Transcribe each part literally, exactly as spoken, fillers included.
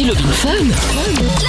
C'est Love in Fun.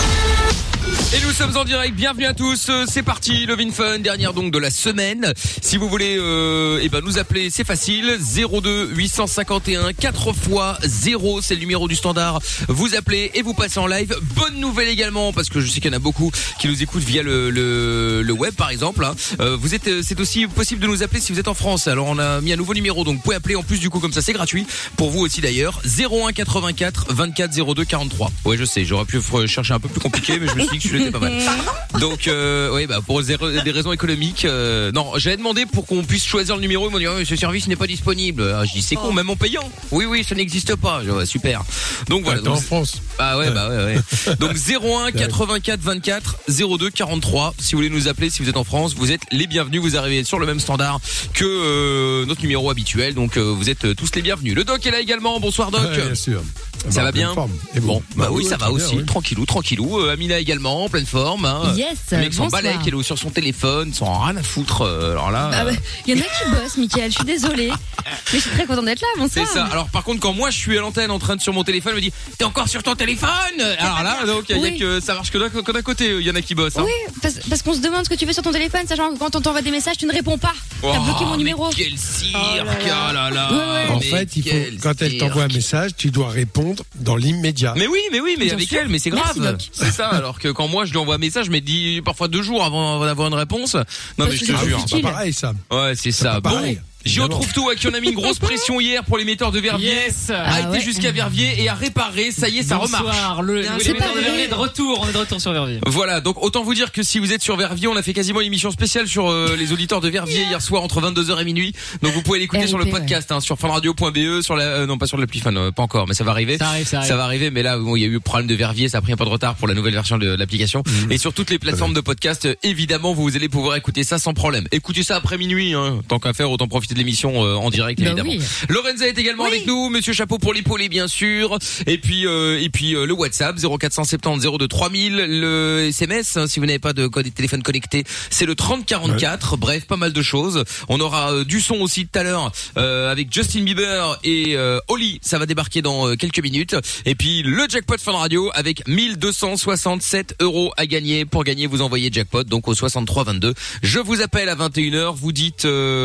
Et nous sommes en direct, bienvenue à tous, c'est parti, Love in Fun, dernière donc de la semaine. Si vous voulez euh, eh ben nous appeler, c'est facile, zéro deux huit cent cinquante et un quatre fois zéro, c'est le numéro du standard. Vous appelez et vous passez en live. Bonne nouvelle également, parce que je sais qu'il y en a beaucoup qui nous écoutent via le le, le web par exemple. Hein. Euh, vous êtes, c'est aussi possible de nous appeler si vous êtes en France. Alors on a mis un nouveau numéro, donc vous pouvez appeler en plus du coup comme ça, c'est gratuit pour vous aussi d'ailleurs. zéro un quatre-vingt-quatre vingt-quatre zéro deux quarante-trois. Ouais, je sais, j'aurais pu chercher un peu plus compliqué, mais je me suis dit que je l'étais pas mal. Donc euh, oui, bah pour des raisons économiques, euh, non, j'avais demandé pour qu'on puisse choisir le numéro. Ils m'ont dit oh, ce service n'est pas disponible. Alors, je dis c'est con, même en payant. Oui, oui, ça n'existe pas. Je dis, ouais, super. Donc voilà. Donc, en France. Ah ouais, bah ouais, ouais. Donc zéro un quatre-vingt-quatre vingt-quatre zéro deux quarante-trois. Si vous voulez nous appeler, si vous êtes en France, vous êtes les bienvenus. Vous arrivez sur le même standard que euh, notre numéro habituel. Donc euh, vous êtes tous les bienvenus. Le Doc est là également. Bonsoir Doc. Ouais, bien sûr. Ça bah, va bien. Et bon, bon, bah, bah oui, ouais, ça va aussi. Bien, oui. Tranquillou, tranquillou. Euh, Amina également, en pleine forme. Hein. Yes. Le mec s'en bonsoir. balèque, elle est sur son téléphone, sans rien à foutre. Euh, alors là. Ah bah, euh... y en a qui bossent, Mickaël. Je suis désolée, mais je suis très contente d'être là. Bonsoir. C'est ça. Alors par contre, quand moi je suis à l'antenne en train de sur mon téléphone, elle me dit t'es encore sur ton téléphone. Alors là, donc il oui. y a que ça marche que d'un, que d'un côté. Il y en a qui bossent. Hein. Oui, parce, parce qu'on se demande ce que tu fais sur ton téléphone, sachant que quand on t'envoie des messages, tu ne réponds pas. Oh, T'as bloqué mon numéro. Mais quel cirque, oh là là. oh là là. Ouais, ouais. En Mais fait, il faut, quel quand elle t'envoie un cirque. message, tu dois répondre dans l'immédiat. Mais oui, mais oui, mais Bien avec sûr. elle, mais c'est Merci, grave. Doc. C'est ça. Alors que quand moi je lui envoie un message, je me dis parfois deux jours avant, avant d'avoir une réponse. Non Parce mais je que te c'est jure. C'est pas pareil, ça. Ouais, c'est C'est ça. pas Bon. pareil. J'y Évidemment. retrouve tout, à qui on a mis une grosse pression hier pour l'émetteur de Verviers. Yes. A Ah été ouais. jusqu'à Verviers et a réparé. Ça y est, ça remarche. Bonsoir, le, Bien, le c'est émetteur pas de vrai. Verviers est de retour, on est de retour sur Verviers. Voilà, donc autant vous dire que si vous êtes sur Verviers, on a fait quasiment une émission spéciale sur euh, les auditeurs de Verviers hier soir entre vingt-deux heures et minuit. Donc vous pouvez l'écouter R I P, sur le podcast, hein, sur funradio point b e, sur la euh, non pas sur l'appli Fun, euh, pas encore, mais ça va arriver. Ça arrive, ça arrive. Ça va arriver, mais là bon, il y a eu le problème de Verviers, ça a pris un peu de retard pour la nouvelle version de l'application. Mmh. Et sur toutes les plateformes de podcast, euh, évidemment, vous allez pouvoir écouter ça sans problème. Écoutez ça après minuit, hein, tant qu'à faire, autant profiter de l'émission euh, en direct Bah évidemment. oui. Lorenza est également Oui. avec nous, Monsieur Chapeau pour l'épauler bien sûr, et puis euh, et puis euh, le WhatsApp zéro quatre cent soixante-dix zéro deux trois mille, le S M S hein, si vous n'avez pas de code de téléphone connecté, c'est le trente quarante-quatre. Ouais. Bref, pas mal de choses. On aura euh, du son aussi tout à l'heure euh, avec Justin Bieber et euh, Oli, ça va débarquer dans euh, quelques minutes. Et puis le jackpot Fun Radio avec mille deux cent soixante-sept euros à gagner. Pour gagner, vous envoyez jackpot donc au soixante-trois vingt-deux. Je vous appelle à vingt et une heures, vous dites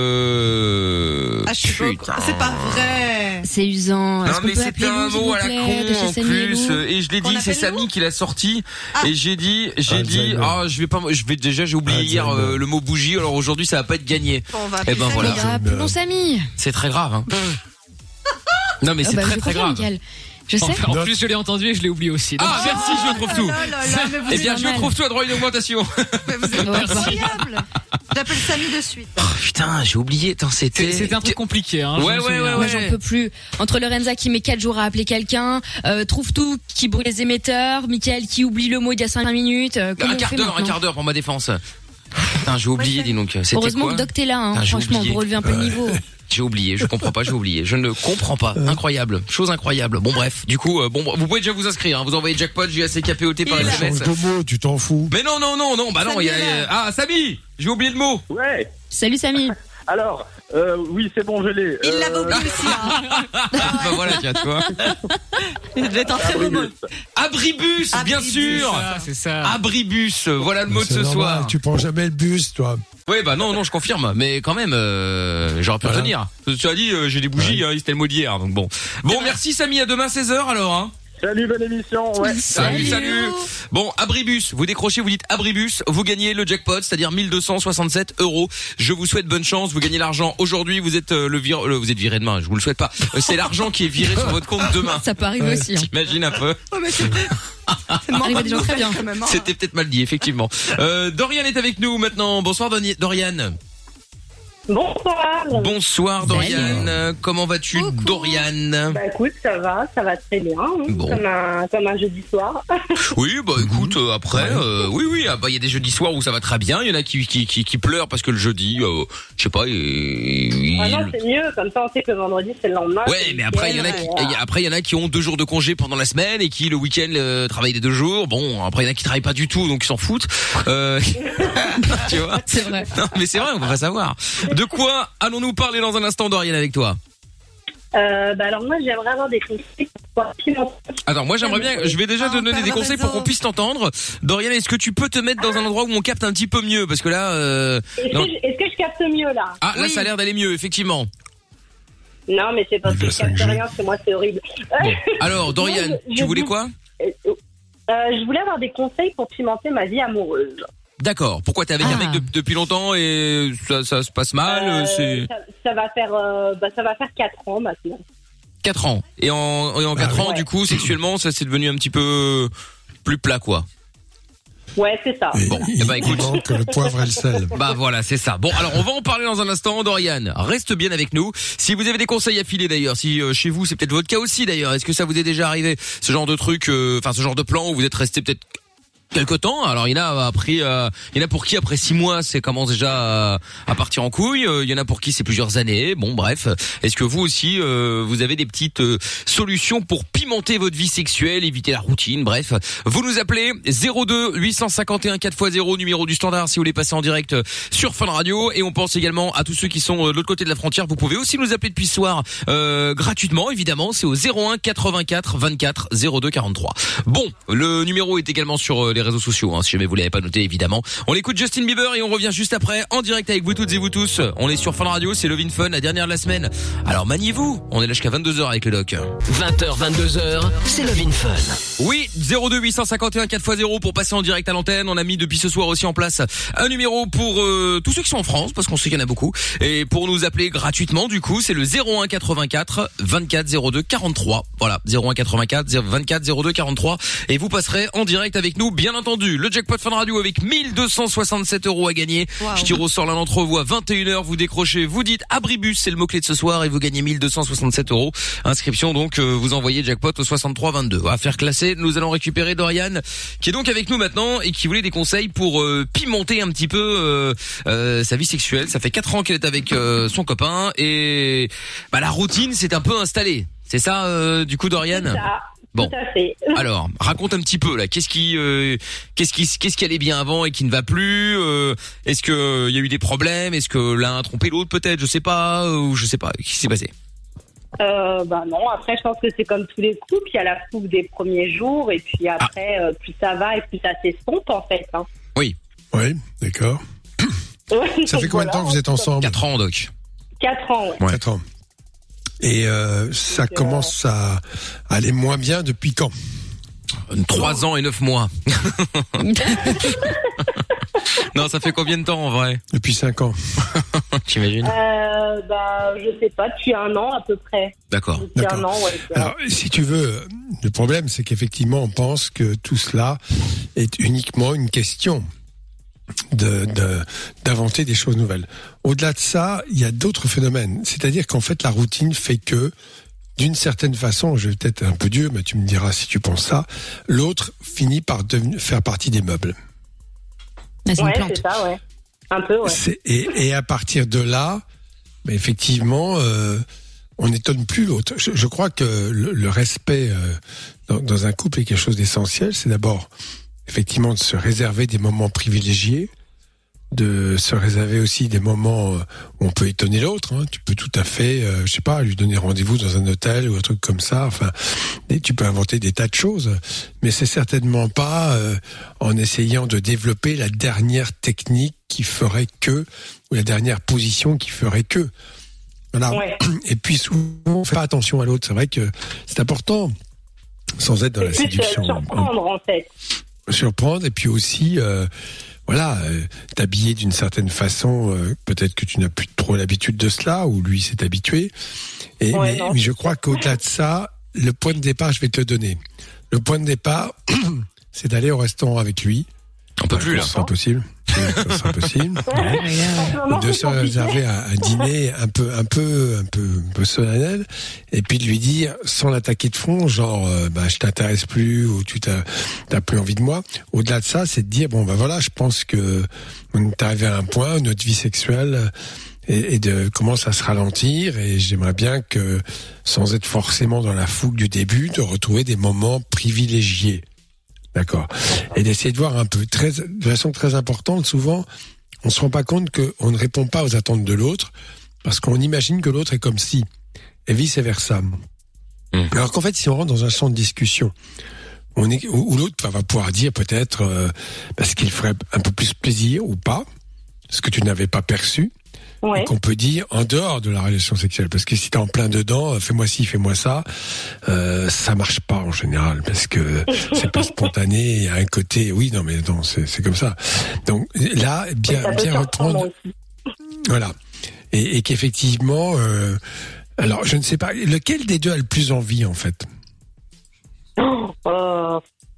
euh... Ah, je suis pas au courant. C'est pas vrai. C'est usant. Est-ce Non qu'on mais peut c'était appeler un Lou, s'il mot vous à la plaît, con de chez en Samy plus Lou et je l'ai Qu'on dit, c'est appelle Samy Lou qui l'a sorti Ah. et j'ai dit j'ai Alzheimer. dit ah je vais pas je vais déjà j'ai oublié hier Alzheimer. euh, le mot bougie, alors aujourd'hui ça va pas être gagné. On va Eh ben appeler voilà. Samy. Ah, appelons Samy. C'est très grave hein. Non mais Ah c'est bah, très je très confirme, grave. Mickaël. Je sais. En, en plus, je l'ai entendu et je l'ai oublié aussi. Donc, Ah merci, je trouve tout. Oh là là là, mais vous Eh êtes bien je normal. trouve tout à droit à une augmentation. Mais vous êtes Ouais, incroyable. J'appelle Samy de suite. Oh, putain, j'ai oublié. Attends, c'était c'est- c'était un truc compliqué, hein. je Ouais, me ouais, souviens. ouais, Moi, j'en peux plus. Entre Lorenza qui met quatre jours à appeler quelqu'un, euh, trouve tout qui brûle les émetteurs, Mickaël qui oublie le mot d'il y a cinq minutes. Euh, comment un on quart fait d'heure, un maintenant quart d'heure pour ma défense. Putain, j'ai oublié, dis donc. C'était Heureusement quoi que Doc t'es là, hein, Ah, j'ai franchement, oublié. pour relever un peu le niveau. J'ai oublié, je comprends pas, j'ai oublié. Je ne comprends pas. Incroyable. Chose incroyable. Bon bref, du coup, euh, bon, vous pouvez déjà vous inscrire, hein. Vous envoyez jackpot, J A C K P O T par Il S a- M S. Change de mot, tu t'en fous. Mais non, non, non, non, bah non, il y a, Samy est là. ah, Samy! J'ai oublié le mot. Ouais, Salut Samy. alors, euh, oui, c'est bon, je l'ai. Il Euh, l'avait oublié aussi. Hein. Bah voilà, tiens, tu vois. Il devait être un très beau mot. Abribus, bien Abribus. sûr. Ah, c'est ça. Abribus, voilà le mot de C'est ce normal, soir. Tu prends jamais le bus, toi. Ouais, bah non, non, je confirme. Mais quand même, euh, j'aurais pu Voilà. retenir. Tu as dit, euh, j'ai des bougies, hein, c'était le mot d'hier, donc bon. Bon, merci Samy, à demain seize heures alors, hein. Salut, bonne émission. Ouais. Salut, salut. Bon, Abribus, vous décrochez, vous dites Abribus, vous gagnez le jackpot, c'est-à-dire mille deux cent soixante-sept euros. Je vous souhaite bonne chance, vous gagnez l'argent aujourd'hui, vous êtes euh, le vir... le- vous êtes viré demain, je vous le souhaite pas. Euh, c'est l'argent qui est viré sur votre compte demain. Ça peut arriver aussi. Hein. T'imagines un peu. Oh, mais c'est c'est arrive à des gens très bien. quand même, hein. C'était peut-être mal dit, effectivement. Euh, Dorian est avec nous maintenant. Bonsoir Doni- Dorian. Bonsoir. Bonsoir Dorian. Salut. Euh, Comment vas-tu Coucou. Dorian? Bah écoute, ça va, ça va très bien, hein, Bon. comme un comme un jeudi soir. Oui, bah écoute, euh, après, euh, oui, oui, ah, bah il y a des jeudis soirs où ça va très bien, il y en a qui qui qui, qui pleurent parce que le jeudi, euh, je sais pas, il, Ah non, il- c'est mieux, comme ça on sait que le vendredi c'est le lendemain. Ouais, c'est mais le après il y en a week-end, qui, voilà. après il y en a qui ont deux jours de congé pendant la semaine et qui le week-end euh, travaillent les deux jours. Bon, après il y en a qui travaillent pas du tout, donc ils s'en foutent. Euh, tu vois? C'est vrai. Non, mais c'est vrai, on va pas savoir. De quoi allons-nous parler dans un instant, Dorian, avec toi? Euh, bah alors moi, j'aimerais avoir des conseils pour pouvoir pimenter. Attends, moi j'aimerais bien, je vais déjà te Ah, donner perd des le conseils réseau. pour qu'on puisse t'entendre. Dorian, est-ce que tu peux te mettre dans un endroit où on capte un petit peu mieux? Parce que là, euh... Est-ce non. que, je- est-ce que je capte mieux là? Ah, là Oui. ça a l'air d'aller mieux, effectivement. Non, mais c'est parce Il que veut je capte cinq G. rien, parce que moi c'est horrible. Bon. Alors, Dorian, Non, je- tu je voulais dis- quoi? Euh, euh, je voulais avoir des conseils pour pimenter ma vie amoureuse. D'accord. Pourquoi t'es avec un Ah. mec de- depuis longtemps et ça, ça se passe mal? Euh, C'est ça, ça va faire, euh, bah, ça va faire quatre ans maintenant. quatre ans. Et en, et en quatre oui. ans, du coup, sexuellement, ça c'est devenu un petit peu plus plat, quoi. Ouais, c'est ça. Et Bon, il, eh ben, écoute. il manque le poivre et le sel. Bah voilà, c'est ça. Bon, alors on va en parler dans un instant. Dorian, reste bien avec nous. Si vous avez des conseils à filer d'ailleurs, si euh, chez vous c'est peut-être votre cas aussi d'ailleurs, est-ce que ça vous est déjà arrivé ce genre de truc, euh, enfin ce genre de plan où vous êtes resté peut-être quelque temps? Alors il y en a après, euh, il y en a pour qui après six mois c'est commence déjà à, à partir en couille. Euh, Il y en a pour qui c'est plusieurs années. Bon bref, est-ce que vous aussi euh, vous avez des petites euh, solutions pour pimenter votre vie sexuelle, éviter la routine? Bref, vous nous appelez zéro deux huit cent cinquante et un quatre fois zéro, numéro du standard si vous voulez passer en direct euh, sur Fun Radio. Et on pense également à tous ceux qui sont euh, de l'autre côté de la frontière. Vous pouvez aussi nous appeler depuis ce soir euh, gratuitement évidemment. C'est au zéro un quatre-vingt-quatre vingt-quatre zéro deux quarante-trois. Bon, le numéro est également sur euh, les réseaux sociaux, hein, si jamais vous l'avez pas noté évidemment. On écoute Justin Bieber et on revient juste après en direct avec vous toutes et vous tous. On est sur Fun Radio, c'est Love in Fun, la dernière de la semaine. Alors maniez-vous, on est là jusqu'à vingt-deux heures avec le doc. vingt heures, vingt-deux heures, c'est Love in Fun. Oui, zéro deux huit cent cinquante et un quatre fois zéro pour passer en direct à l'antenne. On a mis depuis ce soir aussi en place un numéro pour euh, tous ceux qui sont en France, parce qu'on sait qu'il y en a beaucoup. Et pour nous appeler gratuitement, du coup, c'est le zéro un quatre-vingt-quatre vingt-quatre zéro deux quarante-trois. Voilà, zéro un quatre-vingt-quatre vingt-quatre zéro deux quarante-trois. Et vous passerez en direct avec nous, bien entendu. Le jackpot Fun Radio avec mille deux cent soixante-sept euros à gagner. Wow. Je tire au sort l'un d'entre vous à vingt et une heures. Vous décrochez, vous dites abribus, c'est le mot-clé de ce soir, et vous gagnez mille deux cent soixante-sept euros. Inscription donc, euh, vous envoyez jackpot au soixante-trois vingt-deux. On va faire classer. Nous allons récupérer Dorian, qui est donc avec nous maintenant et qui voulait des conseils pour euh, pimenter un petit peu euh, euh, sa vie sexuelle. Ça fait quatre ans qu'elle est avec euh, son copain et bah, la routine s'est un peu installée. C'est ça, euh, du coup, Dorian? C'est ça. Bon. Tout à fait. Alors, raconte un petit peu là. Qu'est-ce qui, euh, qu'est-ce qui, qu'est-ce qui allait bien avant et qui ne va plus euh, Est-ce que il y a eu des problèmes? Est-ce que l'un a trompé l'autre peut-être? Je sais pas. Ou je sais pas. Qu'est-ce qui s'est passé? Euh, bah non, après je pense que c'est comme tous les couples, il y a la fougue des premiers jours et puis après euh, plus ça va et plus ça s'estompe en fait. Hein. Oui, d'accord. Ouais, Ça fait combien de temps que vous êtes ensemble? Quatre ans, Doc. Quatre ans, ouais. Quatre ans. Et euh, ça Donc, euh, commence à aller moins bien depuis quand? Trois ans et neuf mois. Non, ça fait combien de temps en vrai? Depuis cinq ans. T'imagines? Euh, bah je sais pas, depuis un an à peu près. D'accord. Depuis D'accord. un an, ouais. c'est Alors, si tu veux, le problème, c'est qu'effectivement, on pense que tout cela est uniquement une question de, de, d'inventer des choses nouvelles. Au-delà de ça, il y a d'autres phénomènes. C'est-à-dire qu'en fait, la routine fait que, d'une certaine façon, je vais peut-être un peu dur, mais tu me diras si tu penses ça, l'autre finit par devenir, faire partie des meubles. Ah, c'est une Ouais, plante. c'est ça, ouais. Un peu, ouais. C'est, et, et à partir de là, bah, effectivement, euh, on n'étonne plus l'autre. Je, je crois que le, le respect euh, dans, dans un couple est quelque chose d'essentiel. C'est d'abord, effectivement, de se réserver des moments privilégiés, de se réserver aussi des moments où on peut étonner l'autre. Hein. Tu peux tout à fait, euh, je sais pas, lui donner rendez-vous dans un hôtel ou un truc comme ça. Enfin, et tu peux inventer des tas de choses, mais c'est certainement pas euh, en essayant de développer la dernière technique qui ferait que, ou la dernière position qui ferait que. Voilà. Ouais. Et puis souvent, on fait pas attention à l'autre. C'est vrai que c'est important, sans être dans la C'est plus euh, séduction. surprendre en fait. Surprendre et puis aussi euh, voilà euh, t'habiller d'une certaine façon, euh, peut-être que tu n'as plus trop l'habitude de cela ou lui s'est habitué et Ouais, mais, non. mais je crois qu'au-delà de ça, le point de départ, je vais te le donner. Le point de départ, c'est d'aller au restaurant avec lui. On peut plus là. Ça sera possible. Ça sera possible. En ce moment, De c'est se compliqué. réserver un, un dîner un peu, un peu, un peu, un peu solennel, et puis de lui dire, sans l'attaquer de fond, genre, euh, bah, je t'intéresse plus ou tu t'as, t'as plus envie de moi. Au-delà de ça, c'est de dire, bon, bah voilà, je pense que on est arrivé à un point, notre vie sexuelle et, et de commence à se ralentir, et j'aimerais bien que, sans être forcément dans la fougue du début, de retrouver des moments privilégiés. D'accord. Et d'essayer de voir un peu, très, de façon très importante, souvent, on se rend pas compte qu'on ne répond pas aux attentes de l'autre, parce qu'on imagine que l'autre est comme si. et vice versa. Mmh. Alors qu'en fait, si on rentre dans un champ de discussion, on est, où, où l'autre va pouvoir dire peut-être euh, parce qu'il ferait un peu plus plaisir ou pas, ce que tu n'avais pas perçu. Ouais. Et qu'on peut dire en dehors de la relation sexuelle, parce que si t'es en plein dedans, fais-moi ci, fais-moi ça, euh, ça marche pas en général, parce que c'est pas spontané. Il y a un côté, oui, non, mais non, c'est, c'est comme ça. Donc là, bien, bien reprendre, voilà, et, et qu'effectivement, euh, alors je ne sais pas, lequel des deux a le plus envie en fait. Euh,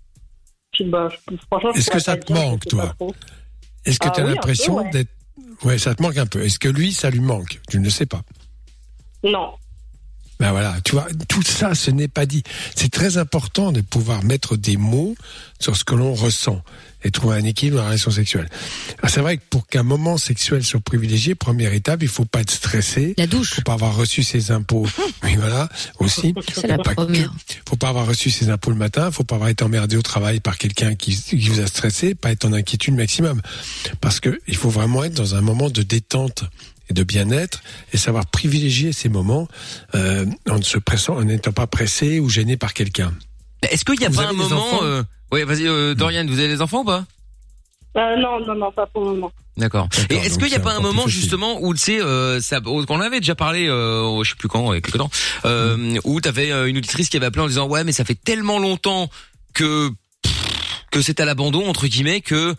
bah, franchement, Est-ce que ça te manque, toi? Est-ce que tu as ah, oui, l'impression peu, ouais. d'être Ouais, ça te manque un peu. Est-ce que lui, ça lui manque? Je ne sais pas. Non. Ben voilà, tu vois, tout ça, ce n'est pas dit. C'est très important de pouvoir mettre des mots sur ce que l'on ressent et trouver un équilibre dans la relation sexuelle. Alors c'est vrai que pour qu'un moment sexuel soit privilégié, première étape, il faut pas être stressé. La douche. Faut pas avoir reçu ses impôts. Oui, voilà, aussi. C'est la première. Faut pas avoir reçu ses impôts le matin. Faut pas avoir été emmerdé au travail par quelqu'un qui, qui vous a stressé. Pas être en inquiétude maximum. Parce que il faut vraiment être dans un moment de détente et de bien-être et savoir privilégier ces moments euh, en ne se pressant, en n'étant pas pressé ou gêné par quelqu'un. Est-ce qu'il n'y a vous pas un moment euh... Oui, vas-y, euh, Dorian, vous avez des enfants ou pas? euh, Non, non, non, pas pour le moment. D'accord. Et est-ce qu'il n'y a pas un moment justement où tu sais, euh, ça, qu'on avait déjà parlé, euh, je sais plus quand, il y a quelque temps, euh, mmh. où t'avais une auditrice qui avait appelé en disant ouais, mais ça fait tellement longtemps que que c'est à l'abandon entre guillemets que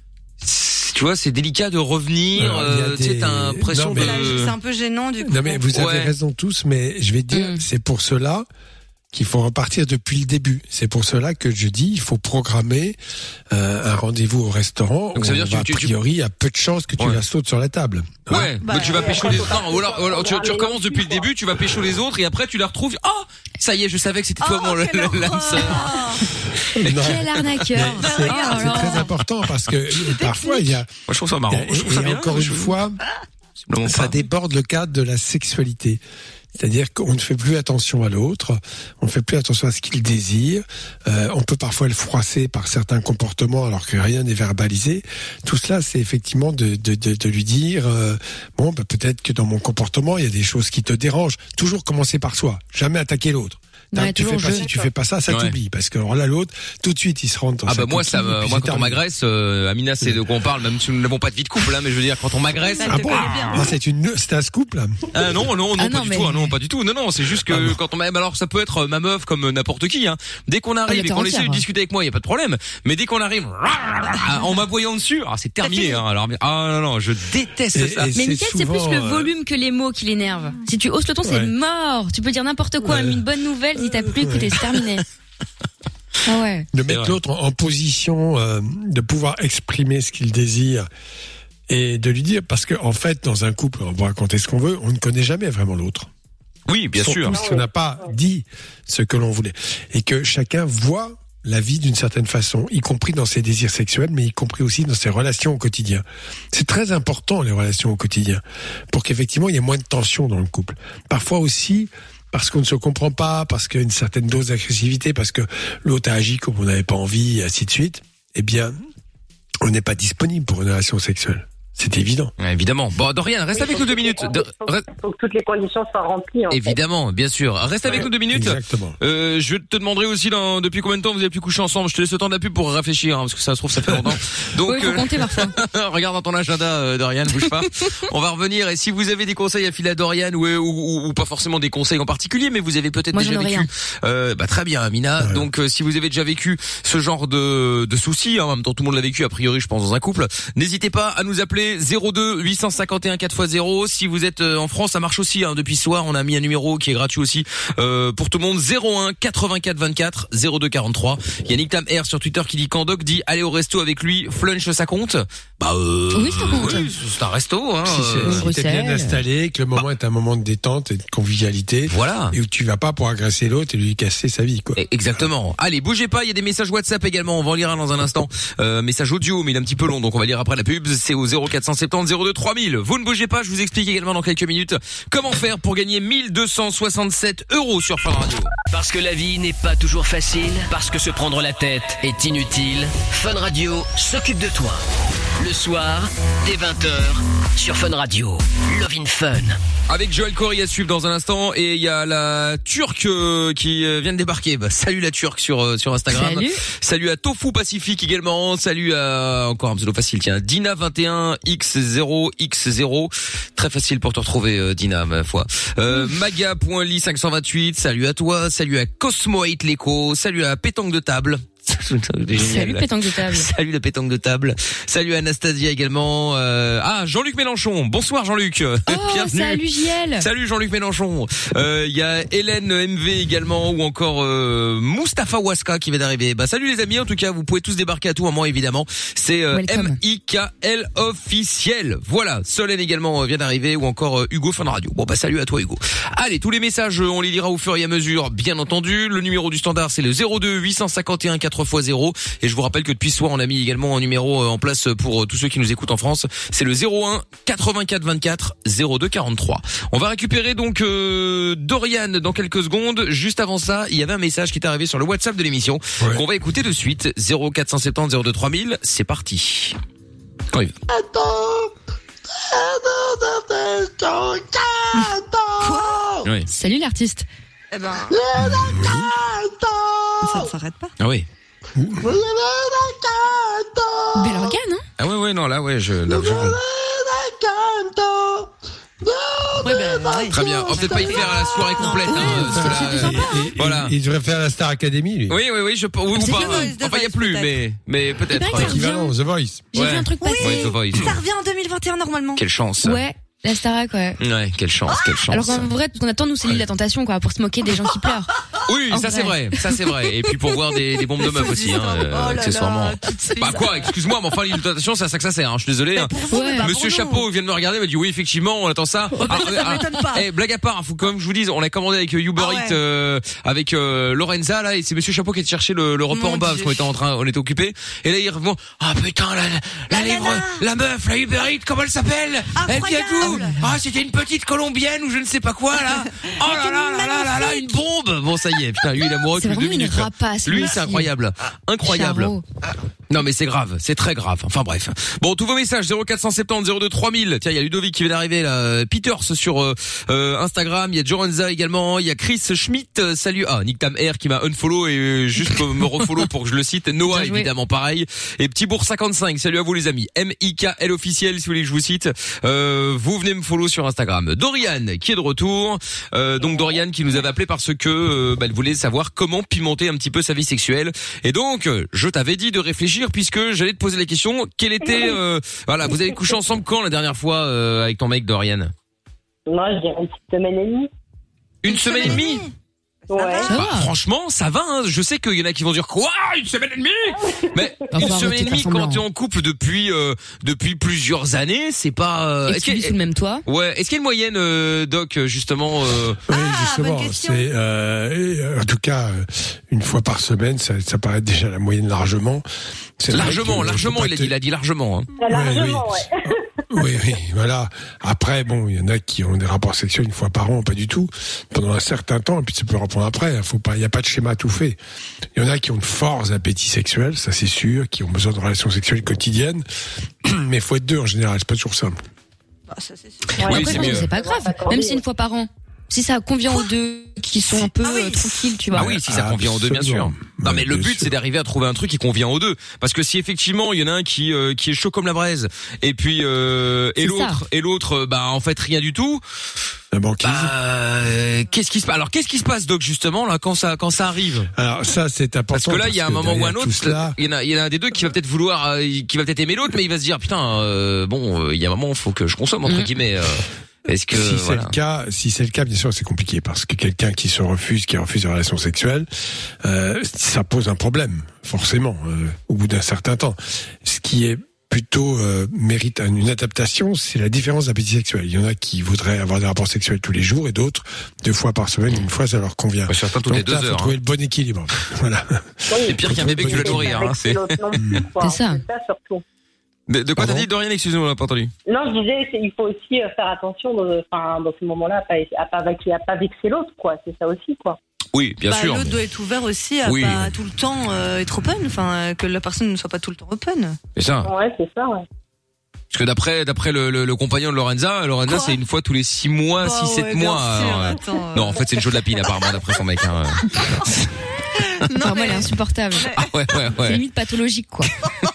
tu vois, c'est délicat de revenir. Euh, des... Tu sais, t'as l'impression de. De... C'est un peu gênant du coup. Non mais vous avez ouais. raison tous, mais je vais te dire, mmh. c'est pour cela qu'il faut repartir depuis le début. C'est pour cela que je dis, il faut programmer euh, un rendez-vous au restaurant. Donc ça veut dire que tu, a priori, il y a peu de chances que tu ouais. la sautes sur la table. Ouais, ouais. Bah, mais tu vas pécho les autres. Non, ou alors, ou alors tu, tu recommences depuis le début, tu vas pécho les autres et après tu la retrouves. Oh, ça y est, je savais que c'était toi, oh, mon l'âme sœur. Quel arnaqueur. C'est, oh, c'est très important parce que parfois il y a. Moi, je trouve ça marrant. Et, je trouve ça et bien. Encore une fois, ça pas. déborde le cadre de la sexualité. C'est-à-dire qu'on ne fait plus attention à l'autre, on ne fait plus attention à ce qu'il désire, euh, on peut parfois le froisser par certains comportements alors que rien n'est verbalisé. Tout cela, c'est effectivement de, de, de, de lui dire, euh, bon, bah, peut-être que dans mon comportement, il y a des choses qui te dérangent. Toujours commencer par soi, jamais attaquer l'autre. Ouais, tu fais pas si tu fais pas ça, ça ouais. t'oublie parce que alors là l'autre tout de suite il se rentre dans ah sa bah moi ça me, moi quand on m'agresse euh, Amina c'est de quoi on parle même si nous n'avons pas de vie de couple hein, mais je veux dire quand on m'agresse ah bon ah, c'est une c'est un scoop là ah non non non ah pas non, du mais... tout ah, non pas du tout non non c'est juste que ah bon. Quand on alors ça peut être ma meuf comme n'importe qui hein dès qu'on arrive ah, et qu'on essaie de discuter avec moi il y a pas de problème mais dès qu'on arrive en m'aboyant dessus ah c'est terminé hein alors ah non non je déteste et, ça et mais Mickaël c'est plus le volume que les mots qui l'énervent si tu hausses le ton c'est mort tu peux dire n'importe quoi même une bonne nouvelle si t'as plus écouté terminé. Ah ouais. De mettre l'autre en, en position euh, de pouvoir exprimer ce qu'il désire et de lui dire parce que en fait dans un couple on va raconter ce qu'on veut on ne connaît jamais vraiment l'autre. Oui bien Surtout sûr. Parce qu'on n'a pas dit ce que l'on voulait et que chacun voit la vie d'une certaine façon, y compris dans ses désirs sexuels, mais y compris aussi dans ses relations au quotidien. C'est très important les relations au quotidien pour qu'effectivement il y ait moins de tension dans le couple. Parfois aussi parce qu'on ne se comprend pas, parce qu'il y a une certaine dose d'agressivité, parce que l'autre a agi comme on n'avait pas envie, et ainsi de suite, eh bien, on n'est pas disponible pour une relation sexuelle. C'est évident. Ouais, évidemment. Bon, Dorian, reste avec nous deux minutes. Il faut, faut que toutes les conditions soient remplies. En évidemment, fait. bien sûr. Reste avec ouais, nous deux minutes. Exactement. Euh, je te demanderai aussi dans, depuis combien de temps vous avez pu coucher ensemble. Je te laisse le temps de la pub pour réfléchir, hein, parce que ça se trouve ça fait longtemps. Donc, oui, faut euh, compter parfois. regarde dans ton agenda, euh, Dorian, bouge pas. On va revenir. Et si vous avez des conseils à filer à Dorian ou, ou, ou, ou pas forcément des conseils en particulier, mais vous avez peut-être Moi, déjà vécu. Euh, bah très bien, Amina. Ouais. Donc, euh, si vous avez déjà vécu ce genre de, de soucis, hein, en même temps tout le monde l'a vécu a priori, je pense dans un couple. N'hésitez pas à nous appeler zéro deux huit cent cinquante et un quatre fois zéro. Si vous êtes en France, ça marche aussi hein. Depuis ce soir, on a mis un numéro qui est gratuit aussi euh, pour tout le monde. zéro un quatre-vingt-quatre vingt-quatre zéro deux quarante-trois. Yannick Tam R sur Twitter qui dit quand Doc dit aller au resto avec lui, flunch ça compte. Bah euh, oui, ça compte. Oui, c'est un resto. Hein, si c'est, si t'es bien installé, que le moment bah. est un moment de détente et de convivialité. Voilà. Et où tu vas pas pour agresser l'autre et lui casser sa vie, quoi. Exactement. Allez, bougez pas. Il y a des messages WhatsApp également. On va en lire un dans un instant. Euh, message audio, mais il est un petit peu long, donc on va lire après la pub. C'est au zéro quatre cent soixante-dix zéro deux trois mille. Vous ne bougez pas. Je vous explique également dans quelques minutes comment faire pour gagner mille deux cent soixante-sept euros sur Fun Radio. Parce que la vie n'est pas toujours facile, parce que se prendre la tête est inutile, Fun Radio s'occupe de toi. Le soir, dès vingt heures, sur Fun Radio. Love in Fun. Avec Joël Corey à suivre dans un instant, et il y a la Turque euh, qui euh, vient de débarquer. Bah, salut la Turque sur euh, sur Instagram. Salut. Salut à Tofu Pacifique également. Salut à encore un pseudo facile. Tiens, Dina vingt et un X zéro X zéro. Très facile pour te retrouver, euh, Dina, ma foi. Euh, Maga.ly cinq cent vingt-huit. Salut à toi. Salut à Cosmo eight Leco. Salut à Pétanque de table. Salut pétanque de table. Salut la pétanque de table. Salut Anastasia également. Euh... Ah, Jean-Luc Mélenchon. Bonsoir Jean-Luc. Oh, Bienvenue. salut J L. Salut Jean-Luc Mélenchon. Il euh, y a Hélène M V également, ou encore euh, Mustapha Waska qui vient d'arriver. Bah salut les amis, en tout cas vous pouvez tous débarquer à tout moment évidemment. C'est euh, M I K L officiel. Voilà, Solène également euh, vient d'arriver, ou encore euh, Hugo Fun Radio. Bon bah salut à toi Hugo. Allez, tous les messages euh, on les lira au fur et à mesure, bien entendu. Le numéro du standard c'est le zéro deux huit cent cinquante et un quatre fois zéro, et je vous rappelle que depuis ce soir on a mis également un numéro euh, en place pour euh, tous ceux qui nous écoutent en France. C'est le zéro un quatre-vingt-quatre vingt-quatre zéro deux quarante-trois. On va récupérer donc euh, Dorian dans quelques secondes. Juste avant ça, il y avait un message qui est arrivé sur le WhatsApp de l'émission, ouais, qu'on va écouter de suite. Zéro quatre cent soixante-dix zéro deux trois mille. C'est parti. Quand il veut. Quoi? Oui. Salut l'artiste. Eh ben. Ça ne s'arrête pas. Ah oui. Bel organe, hein? Ah ouais, ouais, non, là, ouais, je... Là, je... Ouais, ben, ouais. Très bien. On va peut-être pas y faire la soirée complète, non, hein, oui, parce que là, Et, et, voilà. Il devrait faire la Star Academy, lui. Oui, oui, oui, je peux, ou, ou C'est pas. The Voice, The Enfin, il y a Voice, plus, peut-être. mais, mais peut-être. Il paraît que Ouais. ça revient. Équivalent, The Voice. J'ai Ouais. vu un truc passer. Ouais, The Voice. Ça revient en deux mille vingt et un normalement. Quelle chance. Ouais, la Starac, ouais. Ouais, quelle chance, quelle chance. Alors qu'en vrai, tout ce qu'on attend, nous, c'est l'île de la tentation, quoi, pour se moquer des gens qui pleurent. Oui, En ça c'est vrai. vrai, ça c'est vrai. Et puis pour voir des, des bombes de meufs aussi, hein, euh, Oh là là, accessoirement. toutes ces Bah quoi, excuse-moi, mais enfin l'illumination, c'est à ça que ça sert, hein, je suis désolé. hein. Pour vous, Ouais. mais pas Monsieur pour nous. Chapeau vient de me regarder, m'a dit oui, effectivement, on attend ça. Ah, ça ah, m'étonne pas. Eh, blague à part, faut quand même que je vous dise, on l'a commandé avec Uber Ah ouais. Eats, euh, avec euh, Lorenza là, et c'est Monsieur Chapeau qui est cherché le, le repas Mon en bas Dieu. parce qu'on était en train, on était occupé. Et là il revient, ah putain, la, la, La livre, nana. la meuf, la Uber Eats, comment elle s'appelle? Elle vient d'où? Incroyable. Ah, c'était une petite colombienne ou je ne sais pas quoi là. Oh là là là là là là, une bombe. Bon ça y est, putain, lui il est amoureux C'est depuis deux vraiment une minutes. rapace. Lui, aussi. c'est incroyable. Incroyable. Charo. Non, mais c'est grave. C'est très grave. Enfin, bref. Bon, tous vos messages, zéro quatre cent soixante-dix zéro deux trois mille. Tiens, il y a Ludovic qui vient d'arriver, là. Peters sur, euh, euh, Instagram. Il y a Jorenza également. Il y a Chris Schmidt. Euh, salut. Ah, Nick Tam R qui m'a unfollow et euh, juste pour me refollow pour que je le cite. Noah, Bien joué. évidemment, pareil. Et Petit Bourg cinquante-cinq. Salut à vous, les amis. M I K L officiel, si vous voulez que je vous cite. Euh, vous venez me follow sur Instagram. Dorian, qui est de retour. Euh, donc, Dorian qui nous avait appelé parce que, euh, bah, elle voulait savoir comment pimenter un petit peu sa vie sexuelle. Et donc, euh, je t'avais dit de réfléchir puisque j'allais te poser la question. Quelle était, euh, voilà, vous avez couché ensemble quand la dernière fois euh, avec ton mec Dorian? Moi, je dirais une petite semaine et demie. Une, semaine, et demie. Ouais. Ça Bah, va. franchement, ça va. Hein. Je sais qu'il y en a qui vont dire quoi, une semaine et demie. Mais Ah, une faut semaine arrêter et de demie faire quand semblant. t'es en couple depuis euh, depuis plusieurs années, c'est pas. Euh, Et est-ce tu qu'il vis y a- sous le même toit. Ouais. Est-ce qu'il y a une moyenne, euh, Doc, justement euh... Oui, Ah, justement. bonne question. C'est, euh, et, euh, en tout cas, euh, une fois par semaine, ça, ça paraît déjà la moyenne largement. C'est vrai largement, que, largement, faut il a pas dit, il a dit largement. Hein. Largement, oui. ouais. Oui, oui, voilà. Après, bon, il y en a qui ont des rapports sexuels une fois par an, pas du tout, pendant un certain temps, et puis ça peut reprendre après. Faut pas, il n'y a pas de schéma tout fait. Il y en a qui ont de forts appétits sexuels, ça c'est sûr, qui ont besoin de relations sexuelles quotidiennes, mais faut être deux en général, c'est pas toujours simple. Bah, ça, c'est sûr. Ouais. Oui, Après, c'est je pense que mieux. c'est pas grave. Même si une fois par an. Si ça convient aux deux qui sont un peu Ah oui. euh, tranquilles, tu vois. Ah oui, si ça convient aux deux, bien sûr. Absolument. Non, Ouais, mais le bien but, sûr. c'est d'arriver à trouver un truc qui convient aux deux. Parce que si effectivement, il y en a un qui euh, qui est chaud comme la braise, et puis euh, et C'est l'autre, ça. et l'autre, euh, bah en fait rien du tout. La banquise. Bah, euh, qu'est-ce qui se passe? Alors qu'est-ce qui se passe, Doc, justement là quand ça quand ça arrive? Alors ça, c'est important. Parce que là, il y a un moment ou un derrière autre, tout cela, il y en a, il y en a un des deux qui va peut-être vouloir, euh, qui va peut-être aimer l'autre, mais il va se dire putain, euh, bon, euh, il y a un moment, faut que je consomme entre Mhm. guillemets. Euh, est-ce que si c'est voilà. le cas, si c'est le cas, bien sûr, c'est compliqué parce que quelqu'un qui se refuse, qui refuse des relations sexuelles, euh, ça pose un problème, forcément, euh, au bout d'un certain temps. Ce qui est plutôt euh, mérite une adaptation, c'est la différence d'appétit sexuel. Il y en a qui voudraient avoir des rapports sexuels tous les jours et d'autres deux fois par semaine, une fois, ça leur convient. Bah, certains toutes les Donc là, deux faut heures. trouver hein. le bon équilibre. Voilà. C'est pire qu'un bébé que tu dois nourrir. Hein, c'est. C'est ça. C'est ça surtout. De, de quoi t'as Pardon dit, Dorian? Excuse-moi, on l'a pas entendu. Non, je disais, c'est- il faut aussi euh, faire attention dans, enfin, dans ce moment-là, à pas, à pas, à pas vexer l'autre, quoi. C'est ça aussi, quoi. Oui, bien Bah, sûr. l'autre mais- doit être ouvert aussi à Oui. pas tout le temps euh, être open, enfin euh, que la personne ne soit pas tout le temps open. C'est ça. Ouais, c'est ça, ouais. Parce que d'après d'après le, le, le compagnon de Lorenza, Lorenza Quoi c'est une fois tous les six mois, Oh, six, sept ouais, mois. bien sûr, alors, euh, attends, euh. Non, en fait c'est une chaude lapine apparemment d'après son mec. Hein. Non, Enfin, moi, mais elle est insupportable. Ah ouais ouais C'est ouais. limite pathologique, quoi.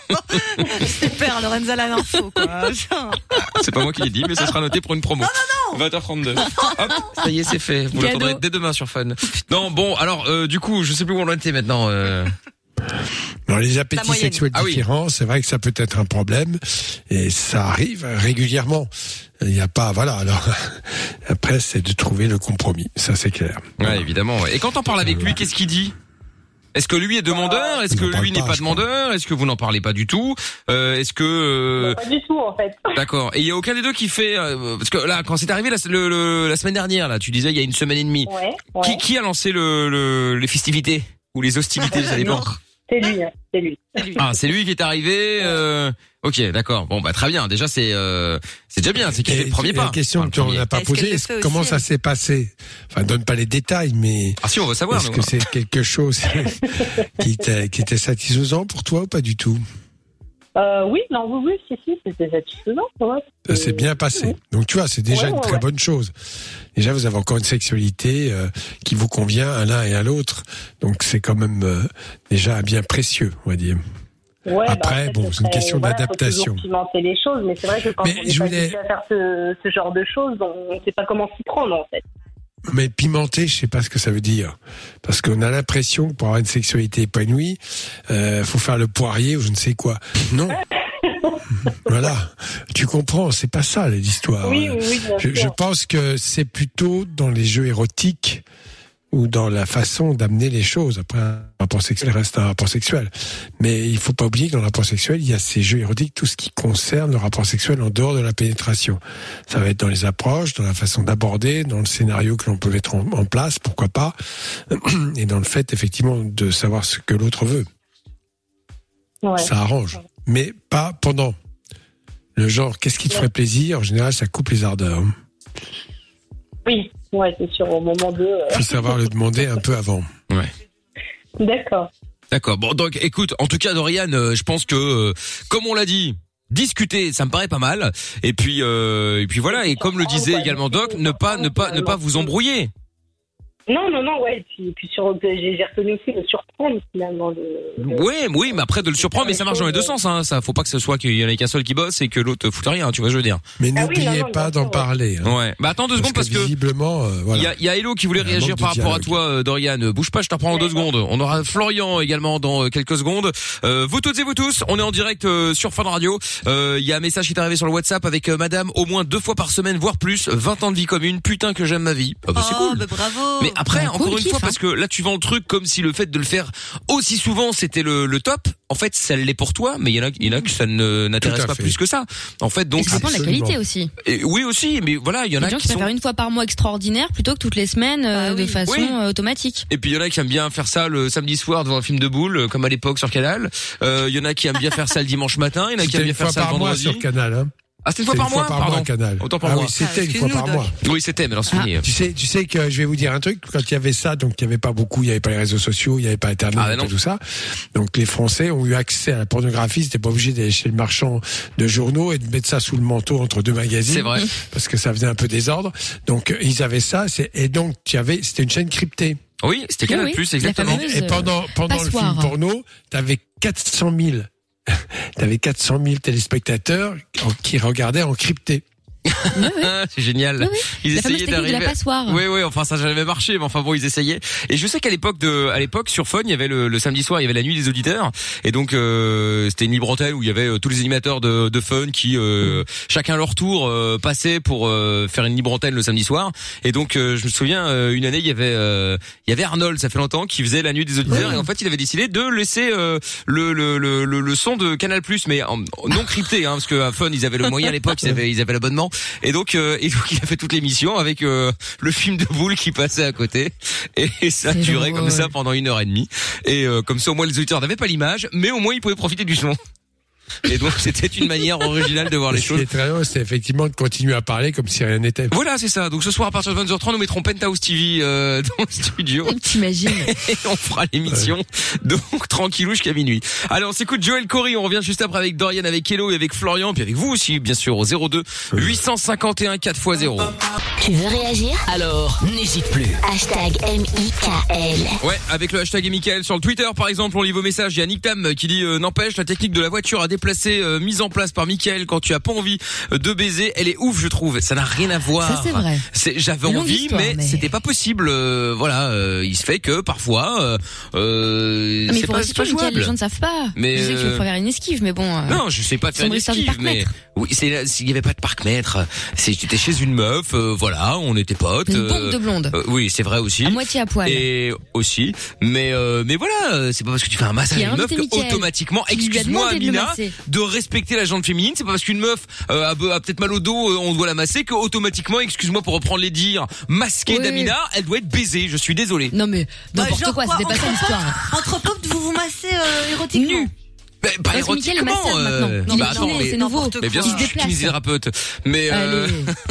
super, Lorenza l'a l'info, quoi. C'est pas moi qui l'ai dit, mais ce sera noté pour une promo. Non non non. vingt heures trente-deux. Hop, ça y est, c'est fait. Vous Cadeau. l'entendrez dès demain sur Fun. Non bon, alors euh, du coup, je sais plus où on en était maintenant. Euh... Dans les appétits moyenne. sexuels Ah oui. différents, c'est vrai que ça peut être un problème et ça arrive régulièrement. Il n'y a pas, voilà. Alors après, c'est de trouver le compromis. Ça, c'est clair. Ouais, évidemment. Ouais. Et quand on parle avec lui, qu'est-ce qu'il dit? Est-ce que lui est demandeur? Est-ce Il que n'en parle lui n'est pas, pas je demandeur? Est-ce que vous n'en parlez pas du tout? euh, Est-ce que euh... Pas du tout, en fait. D'accord. Et il y a aucun des deux qui fait euh, parce que là, quand c'est arrivé la, le, le, la semaine dernière, là, tu disais il y a une semaine et demie. Ouais, ouais. Qui, qui a lancé le, le, les festivités ou les hostilités, ça dépend. C'est lui, hein, c'est lui. Ah, c'est lui qui est arrivé. Euh... Ok, d'accord. Bon, bah très bien. Déjà, c'est euh, c'est déjà bien. C'est qu'il fait le premier pas. La question Enfin, que tu le n'as pas Est-ce qu'elle posée, le est-ce- fait aussi, comment ça elle s'est passé? Enfin, donne pas les détails, mais Ah si, on veut savoir. est-ce nous. que c'est quelque chose qui était, qui était satisfaisant pour toi ou pas du tout? Euh, oui, non, oui, oui, si, si, c'était satisfaisant, ouais. Ça s'est bien passé. Donc tu vois, c'est déjà Ouais, une ouais, très ouais. bonne chose. Déjà, vous avez encore une sexualité euh, qui vous convient à l'un et à l'autre. Donc c'est quand même euh, déjà un bien précieux, on va dire. Ouais, Après, bah, bon, ce c'est une serait- question voilà, d'adaptation. Faut toujours pimenter les choses, mais c'est vrai que quand Mais on est je pas voulais- habitué à faire ce, ce genre de choses, on ne sait pas comment s'y prendre, en fait. Mais pimenter, je sais pas ce que ça veut dire. Parce qu'on a l'impression que pour avoir une sexualité épanouie, euh, faut faire le poirier ou je ne sais quoi. Non. Voilà. Tu comprends, c'est pas ça l'histoire. Oui, oui, oui, bien Je, sûr. je pense que c'est plutôt dans les jeux érotiques ou dans la façon d'amener les choses. Après, un rapport sexuel reste un rapport sexuel. Mais il faut pas oublier que dans le rapport sexuel, il y a ces jeux érotiques, tout ce qui concerne le rapport sexuel en dehors de la pénétration. Ça va être dans les approches, dans la façon d'aborder, dans le scénario que l'on peut mettre en, en place, pourquoi pas, et dans le fait, effectivement, de savoir ce que l'autre veut. Ouais. Ça arrange. Mais pas pendant. Le genre, qu'est-ce qui te ferait plaisir? En général, ça coupe les ardeurs. Oui, ouais, c'est sûr, au moment de... euh, Faut savoir le demander un peu avant. Ouais. D'accord. D'accord. Bon, donc, écoute, en tout cas, Dorian, euh, je pense que, euh, comme on l'a dit, discuter, ça me paraît pas mal. Et puis, euh, et puis voilà. Et comme le disait également Doc, ne pas, ne pas, ne pas vous embrouiller. Non, non, non, ouais, et puis, et puis sur, j'ai j'ai retenu aussi le surprendre, finalement. Le, le- Oui, oui, mais après de le surprendre, mais ça marche dans les deux sens. Hein. Ça, faut pas que ce soit qu'il y en ait qu'un seul qui bosse et que l'autre foute rien. Tu vois, je veux dire. Mais Ah oui, n'oubliez non, non, pas bien d'en sûr, parler. Hein. Ouais. Bah attends deux secondes parce que. visiblement, euh, Il voilà. y a, il y a Hello qui voulait Il y a un réagir manque de par rapport à dialogue. toi, euh, Dorian. Bouge pas, je te reprends en deux secondes. On aura Florian également dans euh, quelques secondes. Euh, vous toutes et vous tous, on est en direct euh, sur Fun Radio. Euh, Il y a un message qui est arrivé sur le WhatsApp avec euh, Madame au moins deux fois par semaine, voire plus. vingt ans de vie commune. Putain que j'aime ma vie. Ah bah c'est Oh, cool. bah, bravo. Mais après, Bah, encore cool, une kiff, fois, hein. parce que là, tu vends le truc comme si le fait de le faire aussi souvent, c'était le, le top. En fait, ça l'est pour toi, mais il y en a, il y en a que ça ne n'intéresse Tout à pas fait. plus que ça. En fait, Et donc, ça dépend de la absolument. qualité aussi. et oui aussi, mais voilà, il y en Il y a a des gens qui qui sont. préfèrent une fois par mois extraordinaire plutôt que toutes les semaines euh, Ah oui. de façon Oui. euh, automatique. Et puis il y en a qui aiment bien faire ça le samedi soir devant un film de boules, euh, comme à l'époque sur Canal. Euh, Il y en a qui aiment bien faire ça le dimanche matin. Il y en a qui C'était aiment bien une faire fois ça le par mois vendredi. sur Canal. Hein. Ah, c'était une fois par mois, pardon. à Canal. Autant pour ah moi. oui, c'était Ah, une fois par excuse-nous, mois. Oui, c'était, mais alors c'est Ah. fini. Tu sais, tu sais que je vais vous dire un truc. Quand il y avait ça, donc il y avait pas beaucoup, il y avait pas les réseaux sociaux, il y avait pas Internet, Ah, il y avait non. pas tout ça. Donc les Français ont eu accès à la pornographie. C'était pas obligé d'aller chez le marchand de journaux et de mettre ça sous le manteau entre deux magazines. C'est vrai. Parce que ça faisait un peu désordre. Donc ils avaient ça. C'est, et donc tu avais, c'était une chaîne cryptée. Oui, c'était Canal Oui, Plus, la exactement. fameuse- Et pendant pendant le passoire. film porno, t'avais quatre cent mille, t'avais quatre cent mille téléspectateurs en- qui regardaient en crypté. Ah, c'est génial. Oui, oui. Ils La fameuse essayaient technique de la d'arriver. passoire. Oui, oui, enfin ça n'a jamais marché, mais enfin bon, ils essayaient. Et je sais qu'à l'époque de, à l'époque sur Fun, il y avait le, le samedi soir, il y avait la nuit des auditeurs, et donc euh, c'était une libre antenne où il y avait euh, tous les animateurs de, de Fun qui, euh, chacun à leur tour, euh, passaient pour euh, faire une libre antenne le samedi soir. Et donc euh, je me souviens, euh, une année, il y avait, euh, il y avait Arnold, ça fait longtemps, qui faisait la nuit des auditeurs, Oui. et en fait, il avait décidé de laisser euh, le, le, le, le, le son de Canal Plus, mais en, non crypté, hein, parce que à Fun, ils avaient le moyen à l'époque, ils avaient, ils avaient l'abonnement, et donc euh, et donc il a fait toute l'émission avec euh, le film de boule qui passait à côté, et, et ça C'est durait drôle. comme ça pendant une heure et demie, et euh, comme ça au moins les auditeurs n'avaient pas l'image, mais au moins ils pouvaient profiter du son. Et donc c'était une manière originale de voir les Ce choses. qui est très drôle, c'est effectivement de continuer à parler comme si rien n'était. Voilà, c'est ça. Donc ce soir à partir de vingt heures trente, nous mettrons Penthouse T V euh, dans le studio. T'imagines? Et on fera l'émission ouais. donc tranquillou jusqu'à minuit. Allez, on s'écoute Joël Corey, on revient juste après avec Dorian, avec Hello et avec Florian, puis avec vous aussi bien sûr au zéro deux huit cent cinquante et un quatre fois zéro. Tu veux réagir? Alors n'hésite plus. Hashtag M I K L. Ouais, avec le hashtag Mickaël sur le Twitter par exemple, on lit vos messages. Il y a Nick Tam qui dit euh, n'empêche, la technique de la voiture à déplacer euh, mise en place par Mickaël quand tu as pas envie de baiser, elle est ouf je trouve. Ça n'a rien à voir. Ça c'est vrai. C'est, j'avais Longue envie histoire, mais, mais c'était pas possible. Euh, voilà, euh, il se fait que parfois euh, euh, mais c'est il faut pas, rester c'est pas jouable. Les gens ne savent pas. Mais je sais qu'il euh... faut faire une esquive, mais bon. Euh... Non, je sais pas faire une esquive, mais oui, c'est s'il y avait pas de parc-mètre, c'est j'étais chez une meuf, euh, voilà, on était potes. Une bombe euh, de blonde. Euh, oui, c'est vrai aussi. À moitié à poil. Et aussi, mais euh, mais voilà, c'est pas parce que tu fais un massage à une meuf que Mickaël, automatiquement, excuse-moi Amina, de, de respecter la jante féminine. C'est pas parce qu'une meuf euh, a, a peut-être mal au dos, euh, on doit la masser, que automatiquement, excuse-moi pour reprendre les dires masqués oui. d'Amina, elle doit être baisée. Je suis désolé. Non mais n'importe bah, quoi, quoi, c'était pas ça l'histoire. Entre potes, vous vous massez euh, érotiquement. Nu. Bah, pas érotiquement. Euh... Non, bah, mais attends, mais, c'est nouveau. Mais bien sûr, je suis kinésithérapeute. Mais euh...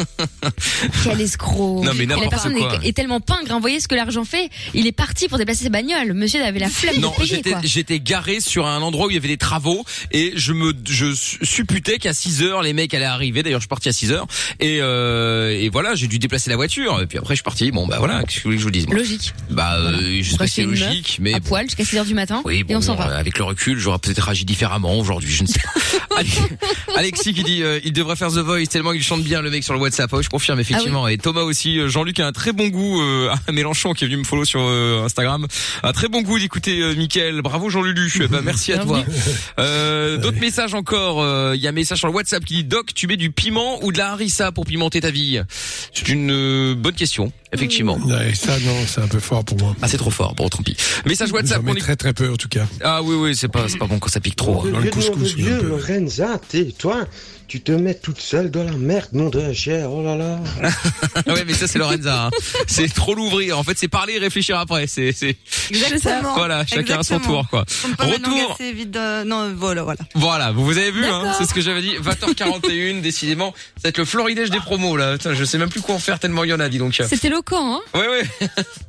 quel escroc. Non mais n'importe et la personne quoi. Est, est tellement pingre. Vous voyez ce que l'argent fait. Il est parti pour déplacer sa bagnole. Monsieur avait la flemme non, de payer. j'étais, quoi. j'étais garé sur un endroit où il y avait des travaux et je me, je supputais qu'à six heures les mecs allaient arriver. D'ailleurs, je suis parti à six heures et euh, et voilà, j'ai dû déplacer la voiture. Et puis après, je suis parti. Bon bah voilà, qu'est-ce que vous voulez que je vous dise moi. Logique. Bah, euh, voilà. Je sais pas si c'est logique, mais à poil jusqu'à six heures du matin. Oui, bon, et on s'en va. Avec le recul, j'aurais peut-être agi différemment aujourd'hui. Je ne sais pas. Allez, Alexis qui dit euh, il devrait faire The Voice tellement il chante bien le mec sur le WhatsApp. Oh, je confirme effectivement. Ah oui. Et Thomas aussi. Jean-Luc a un très bon goût. Euh, à Mélenchon qui est venu me follow sur euh, Instagram. Un très bon goût d'écouter euh, Mickaël. Bravo Jean-Lulu. Bah, merci à toi. Euh, d'autres messages encore. Il euh, y a un message sur le WhatsApp qui dit Doc, tu mets du piment ou de la harissa pour pimenter ta vie? C'est une euh, bonne question. Effectivement. Ouais, ça non, c'est un peu fort pour moi. Ah c'est trop fort. Bon, tant pis. Message WhatsApp. J'en mets très très peu en tout cas. Ah oui oui, c'est pas c'est pas bon quand ça pique trop. Dans le couscous. Dieu, Lorenza, tais-toi. Tu te mets toute seule dans la merde, nom de chère. Oh là là. Ouais, mais ça c'est Lorenza. Hein. C'est trop l'ouvrir. En fait, c'est parler et réfléchir après. C'est c'est. Exactement. Voilà, chacun Exactement. à son tour quoi. Retour. Vite de... Non, voilà, voilà. Voilà, vous vous avez vu, hein, c'est ce que j'avais dit. vingt heures quarante et un, décidément, ça va être le florilège des promos là. Putain, je sais même plus quoi en faire tellement il y en a, dis donc. C'est éloquent, hein. Ouais, ouais.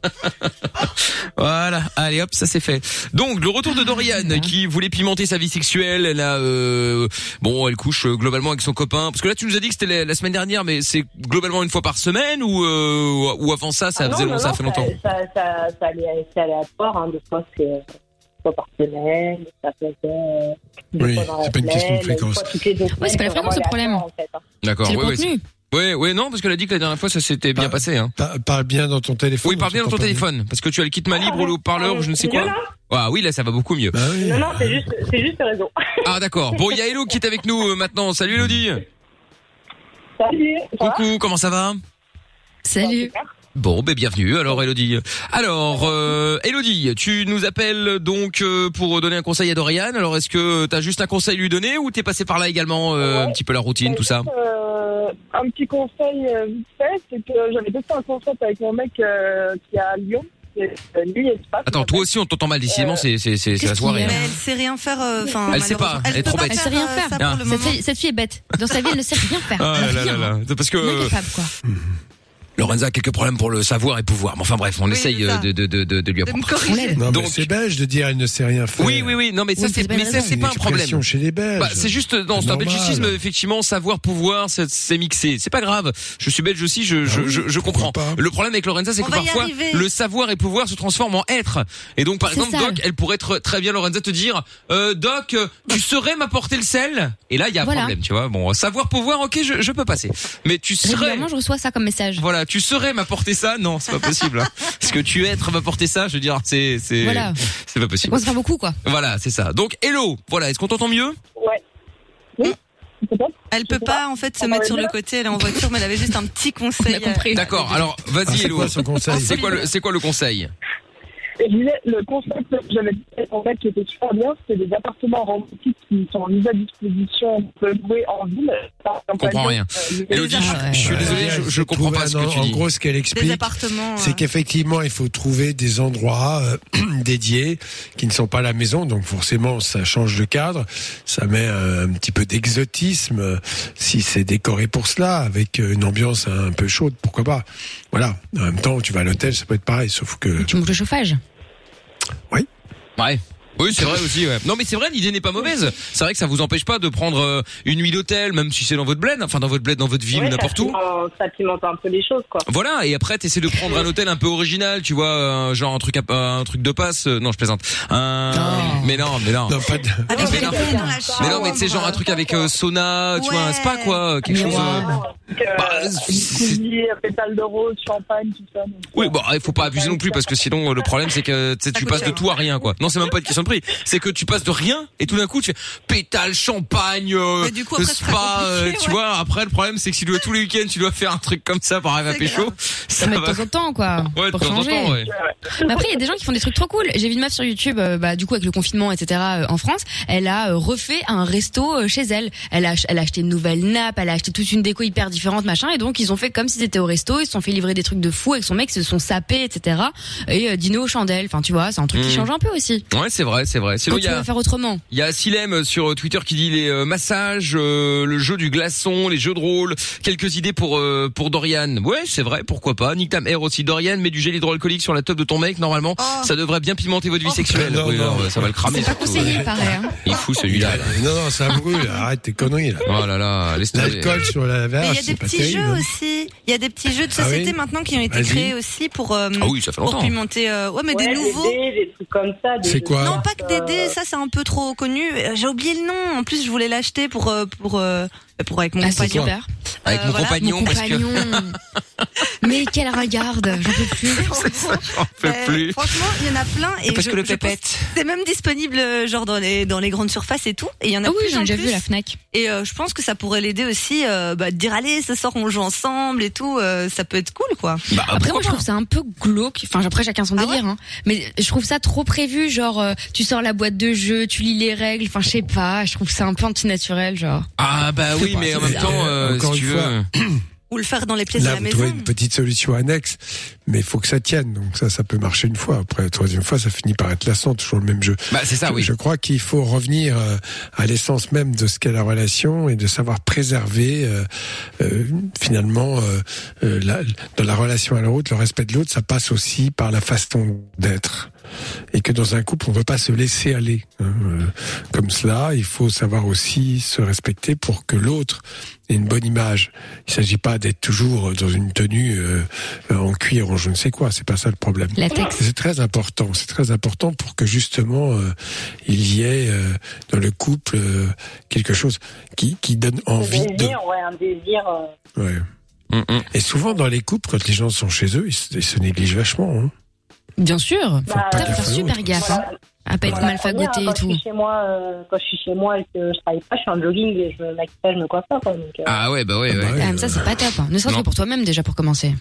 Voilà, allez hop, ça c'est fait. Donc le retour de Dorian qui voulait pimenter sa vie sexuelle. Elle a, euh, bon, elle couche globalement avec son copain. Parce que là, tu nous as dit que c'était la, la semaine dernière, mais c'est globalement une fois par semaine ou euh, ou avant ça, ça ah faisait non, long, non, ça fait longtemps. Ça, ça, ça, allait, c'est aléatoire, hein. Des fois c'est une fois par semaine, ça faisait euh, deux oui, fois dans la c'est pas une question de fréquence. Ouais, c'est pas la fréquence le problème. En fait, hein. D'accord, c'est oui, le contenu. Oui, Ouais, ouais, non, parce qu'elle a dit que la dernière fois ça s'était bien Par, passé. Hein. Par, parle bien dans ton téléphone. Oui, parle bien dans ton téléphone, bien. Parce que tu as le kit main libre ou le haut-parleur ou je ne sais quoi. Ah oui, là ça va beaucoup mieux. Bah oui. Non, non, c'est juste, c'est juste le réseau. Ah d'accord. Bon, il y a Hello qui est avec nous euh, maintenant. Salut Elodie. Salut. Coucou, comment ça va? Salut. Bon, ben bienvenue. Alors Elodie. Alors euh, Elodie, tu nous appelles donc euh, pour donner un conseil à Dorian. Alors est-ce que t'as juste un conseil à lui donner ou t'es passé par là également euh, ouais. un petit peu la routine, tout ça? euh, Un petit conseil euh, vite fait, c'est que j'avais testé un concept avec mon mec euh, qui est à Lyon. C'est, euh, lui, espace, Attends, toi aussi on t'entend mal décidément, euh, c'est c'est c'est, c'est la soirée. Mais elle sait rien faire. Enfin, euh, elle sait pas. Elle, elle est trop bête. Elle sait rien faire. Ah. Cette, fille, cette fille est bête. Dans sa vie, elle ne sait rien faire. Ah là là là. Parce que. Incapable, quoi. Lorenza a quelques problèmes pour le savoir et pouvoir. Mais enfin bref, on oui, essaye de, de, de, de, de lui apprendre. Non, donc c'est belge de dire elle ne sait rien faire. Oui, oui, oui. Non, mais ça, oui, c'est, mais ça, c'est pas un problème. Chez les Belges. Bah, c'est juste, non, c'est un belgicisme, effectivement, savoir, pouvoir, c'est, c'est mixé. C'est pas grave. Je suis belge aussi, je, je, je, je comprends. Le problème avec Lorenza, c'est on que parfois, le savoir et pouvoir se transforment en être. Et donc, par c'est exemple, ça. Doc, elle pourrait être très bien, Lorenza, te dire, euh, Doc, tu saurais m'apporter le sel? Et là, il y a un voilà. problème, tu vois. Bon, savoir, pouvoir, ok, je, je peux passer. Mais tu serais. Régulièrement, je reçois ça comme message. Voilà, tu saurais m'apporter ça? Non, c'est pas possible. Hein. Parce que tu être m'apporter ça, je veux dire, c'est, c'est, voilà. c'est pas possible. On se fait beaucoup, quoi. Voilà, c'est ça. Donc, hello. Voilà, est-ce qu'on t'entend mieux? Ouais. Oui. Elle peut pas, en fait, se mettre sur le côté, elle est en voiture, mais elle avait juste un petit conseil. On a compris. D'accord. Alors, vas-y, ah, c'est hello. Quoi, son conseil? C'est quoi le, c'est quoi le conseil? Et je disais, le concept que j'avais dit en fait qui était super bien, c'est des appartements romantiques qui sont mis à disposition, on peut louer en ville. Je comprends rien. Euh, Elodie, je, je suis désolé, je, je comprends pas ce que tu en dis. En gros, ce qu'elle explique, c'est qu'effectivement, il faut trouver des endroits euh, dédiés qui ne sont pas la maison, donc forcément, ça change de cadre, ça met un, un petit peu d'exotisme, euh, si c'est décoré pour cela, avec une ambiance un peu chaude, pourquoi pas. Voilà. En même temps, tu vas à l'hôtel, ça peut être pareil, sauf que... Tu montes le chauffage. Oui. Ouais. Oui, c'est vrai aussi, ouais. Non, mais c'est vrai, l'idée n'est pas mauvaise. C'est vrai que ça vous empêche pas de prendre euh, une nuit d'hôtel, même si c'est dans votre bled, enfin dans votre bled, dans votre ville Ouais, ou n'importe où. Ça pimente un peu les choses, quoi. Voilà, et après t'essaies de prendre un hôtel un peu original, tu vois, euh, genre un truc à, un truc de passe. Euh, non, je plaisante. Un... Non. Mais non, mais non. Non, pas de... mais, non. mais non, mais tu sais, genre un truc avec euh, sauna, tu vois, un spa quoi, quelque chose. Euh... Bah, jacuzzi, pétales de rose, champagne, tout ça. Oui, bon, il faut pas abuser non plus parce que sinon le problème c'est que tu sais, tu passes de tout à rien quoi. Non, c'est même pas une question de prix, c'est que tu passes de rien et tout d'un coup tu fais pétale, champagne, euh, Mais du coup, après, spa, euh, tu vois. Après le problème c'est que si tu dois tous les week-ends tu dois faire un truc comme ça pour arriver à pécho, ça Mais de va. temps en temps quoi. Ouais, de pour temps en changer. temps, ouais. Mais après il y a des gens qui font des trucs trop cool. J'ai vu une meuf sur YouTube, euh, bah du coup avec le confinement et cetera euh, en France, elle a euh, refait un resto euh, chez elle. Elle a, elle a acheté une nouvelle nappe, elle a acheté toute une déco hyper différente machin et donc ils ont fait comme s'ils étaient au resto, ils se sont fait livrer des trucs de fou avec son mec, ils se sont sapés et cetera. Et euh, dîner aux chandelles. Enfin tu vois, c'est un truc Mmh. qui change un peu aussi. Ouais, c'est vrai, c'est vrai. Sinon Quand il y tu a vas faire autrement. il y a Silem sur Twitter qui dit les euh, massages, euh, le jeu du glaçon, les jeux de rôle, quelques idées pour euh, pour Dorian. Ouais, c'est vrai, pourquoi pas. Nick Tam Air aussi. Dorian, mets du gel hydroalcoolique sur la teub de ton mec, normalement, Oh. ça devrait bien pimenter votre vie sexuelle. non, Oui, non. alors, ça va le cramer. C'est pas surtout. conseillé, il paraît. Hein. Il est fou celui-là. Là. Non, non, ça brûle. Arrête tes conneries, là. Oh là là, laisse tomber. L'alcool sur la Mais il y verge, a des c'est pas petits terrible. jeux aussi. Il y a des petits jeux de Ah société oui maintenant qui ont été Vas-y. créés aussi pour euh, Ah oui, ça fait pour longtemps. pimenter. Euh, ouais, mais Ouais, des nouveaux. dés, des trucs comme ça. des C'est jeux quoi de Non, cartes, pas que des dés, euh, ça c'est un peu trop connu. Euh, J'ai oublié le nom. En plus, je voulais l'acheter pour euh, pour euh, pour avec mon Ah, c'est compagnon. super. Avec Euh, mon voilà, compagnon, Mon parce que compagnon. Mais quelle ringarde, j'en peux plus. j'en peux Euh, plus. Franchement, il y en a plein et Parce je- que le je pense pépette. que c'est même disponible euh, genre dans les dans les grandes surfaces et tout. Et il y en a Ah oui, plus j'en ai en déjà plus. vu la Fnac. Et euh, je pense que ça pourrait l'aider aussi, euh, bah, de dire allez, ce soir on joue ensemble et tout. euh, ça peut être cool, quoi. Bah, Après moi pourquoi je trouve ça un peu glauque. Enfin après chacun son Ah délire. Hein. Mais je trouve ça trop prévu. Genre euh, tu sors la boîte de jeu, tu lis les règles. Enfin je sais pas. Je trouve ça un peu antinaturel genre. Ah bah oui, mais en même c'est- temps, euh, encore si tu une veux. fois. Ou le faire dans les pièces Là, de la vous maison. trouvez une petite solution annexe, mais il faut que ça tienne. Donc ça, ça peut marcher une fois. Après, la troisième fois, ça finit par être lassant, toujours le même jeu. Bah c'est ça, je, oui. je crois qu'il faut revenir euh, à l'essence même de ce qu'est la relation et de savoir préserver euh, euh, finalement euh, euh, la, dans la relation à l'autre, le respect de l'autre, ça passe aussi par la façon d'être. Et que dans un couple, on ne veut pas se laisser aller hein, euh, comme cela. Il faut savoir aussi se respecter pour que l'autre ait une bonne image. Il ne s'agit pas d'être toujours dans une tenue euh, en cuir ou je ne sais quoi. C'est pas ça le problème. Latex. C'est très important. C'est très important pour que justement euh, il y ait euh, dans le couple euh, quelque chose qui qui donne un envie de. désir, ouais, un désir. euh, Ouais. Mm, mm. Et souvent dans les couples, quand les gens sont chez eux, ils se, ils se négligent vachement. Hein. Bien sûr. Faut pas Bah, Faut gaffe faire à super l'autre. gaffe. Hein. Voilà. À pas être Voilà, mal fagoté quand et je tout. suis chez moi, euh, quand je suis chez moi et que je travaille pas, je suis en jogging et je me maquille pas, je me coiffe pas, quoi. Donc, euh, Ah ouais, bah ouais, Ah bah ouais. ouais. Ah, mais ça c'est pas top. Hein. Ne serait-ce Non. que pour toi-même déjà pour commencer.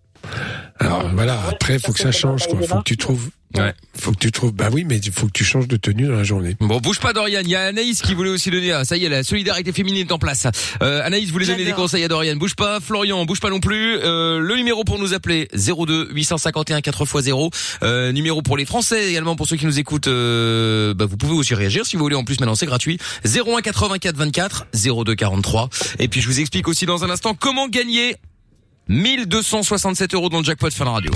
Alors voilà, après faut que ça change quoi. Faut que tu trouves. Ouais. Faut que tu trouves. Bah oui, mais il faut que tu changes de tenue dans la journée. Bon, bouge pas Dorian, il y a Anaïs qui voulait aussi donner, ah, ça y est, la solidarité féminine est en place. Euh, Anaïs voulait donner des J'adore. conseils à Dorian, bouge pas, Florian, bouge pas non plus. Euh, le numéro pour nous appeler, zéro deux huit cent cinquante et un quatre fois zéro. Euh, numéro pour les Français également, pour ceux qui nous écoutent, euh, bah, vous pouvez aussi réagir si vous voulez, en plus maintenant c'est gratuit. zéro un quatre-vingt-quatre vingt-quatre zéro deux quarante-trois. Et puis je vous explique aussi dans un instant comment gagner mille deux cent soixante-sept euros dans le jackpot Fun Radio.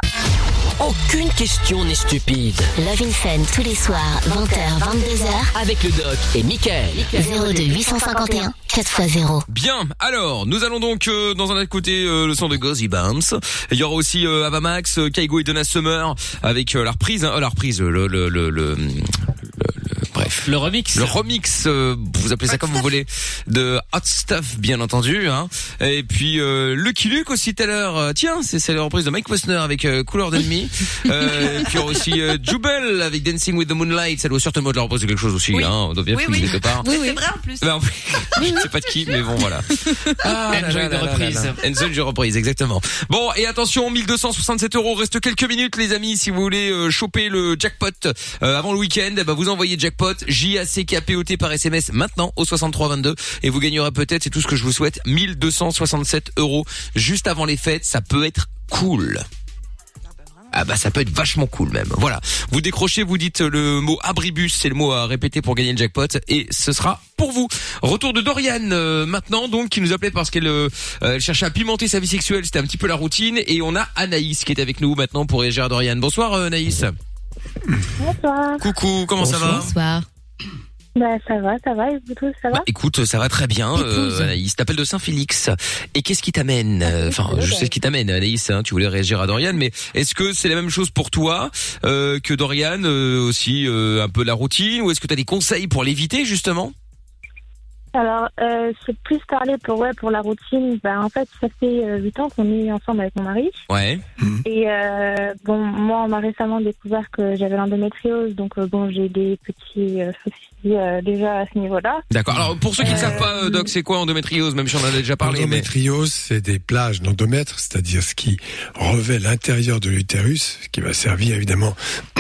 Aucune question n'est stupide. Love in Fun tous les soirs, vingt heures, vingt-deux heures. Avec le doc et Mickaël. zéro deux huit cent cinquante et un quatre fois zéro. Bien, alors, nous allons donc euh, dans un autre côté euh, le son de Gozzy Bounce. Il y aura aussi euh, Avamax, euh, Kaigo et Donna Summer avec euh, la reprise, hein, euh, la reprise, le, le, le, le, le, le- bref, bref. Le remix. Le remix, euh, vous appelez ça comme vous voulez, de Hot Stuff, bien entendu. Hein. Et puis euh, Lucky Luke aussi tout à l'heure. Euh, tiens, c'est, c'est la reprise de Mike Posner avec euh, Cooler Than Me. Euh, et puis aussi euh, Jubel avec Dancing with the Moonlight. Ça doit certainement de la reprise de quelque chose aussi. Oui. Hein. On doit bien oui, fouiller oui. quelque part. Oui, oui, c'est vrai en plus. Ben, je sais pas de qui, mais bon voilà. Ah, Enjoy de reprise. Enjoy de reprise, exactement. Bon, et attention, mille deux cent soixante-sept euros. Reste quelques minutes, les amis, si vous voulez euh, choper le jackpot euh, avant le week-end. Eh ben, vous envoyez jackpot J A C K P O T par S M S maintenant au soixante-trois vingt-deux et vous gagnerez peut-être, c'est tout ce que je vous souhaite, mille deux cent soixante-sept euros juste avant les fêtes. Ça peut être cool. Ah bah ça peut être vachement cool même. Voilà. Vous décrochez, vous dites le mot abribus, c'est le mot à répéter pour gagner le jackpot et ce sera pour vous. Retour de Dorian euh, maintenant donc qui nous appelait parce qu'elle euh, elle cherchait à pimenter sa vie sexuelle, c'était un petit peu la routine et on a Anaïs qui est avec nous maintenant pour réagir à Dorian. Bonsoir euh, Anaïs. Bonsoir. Coucou, comment Bonsoir. ça va? Bonsoir. Bah ça va, ça va, et vous tous, ça va? Bah, écoute, ça va très bien, euh, Anaïs. T'appelles de Saint-Félix. Et qu'est-ce qui t'amène? Enfin, je sais ce qui t'amène, Anaïs. Hein, tu voulais réagir à Dorian, mais est-ce que c'est la même chose pour toi euh, que Dorian, euh, aussi euh, un peu la routine, ou est-ce que t'as des conseils pour l'éviter justement? Alors, euh, c'est plus parler pour ouais pour la routine. Bah en fait, ça fait euh, huit ans qu'on est ensemble avec mon mari. Ouais. Et euh, bon, moi, on m'a récemment découvert que j'avais l'endométriose, donc euh, bon, j'ai des petits euh, soucis euh, déjà à ce niveau-là. D'accord. Alors, pour ceux qui euh, ne savent pas, Doc, c'est quoi endométriose? Même si on en a déjà parlé. L'endométriose, mais... c'est des plages d'endomètre, c'est-à-dire ce qui revêt l'intérieur de l'utérus, ce qui va servir évidemment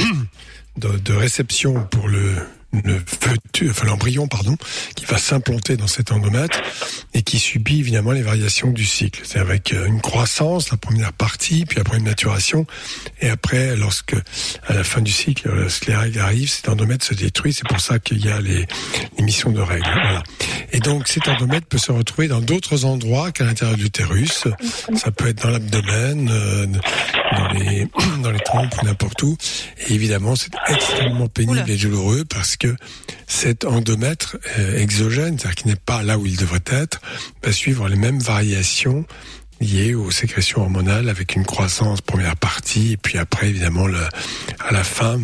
de, de réception pour le le fœtus, enfin l'embryon, pardon, qui va s'implanter dans cet endomètre et qui subit évidemment les variations du cycle. C'est avec une croissance, la première partie, puis après une maturation, et après, lorsque, à la fin du cycle, lorsque les règles arrivent, cet endomètre se détruit. C'est pour ça qu'il y a les émissions de règles. Voilà. Et donc, cet endomètre peut se retrouver dans d'autres endroits qu'à l'intérieur de l'utérus. Ça peut être dans l'abdomen, euh, dans les, dans les trompes, n'importe où. Et évidemment, c'est extrêmement pénible Oula. et douloureux parce que cet endomètre euh, exogène, c'est-à-dire qui n'est pas là où il devrait être, va suivre les mêmes variations liées aux sécrétions hormonales avec une croissance première partie et puis après, évidemment, le, à la fin,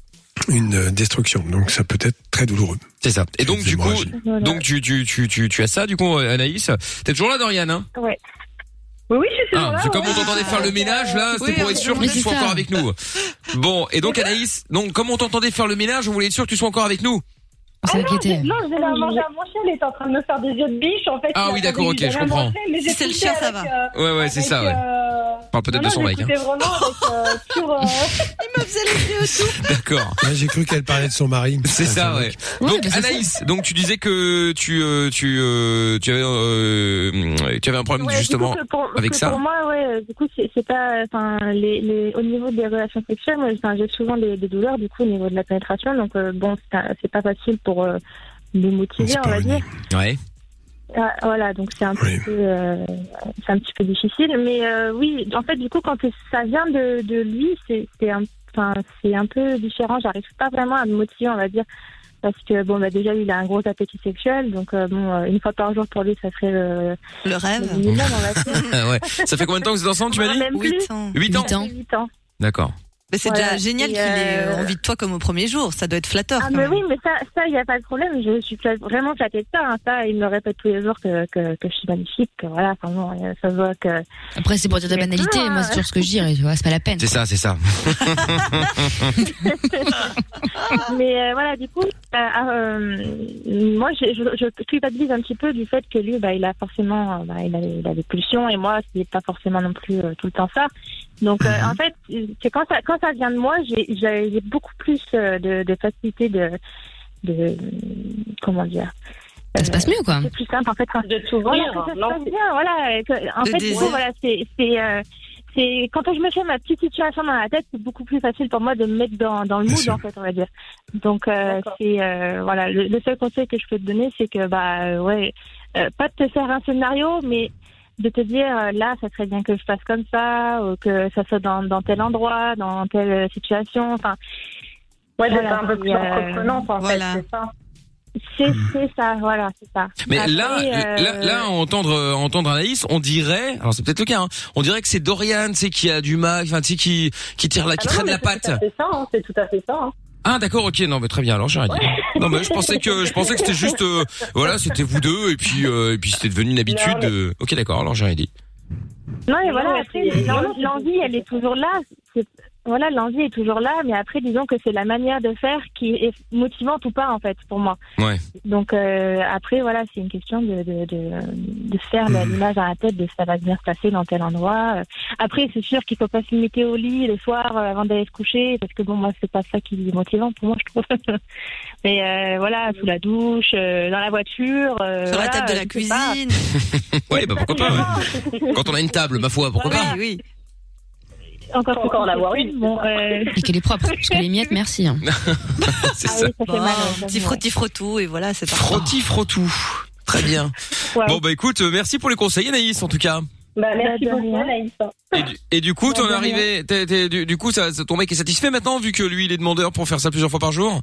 une destruction. Donc, ça peut être très douloureux. C'est ça. Et donc, du coup, voilà. donc tu, tu, tu, tu, tu as ça, du coup, Anaïs. T'es toujours là, Dorian, hein? Ouais. Oui, oui, je suis ah, là. C'est comme on t'entendait faire le ménage, là, c'était oui, pour être sûr que tu sois encore avec nous. Bon, et donc, Anaïs, donc, comme on t'entendait faire le ménage, on voulait être sûr que tu sois encore avec nous. Ah non, non, je vais la manger à mon chien, il est en train de me faire des yeux de biche, en fait. Ah oui, d'accord, ok, je comprends. Manger, mais si c'est le chien, ça va. Euh, ouais, ouais, c'est ça, ouais. Euh... Parle peut-être non, de son non, mec, hein. vraiment avec, euh, sur, euh... il me faisait les yeux tout. D'accord. Ouais, j'ai cru qu'elle parlait de son mari. C'est ça, ouais. Donc, ouais, Anaïs, ça. donc tu disais que tu, euh, tu, euh, tu avais, euh, tu avais un problème, ouais, justement, coup, pour, avec ça. Pour moi, ouais, du coup, c'est, c'est pas, enfin, les, les, au niveau des relations sexuelles, moi, j'ai souvent des, des douleurs, du coup, au niveau de la pénétration, donc, euh, bon, c'est, c'est pas facile pour, euh, les motiver, on va dire. Ouais. Ah, voilà, donc c'est un oui. peu, euh, c'est un petit peu difficile, mais euh, oui, en fait, du coup, quand ça vient de, de lui, c'est, c'est un, enfin, c'est un peu différent. J'arrive pas vraiment à me motiver, on va dire, parce que bon, bah déjà, il a un gros appétit sexuel, donc euh, bon, euh, une fois par jour pour lui, ça serait le, le rêve. Le minimum, on va dire. Ouais. Ça fait combien de temps que vous êtes ensemble, tu m'as dit? huit ans. huit ans. huit ans. D'accord. Mais c'est voilà, déjà génial qu'il ait euh... envie de toi comme au premier jour. Ça doit être flatteur. Ah, quand mais même. oui, mais ça, ça, il n'y a pas de problème. Je suis vraiment flattée de ça. Hein. Ça, il me répète tous les jours que, que, que je suis magnifique. Que voilà, enfin bon, ça se voit que. Après, c'est pour dire de la banalité. Ah, moi, c'est toujours ce que je dirais. Tu vois, c'est pas la peine. C'est quoi. ça, c'est ça. Mais euh, voilà, du coup, euh, euh, moi, je, je, je culpabilise un petit peu du fait que lui, bah, il a forcément, bah, il a, il a des pulsions, et moi, c'est pas forcément non plus euh, tout le temps ça. Donc, euh, en fait, c'est quand ça, quand ça vient de moi, j'ai, j'ai, j'ai beaucoup plus de, de facilité de, de, comment dire. Ça se passe mieux, quoi. C'est plus simple, en fait, quand de tout voilà, dire. ça se passe bien, voilà. En de fait, désir. du coup, voilà, c'est, c'est, euh, c'est, quand je me fais ma petite situation dans la tête, c'est beaucoup plus facile pour moi de me mettre dans, dans le mood, en fait, on va dire. Donc, euh, c'est, euh, voilà, le, le seul conseil que je peux te donner, c'est que, bah, euh, ouais, euh, pas de te faire un scénario, mais de te dire, euh, là, ça serait bien que je fasse comme ça, ou que ça soit dans, dans tel endroit, dans telle situation, enfin. Ouais, voilà, d'être un peu plus euh, entreprenante, en voilà. fait, c'est ça. C'est, c'est ça, voilà, c'est ça. Mais Après, là, euh... là, là, à entendre, à entendre Anaïs, on dirait, alors c'est peut-être le cas, hein, on dirait que c'est Dorian, tu sais, qui a du mal, enfin, tu sais, qui, qui tire la, qui ah non, traîne la patte. C'est tout à fait ça, hein, c'est tout à fait ça. Hein. Ah d'accord, ok, non mais très bien. Alors j'ai rien dit. Ouais. Non mais je pensais que je pensais que c'était juste euh, voilà, c'était vous deux et puis euh, et puis c'était devenu une habitude. Non, mais... euh... Ok d'accord, alors j'ai rien dit. Non et voilà, après l'envie elle est toujours là. C'est... Voilà, l'envie est toujours là, mais après disons que c'est la manière de faire qui est motivante ou pas en fait pour moi. Ouais. Donc euh, après voilà, c'est une question de de de, de faire mmh. l'image dans la tête de ça va bien se passer dans tel endroit. Après c'est sûr qu'il faut pas se limiter au lit le soir euh, avant d'aller se coucher parce que bon moi c'est pas ça qui est motivant pour moi je trouve. Mais euh, voilà, sous la douche, euh, dans la voiture, euh, sur voilà, la table de la cuisine. Ouais, bah pourquoi pas. Ouais. Quand on a une table, ma foi, pourquoi voilà. pas. Oui, oui. Encore encore en avoir une. Bon, euh... Et qu'elle est propre, parce que les miettes, merci. Hein. C'est ah ça. Oui, ça fait bon, mal, petit frotti frottou et voilà, c'est parti. Frotti frottou. Très bien. Ouais. Bon bah écoute, merci pour les conseils Anaïs en tout cas. Bah merci bah, beaucoup Anaïs. Et du, et du coup, bah, t'en es arrivé, t'es, t'es, du, du coup, ça, ton mec est satisfait maintenant vu que lui il est demandeur pour faire ça plusieurs fois par jour.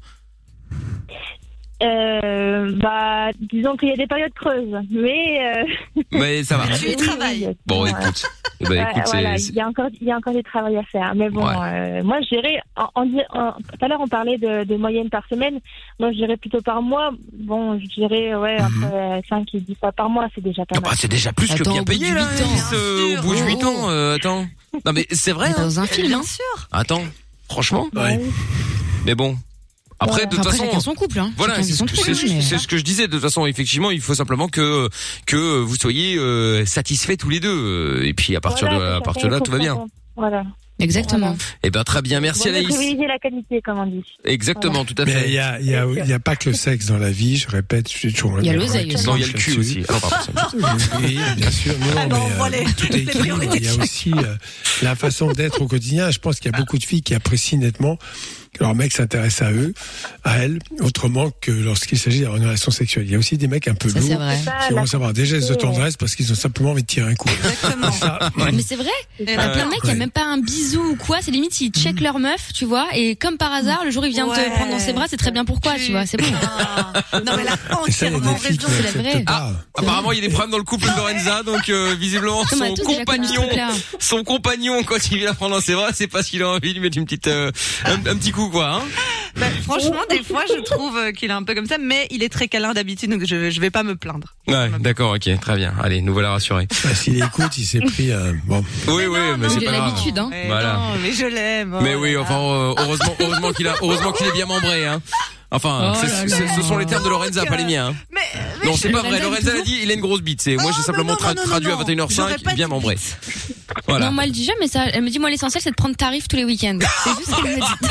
Euh, bah, disons qu'il y a des périodes creuses, mais. Euh... Mais ça va. Tu y travailles. Bon, ouais. écoute. Bah, ouais, écoute, voilà, c'est... il y a encore, il y a encore du travail à faire. Mais bon, ouais. euh, moi, je dirais, en, en, en, tout à l'heure, on parlait de, de moyenne par semaine. Moi, je dirais plutôt par mois. Bon, je dirais, ouais, mm-hmm. entre cinq et dix fois par mois, c'est déjà pas ah mal. Bah, c'est déjà plus attends, que bien payé, là, euh, au bout de huit oh. ans. Euh, attends. Non, mais c'est vrai. Hein. Dans un film, bien hein. sûr. Attends. Franchement. Ouais. Mais bon. Après, ouais. de toute Après, façon, chacun son couple, hein. Voilà, c'est, son c'est, couple, c'est, mais... c'est ce que je disais. De toute façon, effectivement, il faut simplement que que vous soyez euh, satisfaits tous les deux. Et puis à partir voilà, de à partir de là, tout va bien. Voilà. Exactement. Voilà. Eh ben très bien, merci bon, Anaïs. Privilégier la qualité, comme on dit. Exactement, voilà. tout à fait. Mais il y a il y a il y a pas que le sexe dans la vie, je répète, je suis toujours. Il y a l'oseille aussi. Non, il y a le cul aussi. Alors, pardon, oui, bien sûr. Non, ah bon, mais voilà, euh, tout est écrit. Il y a aussi euh, la façon d'être au quotidien. Je pense qu'il y a beaucoup de filles qui apprécient nettement que leur mec s'intéresse à eux, à elles, autrement que lorsqu'il s'agit d'avoir une relation sexuelle. Il y a aussi des mecs un peu ça, lourds qui vont avoir des gestes de tendresse parce qu'ils ont simplement envie de tirer un coup. Exactement. Ça, mais c'est vrai. Il y a plein de mecs, il n'y a même pas un bisou ou quoi. C'est limite, ils checkent leur meuf, tu vois, et comme par hasard, le jour où il vient ouais. te prendre dans ses bras, c'est très bien pourquoi, tu vois, c'est bon. Ah. Non, mais là, entièrement raison, c'est la vraie. Ah, apparemment, il y a des problèmes dans le couple de Lorenza, donc euh, visiblement, son compagnon, son compagnon, quand il vient la prendre dans ses bras, c'est parce qu'il a envie de lui mettre une petite, euh, un, un petit coup, quoi. Hein. Bah, franchement, des fois, je trouve qu'il est un peu comme ça, mais il est très câlin d'habitude, donc je, je vais pas me plaindre. Ouais, d'accord, ok, très bien. Allez, nous voilà rassurés. Bah, s'il écoute, il s'est pris un, bon. Oui, oui, mais, mais c'est pas grave. l'habitude, hein. Mais voilà. Non, mais je l'aime. Mais oh oui, enfin, euh, heureusement, heureusement qu'il a, heureusement qu'il est bien membré, hein. Enfin, oh c'est, là c'est, là. ce sont les termes de Lorenza, pas les miens. Hein. Mais, mais non, c'est pas vrai. Lorenza, Lorenza l'a dit, il a une grosse bite. C'est, moi, j'ai oh, simplement non, tra- non, non, traduit non, à vingt et une heures cinq, bien membré. Voilà. Non, moi, elle dit jamais ça. Elle me dit, moi, l'essentiel, c'est de prendre tarif tous les week-ends. C'est juste ce qu'elle me dit.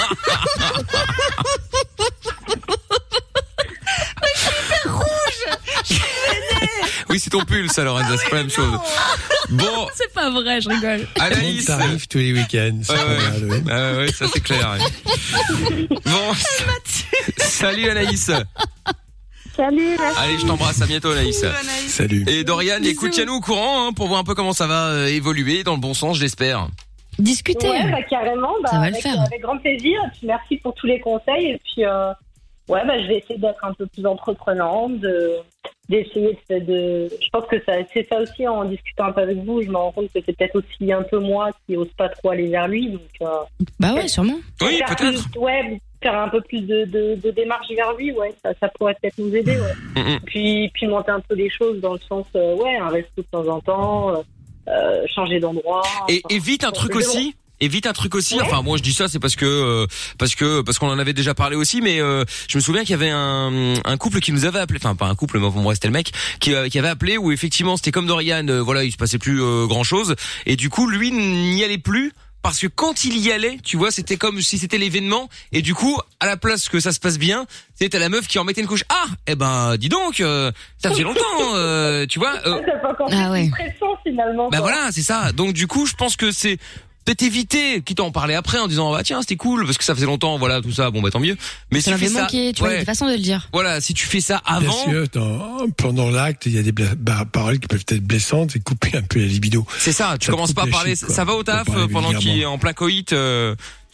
Mais je suis hyper rouge. Je suis gênée. Oui, c'est ton pull, ça, Lorenza. C'est pas la même chose. Bon. C'est pas vrai, je rigole. Anaïs. Ça arrive tous les week-ends. C'est ouais, pas ouais. mal, oui. Ah ouais, ça c'est clair. Ouais. Bon. Salut Anaïs. Salut, merci. Allez, je t'embrasse. À bientôt, Anaïs. Anaïs. Salut. Et Dorian, écoute, tiens-nous au courant hein, pour voir un peu comment ça va euh, évoluer dans le bon sens, j'espère. Discuter. Ouais, bah, carrément. Bah, ça va avec, le faire. Avec grand plaisir. Et puis, merci pour tous les conseils. Et puis, euh, ouais, bah, je vais essayer d'être un peu plus entreprenante, de, d'essayer de, de. Je pense que ça, c'est ça aussi en discutant un peu avec vous. Je me rends compte que c'est peut-être aussi un peu moi qui ose pas trop aller vers lui. Donc. Euh, bah ouais, sûrement. Oui, faire peut-être. Plus, ouais, faire un peu plus de, de, de démarches vers lui, ouais, ça, ça pourrait peut-être nous aider, ouais. Mm-hmm. Puis, puis monter un peu les choses dans le sens, euh, ouais, un resto de temps en temps, euh, euh, changer d'endroit. Et enfin, évite un truc bon, aussi. Évite un truc aussi. Ouais. Enfin, moi je dis ça, c'est parce que euh, parce que parce qu'on en avait déjà parlé aussi. Mais euh, je me souviens qu'il y avait un un couple qui nous avait appelé. Enfin, pas un couple, mais bon, moi c'était le mec qui euh, qui avait appelé où effectivement c'était comme Dorian. Euh, voilà, il se passait plus euh, grand chose. Et du coup, lui n'y allait plus. Parce que quand il y allait, tu vois, c'était comme si c'était l'événement. Et du coup, à la place que ça se passe bien, c'était la meuf qui en mettait une couche. Ah, eh ben, dis donc, euh, ça faisait longtemps, euh, tu vois. Euh, ça fait encore ah ouais. une pression finalement. Bah quoi. voilà, c'est ça. Donc du coup, je pense que c'est peut-être éviter, quitte à en parler après en disant bah tiens c'était cool parce que ça faisait longtemps, voilà tout ça, bon bah tant mieux. Mais ça si tu fais m'avait ça, manqué, tu vois, il y a des façons de le dire. Voilà, si tu fais ça avant. Bien sûr, dans, pendant l'acte, il y a des bla- bah, paroles qui peuvent être blessantes et couper un peu la libido. C'est ça. Tu ça commences pas à parler. chic, ça va au taf parler pendant qu'il est vulgairement. en plein coït. Euh,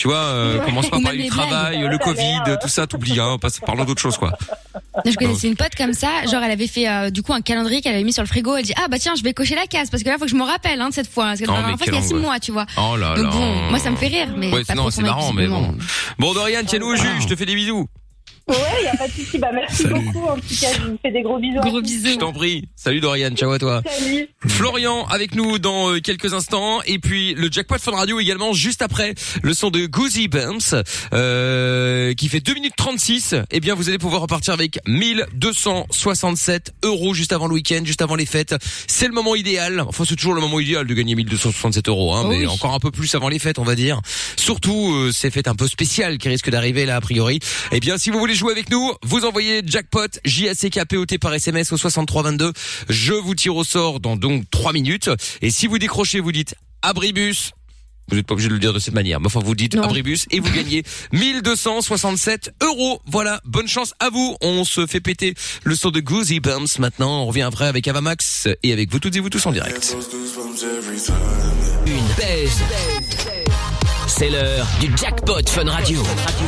Tu vois, euh, Ouais. commence pas Ou par même le les travail, blagues. le Covid, tout ça, t'oublies, hein. Passe, parlons d'autre chose, quoi. Je connaissais une pote comme ça, genre elle avait fait euh, du coup un calendrier qu'elle avait mis sur le frigo, elle dit ah bah tiens je vais cocher la case parce que là faut que je me rappelle hein, de cette fois, parce que la Oh, dernière mais fois c'était il y a quelle six angoisse. mois tu vois. Oh là Donc là. bon, moi ça me fait rire, mais Ouais, pas non, trop c'est ton mec, marrant, mais visiblement. bon. Bon, Dorian, tiens-nous au jus, je te fais des bisous. Ouais, y a pas de souci. Bah, merci Salut. beaucoup. En tout cas, je vous fais des gros bisous. Gros Je bisous. t'en prie. Salut Dorian, ciao à toi. Salut. Florian avec nous dans euh, quelques instants et puis le Jackpot Fun Radio également juste après le son de Goosey Bumps euh, qui fait deux minutes trente-six. Eh bien vous allez pouvoir repartir avec mille deux cent soixante-sept euros juste avant le week-end, juste avant les fêtes. C'est le moment idéal. Enfin c'est toujours le moment idéal de gagner mille deux cent soixante-sept euros, hein, Oh mais oui. encore un peu plus avant les fêtes on va dire. Surtout euh, ces fêtes un peu spéciales qui risquent d'arriver là a priori. Eh bien si vous voulez jouer avec nous, vous envoyez Jackpot J A C K P O T par S M S au soixante-trois vingt-deux. Je vous tire au sort dans donc trois minutes. Et si vous décrochez, vous dites abribus. Vous n'êtes pas obligé de le dire de cette manière. Mais enfin, vous dites Non. abribus et vous gagnez mille deux cent soixante-sept euros. Voilà. Bonne chance à vous. On se fait péter le son de Goosey Bumps maintenant. On revient après avec Avamax et avec vous toutes et vous tous en direct. Une baise. C'est l'heure du Jackpot Fun Radio.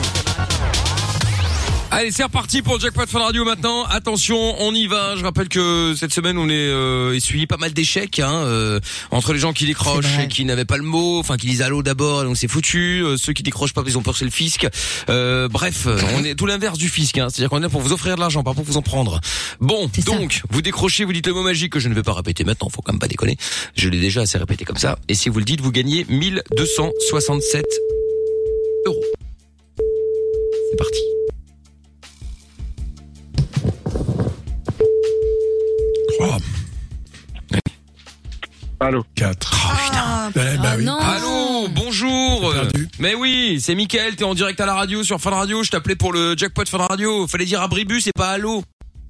Allez, c'est reparti pour le Jackpot Fun Radio maintenant. Attention, on y va. Je rappelle que cette semaine, on est euh, essuyé pas mal d'échecs hein, euh, entre les gens qui décrochent et qui n'avaient pas le mot, enfin qui disent allô d'abord, donc c'est foutu. Euh, ceux qui décrochent pas, parce qu'ils ont peur c'est le fisc. Euh, bref, on est tout l'inverse du fisc. Hein, c'est-à-dire qu'on est là pour vous offrir de l'argent, pas pour vous en prendre. Bon, donc vous décrochez, vous dites le mot magique que je ne vais pas répéter maintenant. Faut quand même pas déconner. Je l'ai déjà assez répété comme ça. Et si vous le dites, vous gagnez mille deux cent soixante-sept euros. C'est parti. trois. Allô. quatre. Oh putain. Eh ben oui. Allô, bonjour. Perdu. Mais oui, c'est Mickaël, t'es en direct à la radio sur Fun Radio. Je t'appelais pour le Jackpot Fun Radio. Fallait dire abribus et pas allô.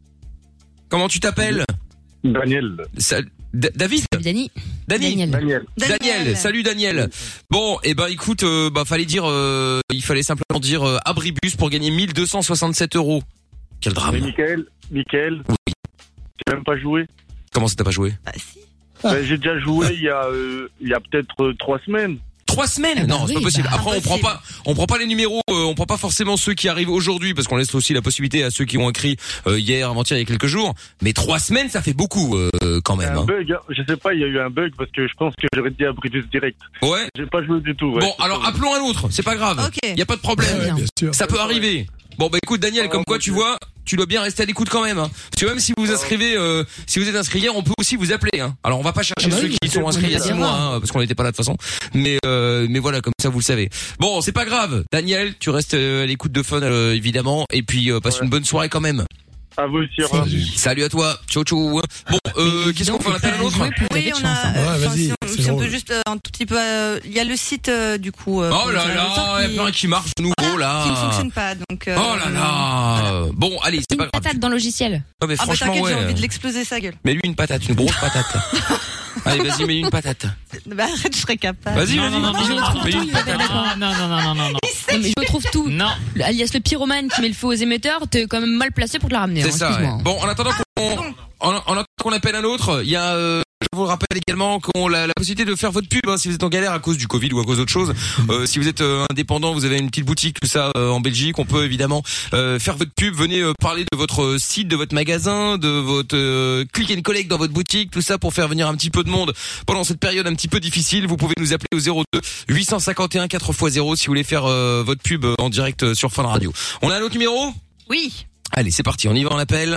Comment tu t'appelles? Daniel. Ça- D- David. Dani. Dani. Daniel. Daniel. Daniel. Salut Daniel. Bon, et eh ben écoute, euh, bah fallait dire, euh, il fallait simplement dire euh, abribus pour gagner mille deux cent soixante-sept euros. Quel Mais drame. Michael, Michael, Oui. j'ai même pas joué. Comment ça t'as pas joué? Bah si. Ben, j'ai déjà joué il y a, euh, il y a peut-être euh, trois semaines. Trois semaines? Ah bah Non, c'est oui, pas possible. bah, Après, on prend impossible. pas, on prend pas les numéros, euh, on prend pas forcément ceux qui arrivent aujourd'hui, parce qu'on laisse aussi la possibilité à ceux qui ont écrit euh, hier, avant-hier, il y a quelques jours. Mais trois semaines, ça fait beaucoup euh, quand même. Un Hein. bug, hein. Je sais pas, il y a eu un bug parce que je pense que j'aurais dit abribus direct. Ouais. J'ai pas joué du tout. Ouais. Bon, alors appelons un autre. C'est pas grave. Ok. Il y a pas de problème. Ouais, bien sûr. Ça peut arriver. Bon bah écoute Daniel, comme quoi tu vois, tu dois bien rester à l'écoute quand même. Hein. Parce que même si vous inscrivez, euh, si vous êtes inscrit hier, on peut aussi vous appeler. Hein. Alors on va pas chercher Ah bah ceux oui, qui sont inscrits il y a on six va mois, voir. hein, parce qu'on n'était pas là de toute façon. Mais euh, mais voilà, comme ça vous le savez. Bon, c'est pas grave. Daniel, tu restes euh, à l'écoute de Fun euh, évidemment, et puis euh, passe Ouais. une bonne soirée quand même. À vous aussi, au revoir. Salut. Salut à toi. Ciao ciao. Bon, euh, qu'est-ce qu'on fait? On appelle un autre? Oui, on a. Ouais, euh, enfin, vas-y, si on, c'est si on drôle. peut juste euh, un tout petit peu. euh, Il y a le site euh, du coup. euh, Oh pour là les là, auditeurs il y a qui- plein qui marche de nouveau là. qui ne fonctionne pas. Donc. euh, Oh là là. Bon, allez, c'est pas Une grave. patate dans le logiciel. Non mais Ah bah franchement t'inquiète, j'ai ouais. envie de l'exploser sa gueule. Mets-lui une patate, une grosse patate. Allez, vas-y, mets-lui une patate. Bah arrête, je serais capable. Vas-y, Non, vas-y. non, non, non, Mets-lui non, une- non, mets-lui non, une patate. non, non, non, non, non, non, non. Non, mais je retrouve tout. Non. Le- Alias le pyromane qui met le feu aux émetteurs, t'es quand même mal placé pour te la ramener. C'est hein, ça. excuse-moi. Ouais. Bon, en attendant qu'on, en, en attendant qu'on appelle un autre, il y a, euh, je vous rappelle également qu'on a la possibilité de faire votre pub hein, si vous êtes en galère à cause du Covid ou à cause d'autre chose. Euh, si vous êtes euh, indépendant, vous avez une petite boutique, tout ça euh, en Belgique, on peut évidemment euh, faire votre pub. Venez euh, parler de votre site, de votre magasin, de votre euh, click and collect dans votre boutique, tout ça pour faire venir un petit peu de monde pendant cette période un petit peu difficile. Vous pouvez nous appeler au zéro deux huit cent cinquante et un quatre fois zéro si vous voulez faire euh, votre pub en direct euh, sur Fun Radio. On a un autre numéro? Oui. Allez, c'est parti, on y va, on appelle.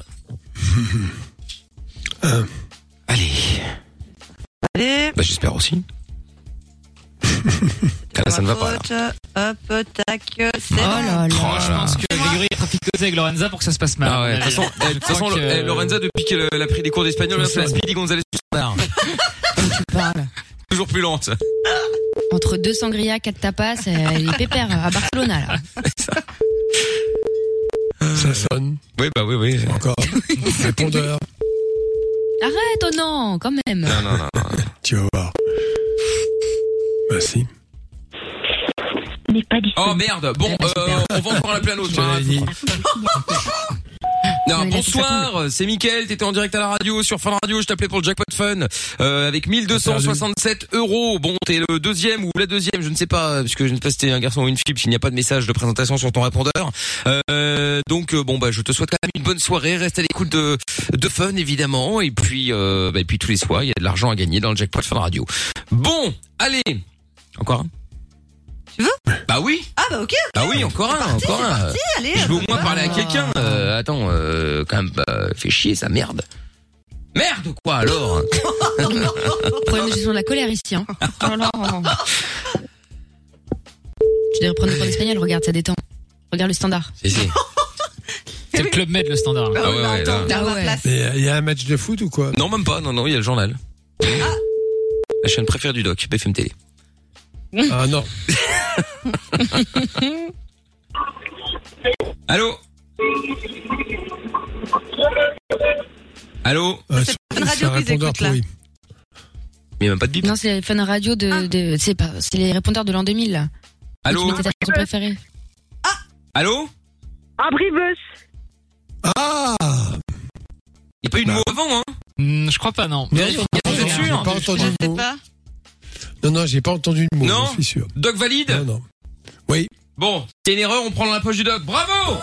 Un. Allez. Allez. Bah j'espère aussi. Là, ça ne va pas là. Faute. Hop, tac, c'est Oh bon. là là. Oh Je là pense là. que Grégory a traficoté avec Lorenza pour que ça se passe mal. Ah ouais, de toute façon, eh, de toute façon, que- eh, Lorenza depuis qu'elle elle a pris des cours d'espagnol, C'est c'est la ça. Speedy González du standard. Tu parles. Toujours plus lente. Entre deux sangria, quatre tapas, elle est pépère à Barcelona là. Ça sonne. Oui, bah oui, oui. Encore. Répondeur. Arrête, oh non, quand même. Non, non, non, non. Tu vas voir. Merci. N'est pas Oh merde. Bon, Eh ben, euh, on va encore appeler un autre. Je hein. l'avais dit. Non, Mais là, bonsoir, c'est Mickaël, t'étais en direct à la radio, sur Fun Radio, je t'appelais pour le Jackpot Fun, euh, avec mille deux cent soixante-sept euros. Bon, t'es le deuxième ou la deuxième, je ne sais pas, puisque je ne sais pas si t'es un garçon ou une fille, puisqu'il n'y a pas de message de présentation sur ton répondeur. Euh, donc, euh, bon, bah, je te souhaite quand même une bonne soirée, reste à l'écoute de, de Fun, évidemment, et puis, euh, bah, et puis tous les soirs, il y a de l'argent à gagner dans le Jackpot Fun Radio. Bon, allez, encore un? Tu veux? Bah oui. Ah bah ok. okay. Bah oui, encore un, parti, encore un. Parti, allez, je veux au moins bah, parler à quelqu'un. Euh, attends, euh, quand même, bah, fais chier, ça merde. Merde quoi alors. Problème de gestion de la colère ici. Hein. Oh là. Tu devrais prendre le cours d'espagnol. Regarde, ça détend. Regarde le standard. Si si. C'est le Club Med le standard. Ah ouais ouais. Là. Ah ouais. Il y a un match de foot ou quoi? Non même pas. Non non, il y a le journal. Ah. La chaîne préférée du doc, B F M Télé. Ah non. Allô. Allô. Euh, c'est une radio qu'ils écoutent là. Mais il n'y a même pas de bip. Non, c'est les Fun Radio de, ah. de c'est pas, c'est les répondeurs de l'an deux mille là. Allô. Tu mettais ta chanson préférée. Ah. Allô. Abribus. Ah. Il n'y a pas eu de mot avant, hein? Mmh, je crois pas, non. Vérifie, vous êtes sûr? J'ai pas entendu le mot. Non, non, j'ai pas entendu le mot. Non. Je suis sûr. Doc valide? Non, non. Oui. Bon, c'est une erreur, on prend dans la poche du doc. Bravo!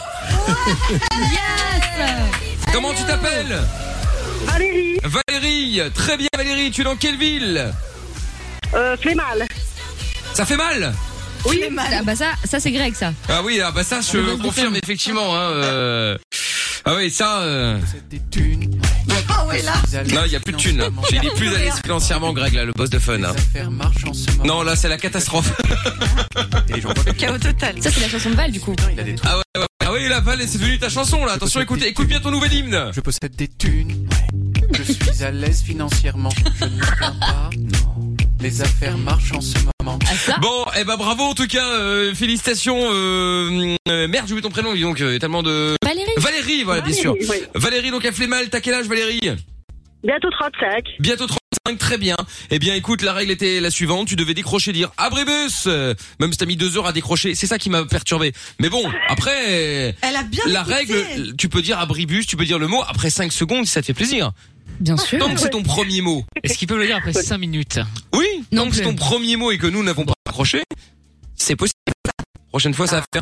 Yes! Comment tu t'appelles? Valérie. Valérie, très bien Valérie, tu es dans quelle ville? Euh, Flémal. Ça fait mal? Oui. Ah bah ça, ça c'est Greg ça. Ah oui, ah bah ça je confirme effectivement. Hein, euh... Ah oui, ça... Euh... Ah ouais là. Non, il y a plus de thunes là. J'ai dit plus à l'aise financièrement Greg là, le boss de Fun. Hein. Non, là c'est la catastrophe. Le chaos total. Ça c'est la chanson de Val du coup. Ah ouais, ouais. Ah oui, la Val, c'est devenu ta chanson là. Attention, écoute, écoute bien ton nouvel hymne. Je possède des thunes. Je suis à l'aise financièrement. Je ne me plains pas. Les affaires marchent en ce moment. Ah, bon, eh ben bravo en tout cas, euh, félicitations. Euh, euh, merde, j'ai oublié ton prénom, donc euh, tellement de. Valérie. Valérie, voilà, bien sûr. Oui. Valérie, donc elle fait mal. T'as quel âge, Valérie? Bientôt trente-cinq. Bientôt trente-cinq, très bien. Eh bien, écoute, la règle était la suivante. Tu devais décrocher, dire abribus. Euh, même si t'as mis deux heures à décrocher, c'est ça qui m'a perturbé. Mais bon, après. Elle a bien. La écouté. règle, tu peux dire abribus, tu peux dire le mot après cinq secondes si ça te fait plaisir. Bien sûr. Donc c'est ton premier mot. Est-ce qu'il peut le dire après cinq minutes? Oui. Non, donc c'est ton premier mot et que nous n'avons pas accroché. C'est possible. Prochaine fois, ça va faire.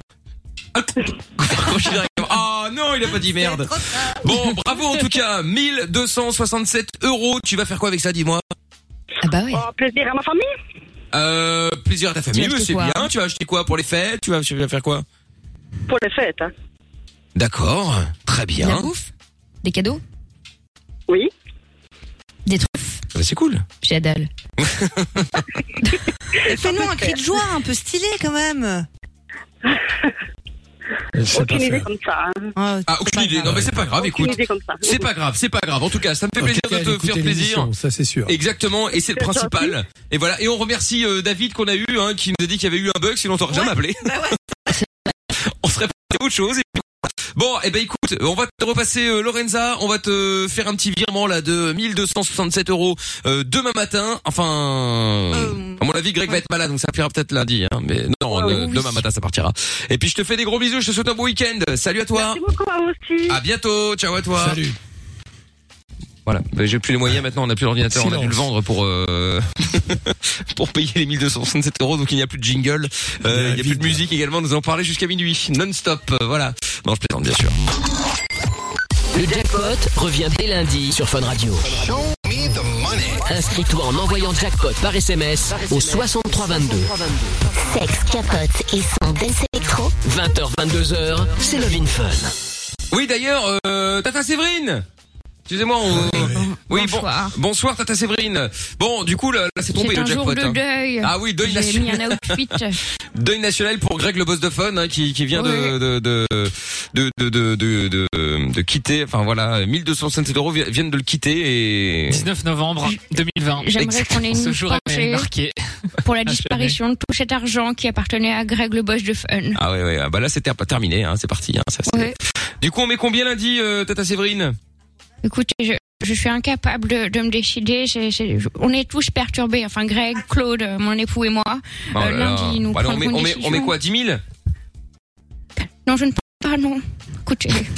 Ah oh, non, il a pas dit merde. Bon, bravo en tout cas. mille deux cent soixante-sept euros. Tu vas faire quoi avec ça, dis-moi? Ah bah oui. Oh, plaisir à ma famille. Euh, plaisir à ta famille, mais c'est bien. Tu vas acheter quoi pour les fêtes? Tu vas, tu vas faire quoi? Pour les fêtes. Hein. D'accord, très bien. De la bouffe? Des cadeaux? Oui. Des truffes? Bah, c'est cool. J'adore. Fais-nous un cri de joie un peu stylé quand même. Aucune idée comme ça. Hein. Ah, aucune idée. Non, mais c'est pas grave, écoute. C'est pas grave, c'est pas grave. En tout cas, ça me fait plaisir de te faire plaisir. Ça, c'est sûr. Exactement, et c'est le principal. Et voilà. Et on remercie euh, David qu'on a eu, hein, qui nous a dit qu'il y avait eu un bug, sinon on t'aurait jamais appelé. Bah ouais. On serait passé à autre chose. Et puis... Bon, eh ben écoute, on va te repasser euh, Lorenza, on va te faire un petit virement là de mille deux cent soixante-sept euros euh, demain matin. Enfin, euh, à mon avis, Greg ouais. va être malade, donc ça partira peut-être lundi, hein, mais non, ouais, euh, oui. demain matin ça partira. Et puis je te fais des gros bisous, je te souhaite un bon week-end. Salut à toi. Merci beaucoup à vous aussi. À bientôt, ciao à toi. Salut. Voilà, ben, j'ai plus les moyens maintenant, on n'a plus l'ordinateur, Silence. On a dû le vendre pour euh... pour payer les mille deux cent soixante-sept euros, donc il n'y a plus de jingle, euh, il n'y a plus de musique également, nous allons parler jusqu'à minuit, non-stop, euh, voilà. Non, je plaisante bien sûr. Le jackpot revient dès lundi sur Fun Radio. Inscris-toi en envoyant jackpot par S M S au soixante-trois vingt-deux. Sexe, capote et son dance électro. vingt heures vingt-deux heures, c'est Love in Fun. Oui, d'ailleurs, euh, Tata Séverine. Excusez-moi, on... oui, bonsoir. Bon, bonsoir Tata Séverine. Bon, du coup là, là c'est tombé c'est le jackpot. C'est un jour de deuil. Hein. Ah oui, deuil J'ai national. mis un outfit. Deuil national pour Greg le boss de Fun, hein, qui qui vient oui. de, de de de de de de de de quitter. Enfin voilà, mille deux cent soixante-sept euros viennent de le quitter et. dix-neuf novembre deux mille vingt. J'aimerais qu'on ait une Ce jour est marqué pour la disparition de tout cet argent qui appartenait à Greg le boss de Fun. Ah ouais ouais, bah là c'était pas terminé, hein, c'est parti. Hein, ça, c'est... Ouais. Du coup on met combien lundi, euh, Tata Séverine? Écoutez, je, je suis incapable de, de me décider. C'est, c'est, on est tous perturbés. Enfin, Greg, Claude, mon époux et moi. Oh euh, lundi, nous bah, prenons on met, une on met, décision. on met quoi, dix mille? Non, je ne pense pas, non. Écoutez.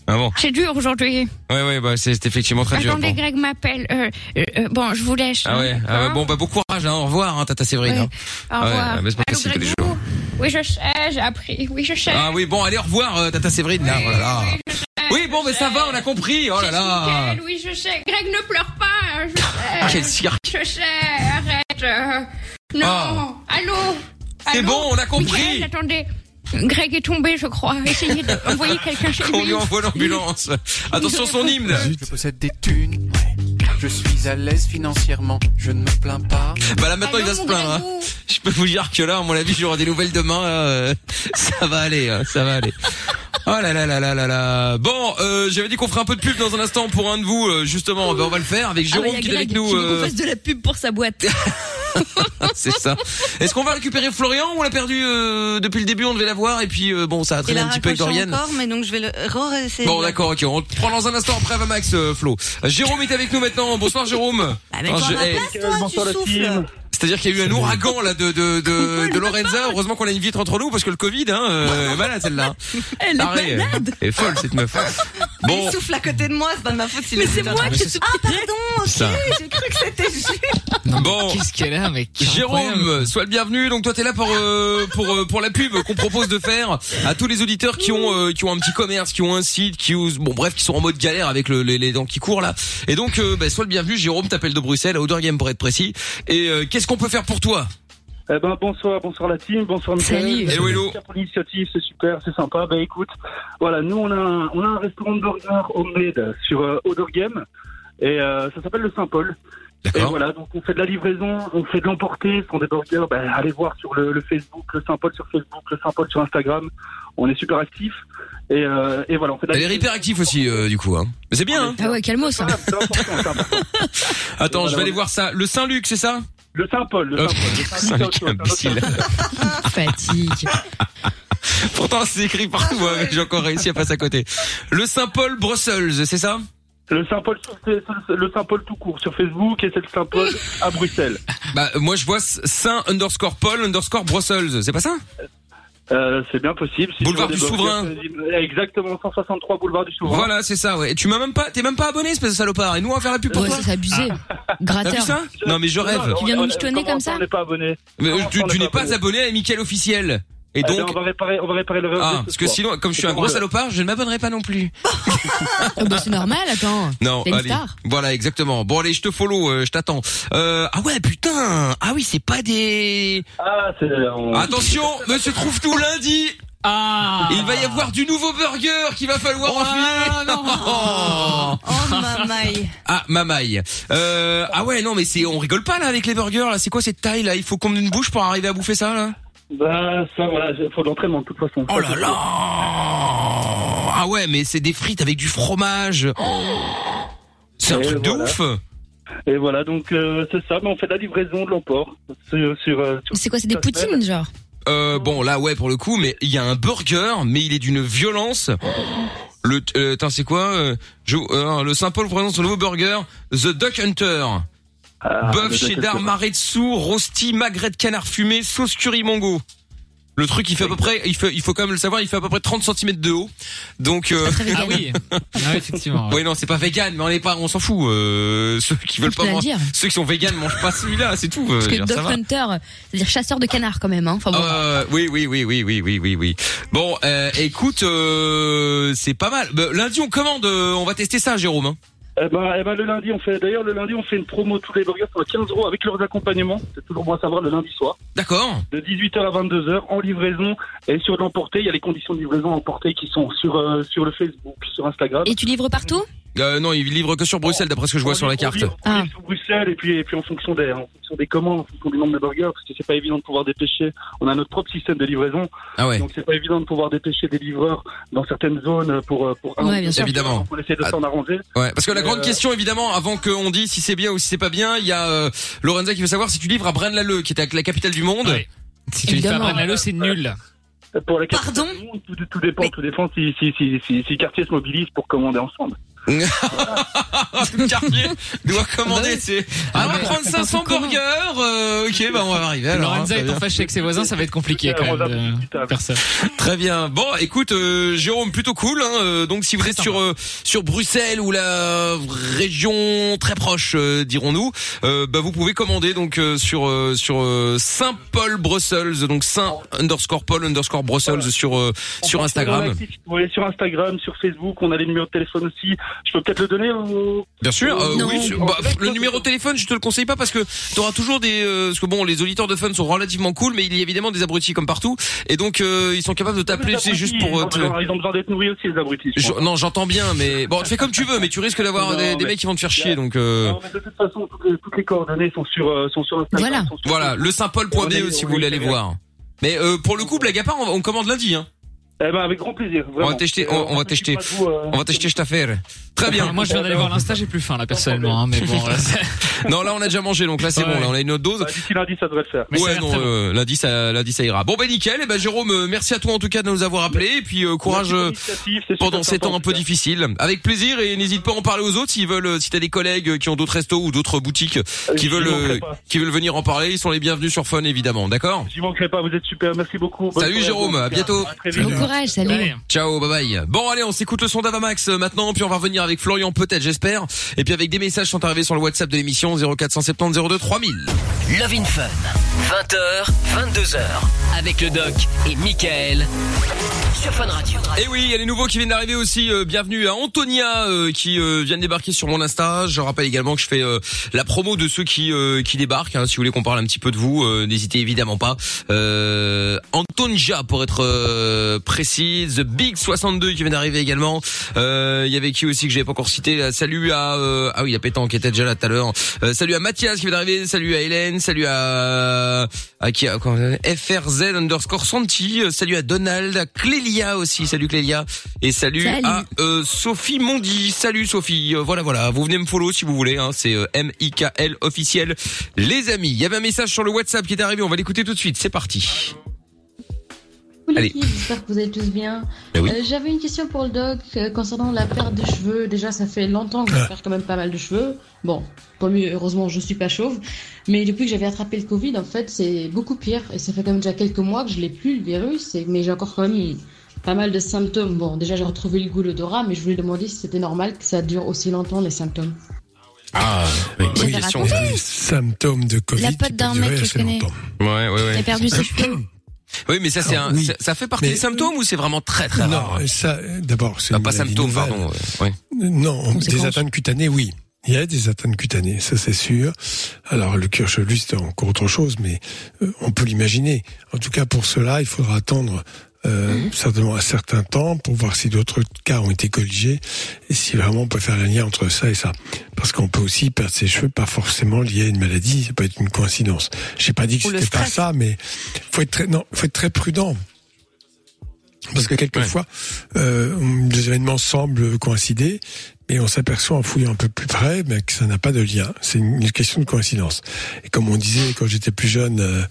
Ah bon. C'est dur aujourd'hui. Ouais, ouais, bah c'est effectivement très dur. Attendez, Bon. Greg m'appelle. Euh, euh, bon, je vous laisse. Ah ouais, ah ouais, bon bah bon courage, hein, au revoir, hein, Tata Séverine. Ouais. Hein. Au revoir. Ouais, mais c'est pas Allô, possible tous les Gregou jours. Oui, je sais, j'ai appris. Oui, je sais. Ah oui, bon, allez, au revoir, euh, Tata Séverine, là, oh là là. Oui, je sais, Oui, bon, mais je ça sais. va, on a compris, oh là là. Nickel, oui, je sais. Greg, ne pleure pas, je sais. Quel cirque. Je sais, arrête. euh, Non, Oh. allô. C'est Allô bon, on a compris. Michael, attendez. Greg est tombé, je crois. Essayez d'envoyer quelqu'un chez lui. Qu'on lui envoie l'ambulance. Attention son hymne. Je possède des thunes, je suis à l'aise financièrement, je ne me plains pas. Bah là maintenant il va se plaindre. Hein. Je peux vous dire que là, à mon avis, j'aurai des nouvelles demain. Là, euh, ça va aller, hein, ça va aller. Oh là là là là là là. Bon, euh, j'avais dit qu'on ferait un peu de pub dans un instant pour un de vous. Euh, justement, ben, on va le faire avec Jérôme ah, bah, qui est avec Greg nous. Qui veut euh... qu'on fasse de la pub pour sa boîte. C'est ça. Est-ce qu'on va récupérer Florian ou on l'a perdu euh, depuis le début? On devait l'avoir et puis euh, bon, ça a Il traîné a un petit peu avec raccroché Dorian. encore, mais donc je vais le re-essayer. Bon d'accord, ok, on te prend dans un instant après Vamax, euh, Flo. Euh, Jérôme est avec nous maintenant. Bonsoir Jérôme. Bah, mais toi, je- à ma eh, place, toi, bonsoir, tu la souffles. team. C'est-à-dire qu'il y a eu un ouragan là de de de, de Lorenza. Heureusement qu'on a une vitre entre nous parce que le Covid, hein, euh, voilà celle-là. Elle est Arrête, malade. elle est folle cette meuf. Bon, Il souffle à côté de moi, c'est pas de ma faute s'il Mais est c'est dedans. moi qui souffle. Ah pardon, ok, Ça. j'ai cru que c'était juste. bon. Qu'est-ce qu'elle a, mec? Jérôme, sois le bienvenu. Donc toi t'es là pour euh, pour euh, pour la pub qu'on propose de faire à tous les auditeurs qui ont euh, qui ont un petit commerce, qui ont un site, qui osent, bon bref, qui sont en mode galère avec le, les, les dents qui courent là. Et donc euh, bah, sois le bienvenu. Jérôme t'appelle de Bruxelles, à Odor Game pour être précis. Et euh, qu'est-ce qu'on peut faire pour toi? Eh ben, bonsoir, bonsoir la team, bonsoir Michael. Salut. Merci Hello, hello. pour l'initiative, c'est super, c'est sympa. Ben écoute, voilà, nous on a un, on a un restaurant de burger homemade sur euh, Odor Game et euh, ça s'appelle le Saint-Paul. Et D'accord. voilà, donc on fait de la livraison, on fait de l'emporter, ce sont des burgers, ben allez voir sur le, le Facebook, le Saint-Paul sur Facebook, le Saint-Paul sur Instagram. On est super actifs et, euh, et voilà, on fait de la Elle est livraison. hyper actif aussi euh, du coup. Hein. Mais c'est bien. Hein. Ah ouais, calmos ça. C'est important, c'est important. Attends, je vais voilà. aller voir ça. Le Saint-Luc, c'est ça? Le Saint-Paul, le Oh, Saint-Paul. Le Saint-Luc, c'est autre chose, imbécile. Fatigue. Pourtant c'est écrit partout. Hein, j'ai encore réussi à passer à côté. Le Saint-Paul Brussels, c'est ça? Le Saint-Paul, c'est c'est le Saint-Paul tout court sur Facebook et c'est le Saint-Paul à Bruxelles. Bah moi je vois Saint underscore Paul underscore Brussels, c'est pas ça? Euh, c'est bien possible. Si Boulevard tu du vois des Souverain. blogs, exactement, cent soixante-trois boulevard du Souverain. Voilà, c'est ça, ouais. Et tu m'as même pas, t'es même pas abonné, espèce de salopard. Et nous, on va faire la pub pour Ouais, toi. ça c'est abusé. T'as vu Gratteur. ça? Non, mais je rêve. Tu viens de on- michetonner comment comme ça, ça On n'est pas abonné. Mais, euh, Comment tu, ça, on tu n'est n'es pas pas abonné à Mickaël officiel. Et Eh ben, donc, on va réparer, on va réparer le. ah, ce parce que soir. sinon, comme je suis un C'est gros pour le- salopard, je ne m'abonnerai pas non plus. Oh, bah c'est normal, attends. Non, T'es une allez. star. Voilà, exactement. Bon, allez, je te follow, euh, je t'attends. Euh, ah ouais, putain. Ah oui, c'est pas des. Ah, c'est. on- Attention, Monsieur trouve tout lundi. Ah. Il va y avoir du nouveau burger qu'il va falloir enfiler. Oh mamaille. Ah, mamaille. Euh, ah ouais, non, mais c'est, on rigole pas là avec les burgers là. C'est quoi cette taille là? Il faut combien de bouche pour arriver à bouffer ça là? Bah, ça, voilà, il faut de l'entraînement de toute façon. Oh là là. Ah ouais, mais c'est des frites avec du fromage. Oh, c'est un Et truc de voilà. ouf. Et voilà, donc euh, c'est ça. Mais on fait de la livraison de l'emport sur. sur, euh, sur C'est quoi, c'est des toute la poutines, semaine. genre? Euh, bon là ouais pour le coup, mais il y a un burger, mais il est d'une violence. Le, euh, attends, c'est quoi euh, je, euh, Le Saint-Paul présente son nouveau burger, The Duck Hunter. Ah, Bœuf le Duck cheddar, Hunter. marais dessous, rosti, magret de canard fumé, sauce curry mango. Le truc, il fait à peu près, il fait, il faut quand même le savoir, il fait à peu près trente centimètres de haut. Donc, euh... Ah oui. Ah, effectivement. Ouais. oui, non, c'est pas vegan, mais on est pas, on s'en fout. Euh, ceux qui veulent Tu pas peux la manger, dire. ceux qui sont vegan mangent pas celui-là, c'est tout. euh, Parce je que veux dire, ça Dog va. Hunter, c'est-à-dire chasseur de canards quand même, hein. Enfin bon. Euh, oui, oui, oui, oui, oui, oui, oui, oui. Bon, euh, écoute, euh, c'est pas mal. Bah, lundi, on commande, euh, on va tester ça, Jérôme. Hein. Eh ben, eh ben, le lundi, on fait, d'ailleurs, le lundi, on fait une promo, tous les burgers sont à quinze euros avec leurs accompagnements. C'est toujours bon à savoir le lundi soir. D'accord. De dix-huit heures à vingt-deux heures, en livraison et sur l'emporter. Il y a les conditions de livraison emportée qui sont sur, euh, sur le Facebook, sur Instagram. Et tu livres partout? Euh, non, il livre que sur Bruxelles, d'après ce que je vois On sur la livre- on carte. livre- on livre sur Bruxelles et puis, et puis en fonction des, en fonction des commandes, en fonction du nombre de burgers, parce que c'est pas évident de pouvoir dépêcher. On a notre propre système de livraison. Ah ouais. Donc c'est pas évident de pouvoir dépêcher des livreurs dans certaines zones pour, pour un Ouais, bien ou deux sûr. Évidemment. Donc, on essaie de Ah. s'en arranger. Ouais, parce que la Euh, grande question, évidemment, avant qu'on dise si c'est bien ou si c'est pas bien, il y a euh, Lorenza qui veut savoir si tu livres à Braine-l'Alleud, qui est la capitale du monde. Ouais. Si tu livres pas à Braine-l'Alleud, c'est nul. Pour la capitale du monde, tout, tout dépend, tout dépend si, si, si, si, si le quartier se mobilise pour commander ensemble. Tout le quartier doit commander. C'est. Ah, on va prendre cinq cents burgers. Euh, ok, bah on va arriver. Alors, Lorenza hein, étant fâché avec ses voisins, ça va être compliqué quand même. De... Personne. Très bien. Bon, écoute, euh, Jérôme, plutôt cool. Hein, euh, donc, si vous êtes sur euh, sur Bruxelles ou la région très proche, euh, dirons-nous, euh, bah vous pouvez commander donc euh, sur euh, sur euh, Saint-Paul Brussels, donc Saint underscore Paul underscore Brussels voilà. sur euh, sur Instagram. Oui, sur Instagram, sur Facebook, on a les numéros de téléphone aussi. Je peux peut-être le donner au... Bien sûr, euh, oui. Bah, le numéro de téléphone, je te le conseille pas parce que t'auras toujours des, euh, parce que bon, les auditeurs de Fun sont relativement cool, mais il y a évidemment des abrutis comme partout, et donc euh, ils sont capables de t'appeler, c'est juste pour. Euh, te... Ils ont besoin d'être nourris aussi, les abrutis. Je, non, j'entends bien, mais bon, tu fais comme tu veux, mais tu risques d'avoir non, des, des mecs qui vont te faire chier, donc. Euh... Non, mais de toute façon, toutes les, toutes les coordonnées sont sur, euh, sont sur Instagram. Voilà. Sur voilà, le saintpaul.be si vous voulez aller voir. Mais euh, pour le coup, blague à part, on, on commande lundi, hein. Eh ben avec grand plaisir. Vraiment. On va t'acheter, on, on va t'acheter, on va t'acheter cette affaire. Très bien. Moi je viens d'aller voir l'Insta, j'ai plus faim là personnellement, hein, mais bon. Là, non là on a déjà mangé donc là c'est ouais. bon, là on a une autre dose. Bah, d'ici lundi ça devrait le faire. Mais ouais non, euh, lundi ça, lundi ça ira. Bon ben nickel. Et ben Jérôme, euh, merci à toi en tout cas de nous avoir appelés et puis euh, courage euh, pendant ces temps un peu difficiles. Avec plaisir et n'hésite pas à en parler aux autres s'ils veulent, si t'as des collègues qui ont d'autres restos ou d'autres boutiques qui veulent, euh, qui veulent venir en parler, ils sont les bienvenus sur Fun évidemment. D'accord. J'y manquerai pas, vous êtes super, merci beaucoup. Bonne salut Jérôme, à bientôt. Bon courage, salut. Ciao, bye bye. Bon allez, on s'écoute le son d'Avamax maintenant, puis on va revenir avec Florian peut-être, j'espère. Et puis avec des messages qui sont arrivés sur le WhatsApp de l'émission zéro quatre cent soixante-dix zéro deux trois mille. Love in Fun, vingt heures, vingt-deux heures, avec le Doc et Mickaël sur Fun Radio. Et oui, il y a les nouveaux qui viennent d'arriver aussi. Euh, bienvenue à Antonia euh, qui euh, vient de débarquer sur mon Insta. Je rappelle également que je fais euh, la promo de ceux qui euh, qui débarquent. Hein. Si vous voulez qu'on parle un petit peu de vous, euh, n'hésitez évidemment pas. Euh, Antonia pour être euh, précis. The Big soixante-deux qui vient d'arriver également. Euh, Il y avait qui aussi que j'avais pas encore cité. Salut à euh, ah oui, il y a Pétan qui était déjà là tout à l'heure. Euh, salut à Mathias qui vient d'arriver. Salut à Hélène. Salut à à qui F R Z underscore Santi. Salut à Donald, à Clélia aussi. Salut Clélia. Et salut, salut. à euh, Sophie Mondi. Salut Sophie. Euh, voilà voilà. Vous venez me follow si vous voulez. Hein. C'est euh, M I K L officiel. Les amis, il y avait un message sur le WhatsApp qui est arrivé. On va l'écouter tout de suite. C'est parti. Allez. J'espère que vous allez tous bien. Oui. Euh, j'avais une question pour le doc euh, concernant la perte de cheveux. Déjà, ça fait longtemps que je perds quand même pas mal de cheveux. Bon, pas mieux, heureusement, je suis pas chauve. Mais depuis que j'avais attrapé le Covid, en fait, c'est beaucoup pire. Et ça fait quand même déjà quelques mois que je l'ai plus, le virus. Et, mais j'ai encore quand même pas mal de symptômes. Bon, déjà, j'ai retrouvé le goût, l'odorat, mais je voulais demander si c'était normal que ça dure aussi longtemps, les symptômes. Ah, oui, bonne question. Les symptômes de Covid. La pote d'un mec que je connais. Ouais, ouais, ouais. Il a perdu ses cheveux. Oui, mais ça c'est Alors, un, oui. ça, ça fait partie mais, des symptômes ou c'est vraiment très très non, rare? Non, ça, d'abord, c'est ah, une pas symptômes, nouvelle. pardon. Euh, ouais. Non, des atteintes cutanées, oui. Il y a des atteintes cutanées, ça c'est sûr. Alors le cuir chevelu c'est encore autre chose, mais euh, on peut l'imaginer. En tout cas pour cela, il faudra attendre euh, mmh. certainement un certain temps pour voir si d'autres cas ont été corrigés et si vraiment on peut faire le lien entre ça et ça. Parce qu'on peut aussi perdre ses cheveux pas forcément lié à une maladie, ça peut être une coïncidence. J'ai pas dit que c'était pas ça, mais faut être très non, faut être très prudent. Parce que quelquefois, ouais. euh, les événements semblent coïncider, mais on s'aperçoit en fouillant un peu plus près mais que ça n'a pas de lien. C'est une question de coïncidence. Et comme on disait quand j'étais plus jeune... Euh,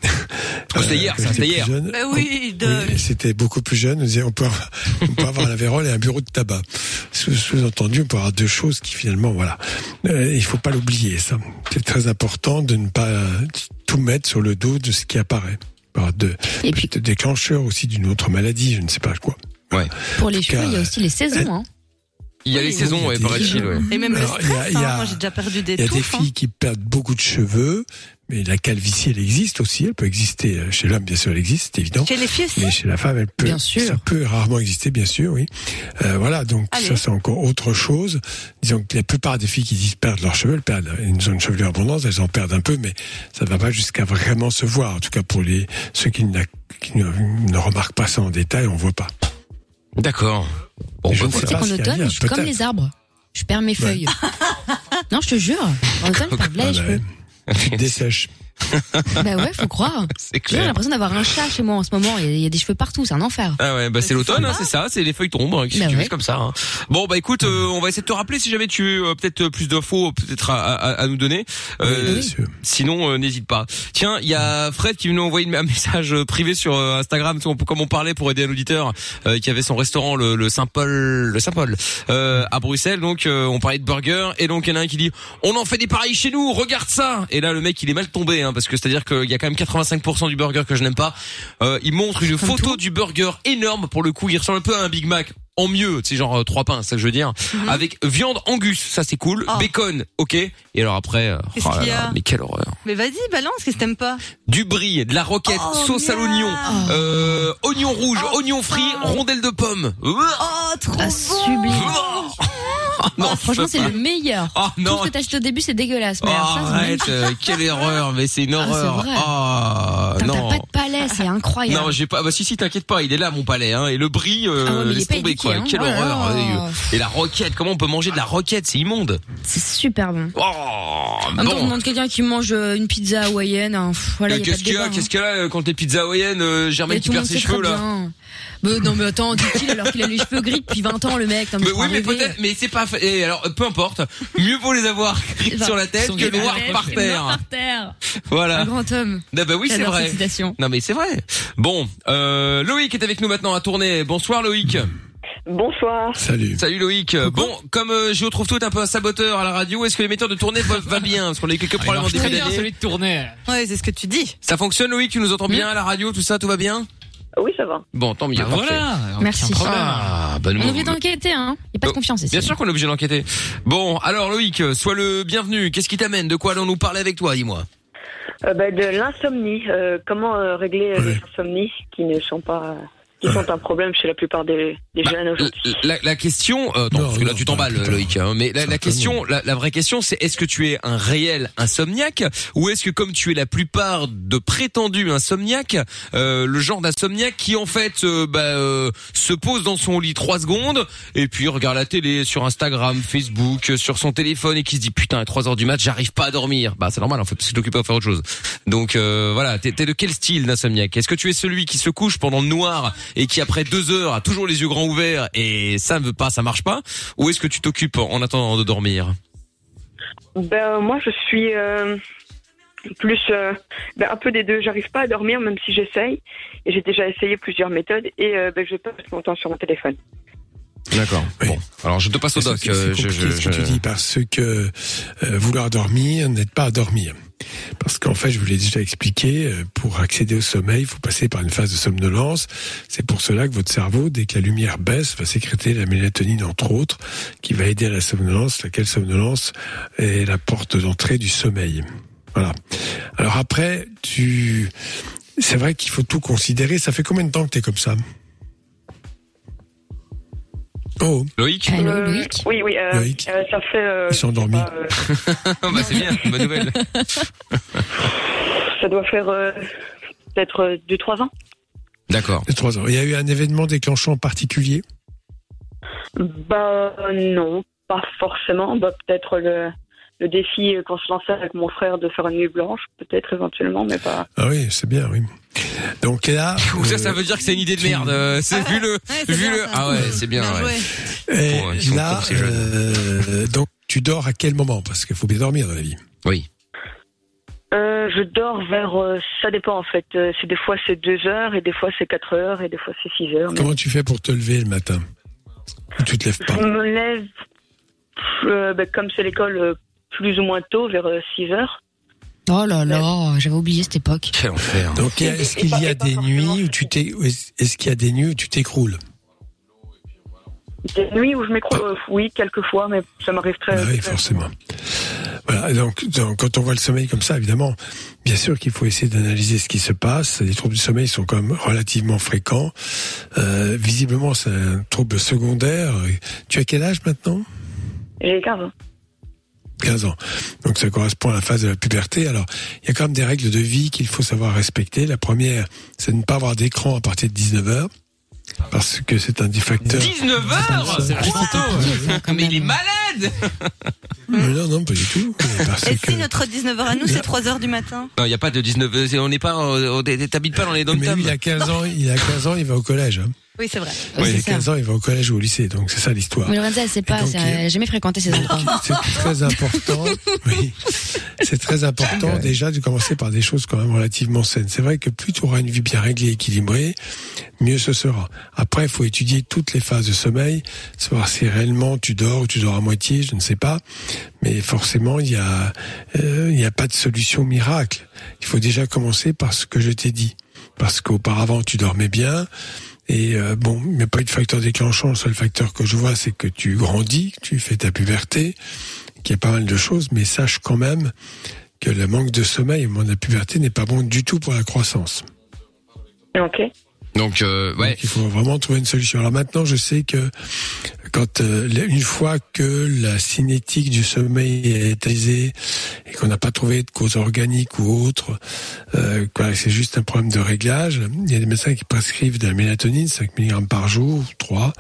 oh, c'était hier, ça, c'était hier. Jeune, bah oui, de... oui, c'était beaucoup plus jeune. On disait on peut avoir, on peut avoir la vérole et un bureau de tabac. Sous-entendu, on peut avoir deux choses qui finalement, voilà. Euh, il faut pas l'oublier, ça. C'est très important de ne pas tout mettre sur le dos de ce qui apparaît. De, et puis de déclencheur aussi d'une autre maladie, je ne sais pas quoi. Ouais. Pour les cheveux, il y a aussi les saisons. Hein. Il y a oui, les saisons, ouais, paraît-il. Ouais. Et même alors, le stress, y a, y a, hein, moi j'ai déjà perdu des touffes. Il y a des hein. filles qui perdent beaucoup de cheveux, mais la calvitie, elle existe aussi. Elle peut exister chez l'homme, bien sûr, elle existe, c'est évident. Chez les filles aussi. Mais chez la femme, elle peut. Bien sûr. Ça peut rarement exister, bien sûr, oui. Euh, voilà, donc Allez. ça c'est encore autre chose. Disons que la plupart des filles qui disent perdre leurs cheveux, elles perdent une zone chevelure abondante, elles en perdent un peu, mais ça ne va pas jusqu'à vraiment se voir. En tout cas, pour les ceux qui, qui ne, ne remarquent pas ça en détail, on voit pas. D'accord. Bon, je sais qu'en automne, je suis comme les arbres. Je perds mes feuilles. Ouais. Non, je te jure. En automne, je perds les cheveux. Tu te dessèches. Bah ouais, faut croire. C'est clair. J'ai l'impression d'avoir un chat chez moi en ce moment. Il y a, il y a des cheveux partout, c'est un enfer. Ah ouais, bah c'est l'automne, hein, c'est ça, c'est les feuilles tombent, hein, Bah tu ouais. vis comme ça. Hein. Bon bah écoute, euh, on va essayer de te rappeler si jamais tu veux euh, peut-être plus d'infos, peut-être à, à, à nous donner. Euh, Oui, bien sinon, euh, n'hésite pas. Tiens, il y a Fred qui nous a envoyé un message privé sur euh, Instagram, comme on parlait pour aider un auditeur euh, qui avait son restaurant le, le Saint-Paul, le Saint-Paul euh, à Bruxelles. Donc euh, on parlait de burgers et donc il y en a un qui dit on en fait des pareils chez nous, regarde ça. Et là le mec il est mal tombé, hein, parce que c'est-à-dire qu'il y a quand même quatre-vingt-cinq pour cent du burger que je n'aime pas. Euh, il montre une photo du burger énorme, pour le coup il ressemble un peu à un Big Mac. En mieux, c'est genre euh, trois pains, c'est ça que je veux dire. Mm-hmm. Avec viande Angus, ça c'est cool. Oh. Bacon, ok. Et alors après, euh, Qu'est-ce oh qu'il y là a là, mais quelle horreur. Mais vas-y, balance, qu'est-ce que t'aimes pas? Du brie, de la roquette, oh, sauce merde. à l'oignon, euh, oignon rouge, oh, oignon frit, rondelle de pommes. Oh, trop ah, bon. sublime. Non, oh, franchement, c'est pas. le meilleur. Oh, Tout non. ce que t'as acheté au début, c'est dégueulasse. Mais Oh, alors ça, c'est arrête, euh, quelle erreur, mais c'est une horreur. Ah, oh, Putain, non. t'as pas de palais, c'est incroyable. Non, j'ai pas. Bah si si, t'inquiète pas, il est là mon palais, hein. Et le brie, euh, Ah ouais, mais il laisse est pas tomber éduqué, quoi. hein. Quelle Oh là horreur. là. euh, Et la roquette, comment on peut manger de la roquette, c'est immonde. C'est super bon. Oh, En même temps, on bon. demande quelqu'un qui mange euh, une pizza hawaïenne. Hein. Pff, voilà, Euh, y a Qu'est-ce pas de qu'il y a, débat, qu'est-ce qu'il y a là, quand t'es pizza hawaïenne, euh, Germaine Mais qui tout le perd monde ses sait cheveux très là. bien. Mais non mais attends, dit-il alors qu'il a les cheveux gris depuis vingt ans le mec. Non, Mais faut oui, mais arrêter. peut-être, mais c'est pas fait. Et alors, peu importe. Mieux vaut les avoir gris Enfin, sur la tête son que gars noirs avec, par noirs terre. par terre. Voilà. Un grand homme. Ah bah oui, c'est J'adore vrai. cette citation. Non mais c'est vrai. Bon, euh, Loïc est avec nous maintenant à tourner. Bonsoir Loïc. Bonsoir. Salut. Salut Loïc. Bon, comme euh, je retrouve tout un peu un saboteur à la radio, est-ce que l'émetteur de tournée va, va bien? Parce qu'on a eu quelques problèmes en début d'année. Celui de tourner. Ouais, c'est ce que tu dis. Ça fonctionne Loïc? Tu nous entends bien à la radio? Tout ça, tout va bien? Oui, ça va. Bon, tant mieux. Bah parfait. voilà. Merci. Ah, bah nous, On est obligé d'enquêter, hein. Y a pas de confiance ici. Bien sûr qu'on est obligé d'enquêter. Bon, alors Loïc, sois le bienvenu. Qu'est-ce qui t'amène? De quoi allons-nous parler avec toi? Dis-moi. Euh, bah, de l'insomnie. Euh, comment euh, régler euh, les insomnies qui ne sont pas, qui sont un problème chez la plupart des, des Bah, jeunes aujourd'hui. La, la question, euh, attends, Non, parce que là non, tu t'emballes, pas, Loïc. Hein, mais la, la Certainement. question, la, la vraie question, c'est est-ce que tu es un réel insomniaque ou est-ce que comme tu es la plupart de prétendus insomniaques, euh, le genre d'insomniaque qui en fait euh, bah, euh, se pose dans son lit trois secondes et puis regarde la télé sur Instagram, Facebook, sur son téléphone et qui se dit putain à trois heures du mat j'arrive pas à dormir. Bah c'est normal en fait parce que tu t'occupes à faire autre chose. Donc euh, voilà, t'es, t'es de quel style d'insomniaque? Est-ce que tu es celui qui se couche pendant le noir et qui après deux heures a toujours les yeux grands ouverts et ça ne veut pas, ça marche pas? Ou est-ce que tu t'occupes en attendant de dormir? Ben, moi, je suis euh, plus euh, ben, un peu des deux. J'arrive pas à dormir même si j'essaye. Et j'ai déjà essayé plusieurs méthodes et euh, ben, je passe mon temps sur mon téléphone. D'accord. Oui. Bon, alors je te passe au C'est- doc. c'est euh, compliqué je, je, ce que je- tu dis parce que euh, vouloir dormir n'aide pas à dormir. Parce qu'en fait, je vous l'ai déjà expliqué, euh, pour accéder au sommeil, il faut passer par une phase de somnolence. C'est pour cela que votre cerveau, dès que la lumière baisse, va sécréter la mélatonine, entre autres, qui va aider à la somnolence, laquelle somnolence est la porte d'entrée du sommeil. Voilà. Alors après, tu, c'est vrai qu'il faut tout considérer. Ça fait combien de temps que t'es comme ça? Oh, Loïc. Allô, Euh, Loïc. Oui, oui. Euh, Loïc. euh, ça fait. Euh, Ils sont endormis. je sais pas, euh, Bah c'est bien, bonne nouvelle. ça doit faire euh, peut-être euh, deux, trois ans. D'accord. les trois ans. Il y a eu un événement déclenchant particulier? Bah non, pas forcément. Bah peut-être le, le défi qu'on se lançait avec mon frère de faire une nuit blanche, peut-être éventuellement, mais pas. Ah oui, c'est bien, oui. Donc là, Ou ça, euh, ça veut dire que c'est une idée de merde. euh, C'est vu le, c'est vu bien, le. ça. Ah ouais, c'est bien. Bien ouais. joué. et Bon, ils sont là, cons, ces jeunes. euh, donc tu dors à quel moment? Parce qu'il faut bien dormir dans la vie. Oui. Euh, je dors vers, euh, ça dépend en fait. Euh, c'est des fois c'est deux heures et des fois c'est quatre heures et des fois c'est six heures. mais Comment tu fais pour te lever le matin? Ou tu te lèves Je pas? me lève, euh, ben, comme c'est l'école, euh, plus ou moins tôt, vers euh, six heures. Oh là là, j'avais oublié cette époque. Quel enfer. Donc est-ce qu'il y a des nuits où tu t'es, est-ce qu'il y a des nuits où tu t'écroules? Des nuits où je m'écroule, euh, oui, quelques fois, mais ça m'arrive très. Ah oui, très- forcément. Voilà. Donc, donc, quand on voit le sommeil comme ça, évidemment, bien sûr qu'il faut essayer d'analyser ce qui se passe. Les troubles du sommeil sont quand même relativement fréquents. Euh, visiblement, c'est un trouble secondaire. Tu as quel âge maintenant? J'ai quinze ans. quinze ans. Donc ça correspond à la phase de la puberté. Alors, il y a quand même des règles de vie qu'il faut savoir respecter. La première, c'est de ne pas avoir d'écran à partir de dix-neuf heures. Parce que c'est un des facteurs. dix-neuf heures. C'est vachement tôt. Mais il est malade. Mais non, non, pas du tout. Parce Et que... si notre dix-neuf heures à nous, c'est trois heures du matin? Non, il y a pas de dix-neuf, on n'est pas, on t'habites pas dans les dom-toms. Mais lui, il a quinze ans, il a quinze ans, il va au collège, hein. Oui, c'est vrai. Oui, c'est il a ça. quinze ans, il va au collège ou au lycée, donc c'est ça l'histoire. Mais Lorenza, elle sait pas, donc, c'est- elle a jamais fréquenté ses enfants. C'est très important. Oui, c'est très important déjà de commencer par des choses quand même relativement saines. C'est vrai que plus tu auras une vie bien réglée, équilibrée, mieux ce sera. Après, il faut étudier toutes les phases de sommeil, savoir si réellement tu dors ou tu dors à moitié, je ne sais pas. Mais forcément, il y a, euh, il n'y a pas de solution miracle. Il faut déjà commencer par ce que je t'ai dit, parce qu'auparavant tu dormais bien. Et euh, bon, il n'y a pas eu de facteur déclenchant. Le seul facteur que je vois, c'est que tu grandis, que tu fais ta puberté, qu'il y a pas mal de choses. Mais sache quand même que le manque de sommeil au moment de la puberté n'est pas bon du tout pour la croissance. Ok. Donc, euh, ouais. Donc, il faut vraiment trouver une solution. Alors maintenant, je sais que quand euh, une fois que la cinétique du sommeil est étalisée et qu'on n'a pas trouvé de cause organique ou autre, euh, quoi, c'est juste un problème de réglage. Il y a des médecins qui prescrivent de la mélatonine, cinq milligrammes par jour, trois.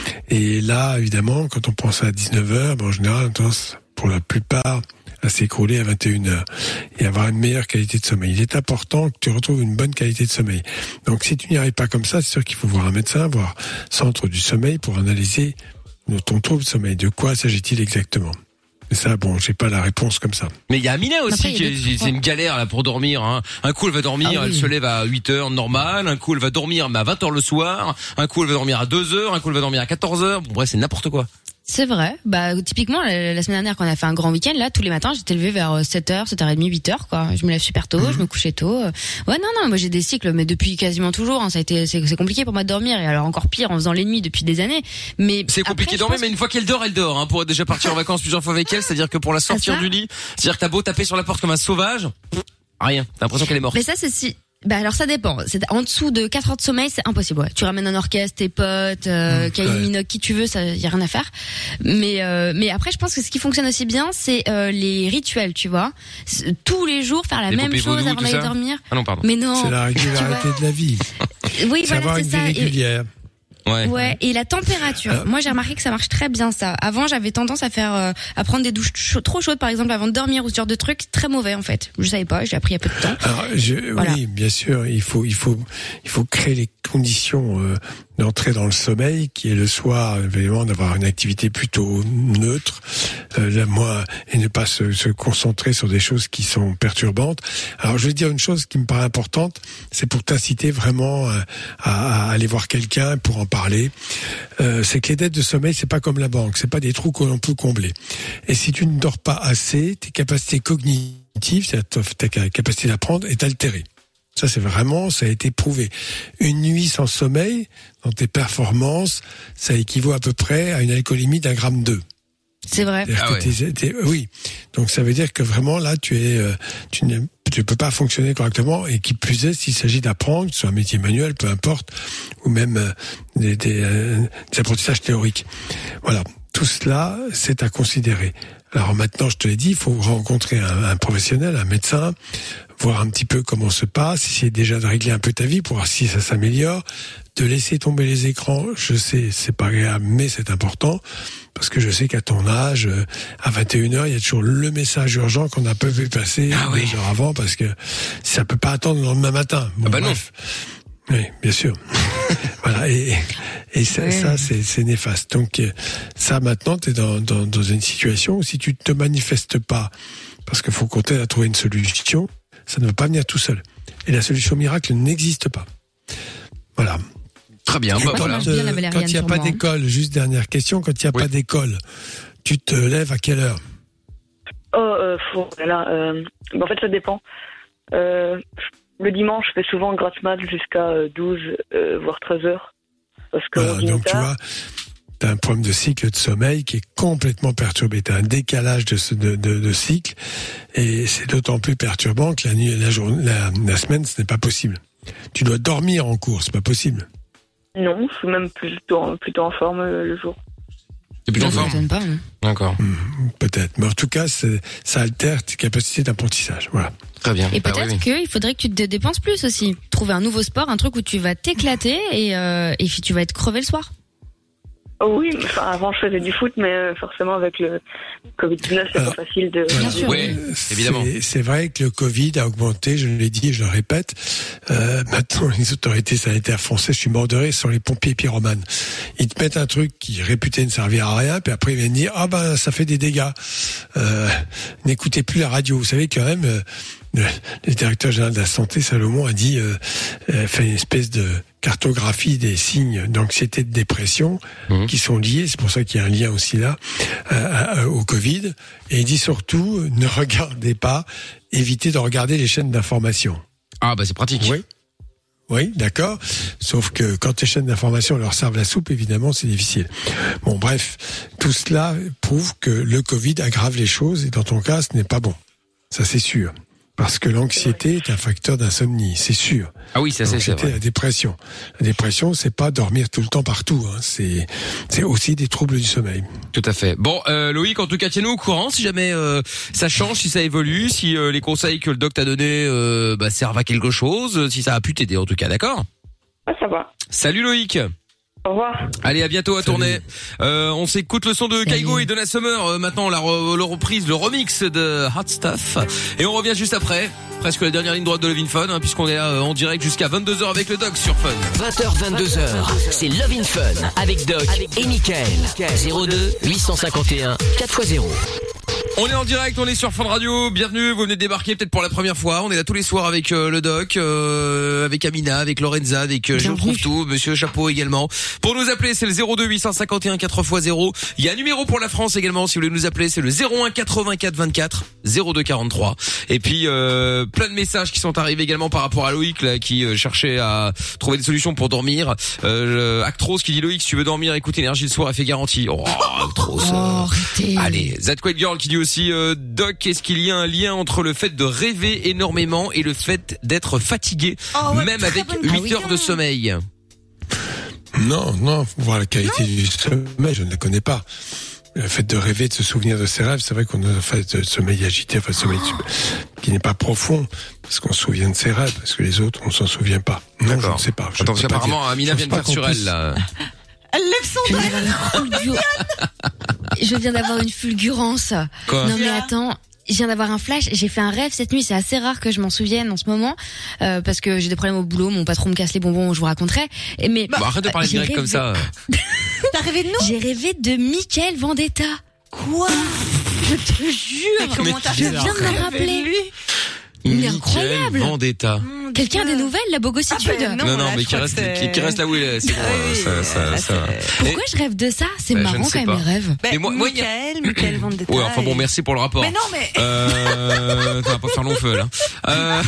Et là, évidemment, quand on prend ça à dix-neuf heures, ben, en général, on a tendance, pour la plupart, à s'écrouler à vingt et une heures et avoir une meilleure qualité de sommeil. Il est important que tu retrouves une bonne qualité de sommeil. Donc si tu n'y arrives pas comme ça, c'est sûr qu'il faut voir un médecin, voir centre du sommeil pour analyser ton trouble de sommeil. De quoi s'agit-il exactement? Mais ça, bon, j'ai pas la réponse comme ça. Mais il y a Amina aussi, Après, il y a qui d'autres- est- c'est une galère là pour dormir. Hein. Un coup elle va dormir, Ah oui. elle se lève à huit heures normal. Un coup elle va dormir mais à vingt heures le soir. Un coup elle va dormir à deux heures. Un coup elle va dormir à quatorze heures. Bon bref, c'est n'importe quoi. C'est vrai. Bah, typiquement, la, la semaine dernière, quand on a fait un grand week-end, là, tous les matins, j'étais levée vers sept heures, sept heures trente, huit heures, quoi. Je me lève super tôt, je me couchais tôt. Ouais, non, non, moi, j'ai des cycles, mais depuis quasiment toujours, hein. Ça a été, c'est, c'est compliqué pour moi de dormir, et alors encore pire en faisant les nuits depuis des années. Mais. C'est compliqué après, de dormir, je pense- mais une fois qu'elle dort, elle dort. Hein, pour déjà partir en vacances plusieurs fois avec elle, c'est-à-dire que pour la sortir ça du lit, c'est-à-dire que t'as beau taper sur la porte comme un sauvage, rien. T'as l'impression qu'elle est morte. Mais ça, c'est si. Bah alors ça dépend. C'est en dessous de quatre heures de sommeil, c'est impossible. Ouais. Tu ramènes un orchestre, tes potes, euh, Mmh, Kylie ouais. Minogue, qui tu veux, ça y a rien à faire. Mais euh, mais après, je pense que ce qui fonctionne aussi bien, c'est euh, les rituels, tu vois. C'est- Tous les jours faire la Les même poupées chose vaudou, avant tout d'aller ça dormir. Ah non, pardon. Mais non. C'est la régularité de la vie. Oui, C'est voilà, avoir c'est une ça. vie Et- régulière. Ouais. Ouais, et la température. Alors- Moi, j'ai remarqué que ça marche très bien, ça. Avant, j'avais tendance à faire, euh, à prendre des douches chaudes- trop chaudes, par exemple, avant de dormir ou ce genre de trucs. Très mauvais, en fait. Je savais pas, j'ai appris il y a peu de temps. Alors, je, Voilà. oui, bien sûr, il faut, il faut, il faut créer les conditions euh, d'entrer dans le sommeil, qui est le soir, évidemment, d'avoir une activité plutôt neutre, euh, là, moi, et ne pas se, se concentrer sur des choses qui sont perturbantes. Alors, je vais dire une chose qui me paraît importante, c'est pour t'inciter vraiment à, à, à aller voir quelqu'un pour en parler. Euh, c'est que les dettes de sommeil, c'est pas comme la banque, c'est pas des trous que l'on peut combler. Et si tu ne dors pas assez, tes capacités cognitives, c'est-à-dire ta ta capacité d'apprendre, est altérée. Ça, c'est vraiment, ça a été prouvé. Une nuit sans sommeil, dans tes performances, ça équivaut à peu près à une alcoolémie d'un gramme deux. C'est vrai. C'est-à-dire Ah que ouais. t'es- t'es- oui. Donc ça veut dire que vraiment là, tu es, euh, tu ne, tu peux pas fonctionner correctement. Et qui plus est, s'il s'agit d'apprendre, que ce soit un métier manuel, peu importe, ou même euh, des, des, euh, des apprentissages théoriques. Voilà. Tout cela, c'est à considérer. Alors maintenant, je te l'ai dit, il faut rencontrer un, un professionnel, un médecin, voir un petit peu comment se passe, essayer déjà de régler un peu ta vie pour voir si ça s'améliore, de laisser tomber les écrans. Je sais, c'est pas agréable, mais c'est important, parce que je sais qu'à ton âge, euh, à vingt et une heures, il y a toujours le message urgent qu'on a pas vu passer Ah deux oui. heures avant, parce que ça peut pas attendre le lendemain matin. Bon, Ah bah non. bref. Oui, bien sûr. Voilà, et, et ça, Ouais. ça c'est, c'est néfaste. Donc euh, ça, maintenant, tu es dans, dans, dans une situation où si tu te manifestes pas, parce qu'il faut compter à trouver une solution, ça ne va pas venir tout seul. Et la solution miracle n'existe pas. Voilà. Très bien. Et Bah, quand voilà. marche bien, la euh, valériane, quand il n'y a pour pas moi, hein. d'école, juste dernière question, quand il n'y a Oui. pas d'école, tu te lèves à quelle heure? Oh, euh, faut, là, euh, bah, en fait, ça dépend. Euh, le dimanche, je fais souvent grasse mat jusqu'à euh, douze, euh, voire treize heures. Parce que Voilà, on dîne donc tu tard. vois, tu as un problème de cycle de sommeil qui est complètement perturbé. Tu as un décalage de, ce- de, de, de cycle et c'est d'autant plus perturbant que la, nuit, la, journée, la, la semaine, ce n'est pas possible. Tu dois dormir en cours, c'est pas possible. Non, je suis même plutôt, en- plutôt en forme euh, le jour. T'es plutôt en Ça forme. m'étonne pas. hein. D'accord. Hmm, peut-être. Mais en tout cas, c'est- ça altère tes capacités d'apprentissage. Voilà. Très bien. Et Bah peut-être oui, oui. qu'il faudrait que tu te dépenses plus aussi. Trouver un nouveau sport, un truc où tu vas t'éclater et, euh, et puis tu vas être crevé le soir. Oui, enfin, avant je faisais du foot, mais euh, forcément avec le covid dix-neuf, c'est pas facile de... Bien sûr. Oui, évidemment. C'est, c'est vrai que le Covid a augmenté, je l'ai dit, je le répète. Euh, maintenant, les autorités sanitaires françaises, je suis mort de rire, sont les pompiers pyromanes. Ils te mettent un truc qui réputé ne servir à rien, puis après ils viennent dire, ah ben ça fait des dégâts. Euh, n'écoutez plus la radio. Vous savez quand même, euh, le, le directeur général de la santé, Salomon, a dit, euh, euh, fait une espèce de cartographie des signes d'anxiété, de dépression mmh. qui sont liés, c'est pour ça qu'il y a un lien aussi là, euh, au Covid. Et il dit surtout, ne regardez pas, évitez de regarder les chaînes d'information. Ah bah c'est pratique. Oui. Oui, d'accord. Sauf que quand les chaînes d'information leur servent la soupe, évidemment, c'est difficile. Bon, bref, tout cela prouve que le Covid aggrave les choses et dans ton cas, ce n'est pas bon. Ça, c'est sûr. Parce que l'anxiété est un facteur d'insomnie, c'est sûr. Ah oui, ça c'est sûr. La dépression. La dépression, c'est pas dormir tout le temps partout. Hein. C'est, c'est aussi des troubles du sommeil. Tout à fait. Bon, euh, Loïc, en tout cas, tiens-nous au courant si jamais euh, ça change, si ça évolue, si euh, les conseils que le doc t'a donnés euh, bah, servent à quelque chose, si ça a pu t'aider en tout cas, d'accord ? Ah, ça va. Salut Loïc. Au revoir. Allez, à bientôt à tourner. Euh, on s'écoute le son de Kaigo et Donna Summer. Euh, maintenant, la, re, la reprise, le remix de Hot Stuff. Et on revient juste après. Presque la dernière ligne droite de Love in Fun, hein, puisqu'on est là euh, en direct jusqu'à vingt-deux heures avec le Doc sur Fun. vingt heures, vingt-deux heures, c'est Love in Fun avec Doc et Mickaël. zéro deux huit cent cinquante et un quatre fois zéro. On est en direct, on est sur Fun Radio. Bienvenue, vous venez de débarquer peut-être pour la première fois. On est là tous les soirs avec euh, le Doc, euh, avec Amina, avec Lorenza, avec euh, Je trouve tout, Monsieur Chapeau également. Pour nous appeler, c'est le zéro deux huit cent cinquante et un quatre fois zéro. Il y a un numéro pour la France également, si vous voulez nous appeler, c'est le zéro un quatre-vingt-quatre vingt-quatre zéro deux quarante-trois. Et puis euh, plein de messages qui sont arrivés également par rapport à Loïc là, qui euh, cherchait à trouver des solutions pour dormir. Euh, Actros qui dit Loïc, si tu veux dormir, écoute Énergie le soir, elle fait garantie. Oh, Actros. Oh, arrêtez. Allez, Zadquate Girl qui dit aussi euh, Doc, est-ce qu'il y a un lien entre le fait de rêver énormément et le fait d'être fatigué, oh, ouais, même avec huit heures de sommeil? Non, non, faut voir la qualité non. du sommeil, je ne la connais pas. Le fait de rêver, de se souvenir de ses rêves, c'est vrai qu'on a fait de sommeil agité, enfin sommeil qui n'est pas profond, parce qu'on se souvient de ses rêves, parce que les autres, on s'en souvient pas. Non, D'accord. je ne sais pas. Je Attends, parce qu'apparemment, dire. Amina vient de faire sur puisse... elle, là. Elle lève son doigt. Je viens d'avoir une fulgurance. Quoi? Non mais attends, je viens d'avoir un flash. J'ai fait un rêve cette nuit. C'est assez rare que je m'en souvienne en ce moment euh, parce que j'ai des problèmes au boulot. Mon patron me casse les bonbons. Je vous raconterai. Et mais bah, arrête de parler direct rêvé... comme ça. T'as rêvé de nous? J'ai rêvé de Mickaël Vendetta. Quoi? Je te jure. Comment t'as je viens de me rappeler. Lui Mais incroyable. Vendetta. Quelqu'un a des nouvelles, la bogossitude? Ah ben non, non, là, mais qui reste, qui, qui reste là où il est. C'est bon, oui, ça, ça, là, ça. Pourquoi Et... je rêve de ça? C'est bah, marrant quand même, mes rêves. Bah, mais moi, moi, Mickaël, Mickaël Vendetta. Ouais, enfin bon, merci pour le rapport. Mais non, mais. Euh, ça va pas faire long feu, là. Euh...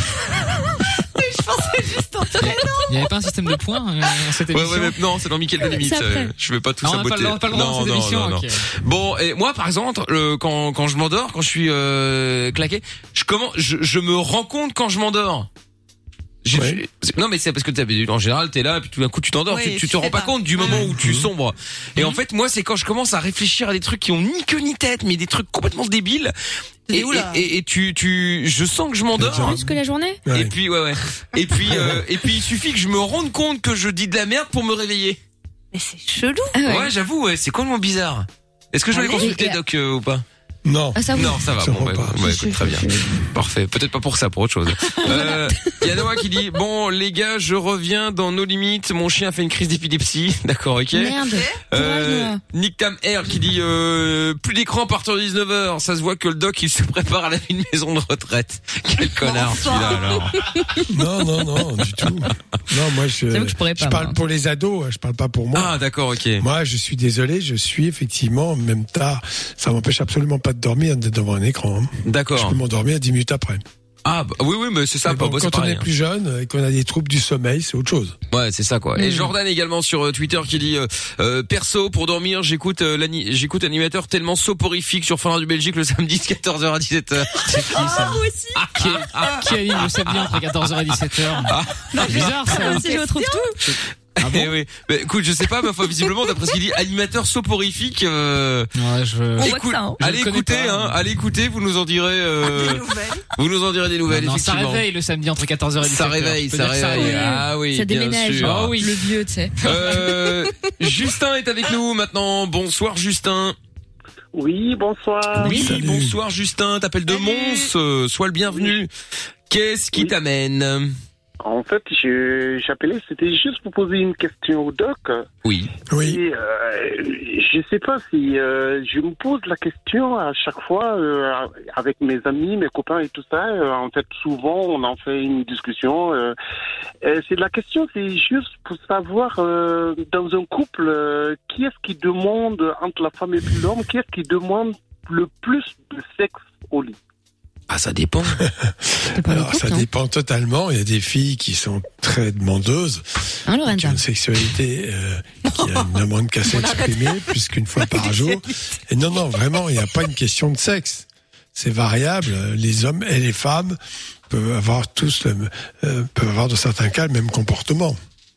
Je pensais juste en train. Il n'y avait pas un système de points euh, dans cette émission. Ouais, ouais, mais non, c'est dans Mickaël de limite. Euh, je vais pas tout non, saboter. On n'a pas, pas le droit dans cette non, émission. non, non. Okay. Bon, et moi, par exemple, euh, quand quand je m'endors, quand je suis euh, claqué, je comment, je, je me rends compte quand je m'endors. Je, ouais. je, non mais c'est parce que t'as, en général t'es là et puis tout d'un coup tu t'endors, oui, tu, tu te rends pas, pas compte du moment ouais. où tu sombres. Et mmh. en fait moi c'est quand je commence à réfléchir à des trucs qui ont ni queue ni tête mais des trucs complètement débiles. Et, et, et, et tu tu je sens que je m'endors plus que la journée. Ouais. Et puis ouais ouais. Et puis euh, et puis il suffit que je me rende compte que je dis de la merde pour me réveiller. Mais c'est chelou. Ah ouais. ouais j'avoue ouais c'est complètement bizarre. Est-ce que je vais aller consulter et, Doc euh, ou pas? Non. Ah, ça non, ça va. Ça bon, bah, bah, écoute, très bien. Parfait. Peut-être pas pour ça, pour autre chose. Euh, il y a Noah qui dit, bon, les gars, je reviens dans nos limites. Mon chien a fait une crise d'épilepsie. D'accord, ok. Merde. Euh, Nick Tam Air qui dit, euh, plus d'écran à partir de dix-neuf heures. Ça se voit que le doc, il se prépare à la vie de maison de retraite. Quel connard, celui-là, alors. Non, non, non, du tout. Non, moi, je, que je, pourrais pas, je parle moi. pour les ados. Je parle pas pour moi. Ah, d'accord, ok. Moi, je suis désolé. Je suis effectivement, même tard. Ça m'empêche absolument pas de dormir d'être devant un écran. Hein. D'accord. Je peux m'endormir dix minutes après. Ah bah, oui oui mais c'est ça. Mais bon, bah, quand on pareil, est plus jeune et qu'on a des troubles du sommeil, c'est autre chose. Ouais c'est ça quoi. Mmh. Et Jordan également sur euh, Twitter qui dit euh, euh, perso pour dormir j'écoute euh, l'ani- j'écoute animateur tellement soporifique sur Fun Radio Belgique le samedi de quatorze heures à dix-sept heures. C'est qui ça? Ah, moi aussi. Ah, qui, ah, qui anime le samedi entre quatorze heures et dix-sept heures? Ah, non, c'est bizarre ça. Si je retrouve tout. Ah bon eh oui. Bah, écoute, je sais pas, ma foi, visiblement, d'après ce qu'il dit, animateur soporifique. Euh... Ouais, je. Écoute, ça, hein. Allez écouter, pas, hein. Allez écouter, vous nous en direz. Euh... Des nouvelles. Vous nous en direz des nouvelles. Non, non, ça réveille le samedi entre quatorze heures et dix-sept heures. Ça réveille, ça réveille. Ah oui. Ça déménage. Bien sûr. Oh oui, le vieux, tu sais. Euh, Justin est avec nous maintenant. Bonsoir, Justin. Oui, bonsoir. Oui, Salut. bonsoir, Justin. T'appelles de Mons. Euh, sois le bienvenu. Oui. Qu'est-ce qui oui. t'amène? En fait, je, j'appelais, c'était juste pour poser une question au doc. Oui. Oui. Et, euh, je sais pas si euh, je me pose la question à chaque fois euh, avec mes amis, mes copains et tout ça. Euh, en fait, souvent, on en fait une discussion. Euh, c'est la question, c'est juste pour savoir euh, dans un couple, euh, qui est-ce qui demande entre la femme et puis l'homme, qui est-ce qui demande le plus de sexe au lit? Ah, ça dépend. Alors, ça dépend totalement. Il y a des filles qui sont très demandeuses, hein, qui ont une sexualité euh, qui a une demande qu'à s'exprimer plus qu'une fois par jour. Et non, non, vraiment, il n'y a pas une question de sexe. C'est variable. Les hommes et les femmes peuvent avoir tous, le, euh, peuvent avoir dans certains cas le même comportement.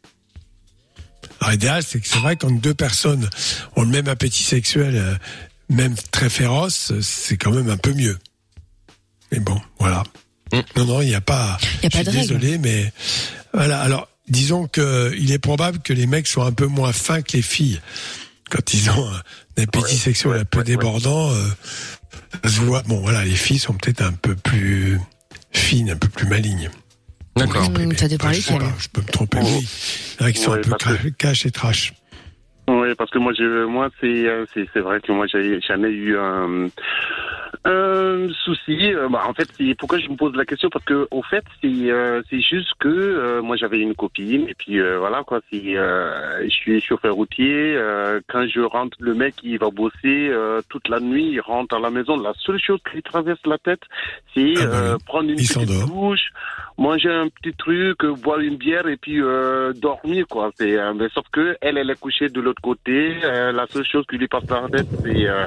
Alors, l'idéal, c'est que c'est vrai que quand deux personnes ont le même appétit sexuel, euh, même très féroce, c'est quand même un peu mieux. Mais bon, voilà. Mmh. Non, non, il n'y a pas. Il y a pas de règle. Désolé, mais voilà. Alors, disons que il est probable que les mecs soient un peu moins fins que les filles quand ils ont un appétit ouais, sexuel ouais, un peu ouais, débordant. Ouais. Euh, ça se voit. Bon, voilà, les filles sont peut-être un peu plus fines, un peu plus malignes. D'accord. Mmh, ça dépend enfin, lesquelles. Je, je peux me tromper. Oui. Il y en a qui sont ouais, un peu que... cash et trash. Oui, parce que moi, je, moi, c'est, c'est, c'est vrai que moi, j'ai jamais eu un. Un souci, euh, bah, en fait, c'est pourquoi je me pose la question, parce que au fait, c'est euh, c'est juste que euh, moi j'avais une copine et puis euh, voilà quoi, c'est euh, je suis chauffeur routier, euh, quand je rentre, le mec il va bosser euh, toute la nuit, il rentre à la maison, la seule chose qui lui traverse la tête, c'est ah bah euh, oui. prendre une il petite douche, manger un petit truc, boire une bière et puis euh, dormir quoi. C'est euh, mais sauf que elle elle est couchée de l'autre côté, euh, la seule chose qui lui passe par la tête c'est euh,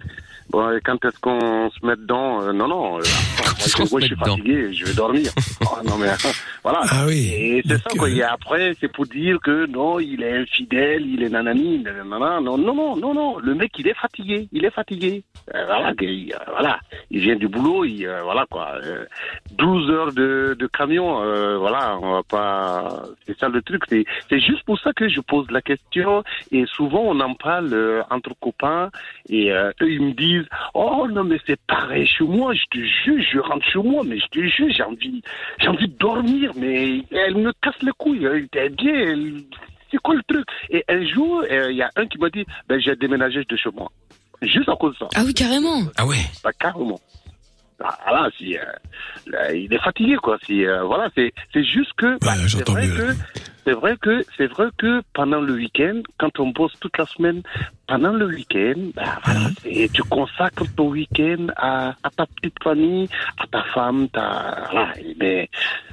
bon, quand est-ce qu'on se met dedans euh, Non, non. Euh, moi, moi je suis fatigué, je vais dormir. Oh, non, mais voilà. Ah oui. Et c'est ça, quoi. Et après, c'est pour dire que non, il est infidèle, il est nanani, nanana. Non, non, non, non, non. Le mec, il est fatigué. Il est fatigué. Euh, voilà, il, euh, voilà. Il vient du boulot, il, euh, voilà, quoi. Euh, douze heures de, de camion, euh, voilà, on va pas. C'est ça le truc. C'est, c'est juste pour ça que je pose la question. Et souvent, on en parle euh, entre copains. Et euh, eux, ils me disent oh non mais c'est pareil chez moi, je te jure, je rentre chez moi, mais je te jure, j'ai envie, j'ai envie de dormir, mais elle me casse les couilles, elle était bien, elle... c'est quoi le truc? Et un jour, il euh, y a un qui m'a dit, ben j'ai déménagé de chez moi, juste à cause de ça. Ah oui, carrément. Ah ouais. Bah carrément. Ah, là, si, euh, là, il est fatigué quoi. Si, euh, voilà, c'est, c'est juste que, bah, ouais, c'est vrai mieux. que, c'est vrai que, c'est vrai que pendant le week-end, quand on bosse toute la semaine, pendant le week-end, bah, voilà, c'est, tu consacres ton week-end à, à ta petite famille, à ta femme, ta, voilà, mais.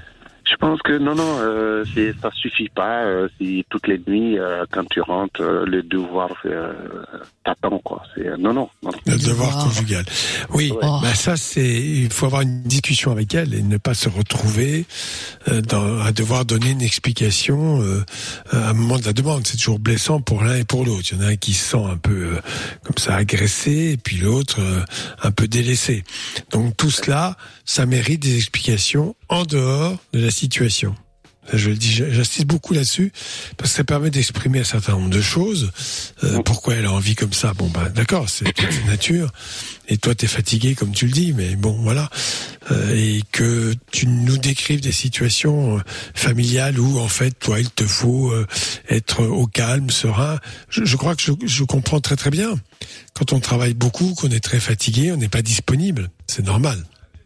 Je pense que non, non, euh, c'est, ça suffit pas. Euh, si toutes les nuits, euh, quand tu rentres, euh, le devoir euh, t'attend, quoi. C'est euh, non, non, non. Le devoir conjugal. Oui, ouais. bah ça c'est. Il faut avoir une discussion avec elle et ne pas se retrouver euh, dans, à devoir donner une explication euh, à un moment de la demande. C'est toujours blessant pour l'un et pour l'autre. Il y en a un qui se sent un peu euh, comme ça agressé et puis l'autre euh, un peu délaissé. Donc tout cela, ça mérite des explications en dehors de la situation. Je le dis, j'insiste beaucoup là-dessus parce que ça permet d'exprimer un certain nombre de choses. Euh, pourquoi elle a envie comme ça? Bon, bah d'accord, c'est, c'est nature. Et toi, t'es fatigué, comme tu le dis, mais bon, voilà. Euh, et que tu nous décrives des situations familiales où, en fait, toi, il te faut euh, être au calme, serein. Je, je crois que je, je comprends très très bien. Quand on travaille beaucoup, qu'on est très fatigué, on n'est pas disponible. C'est normal.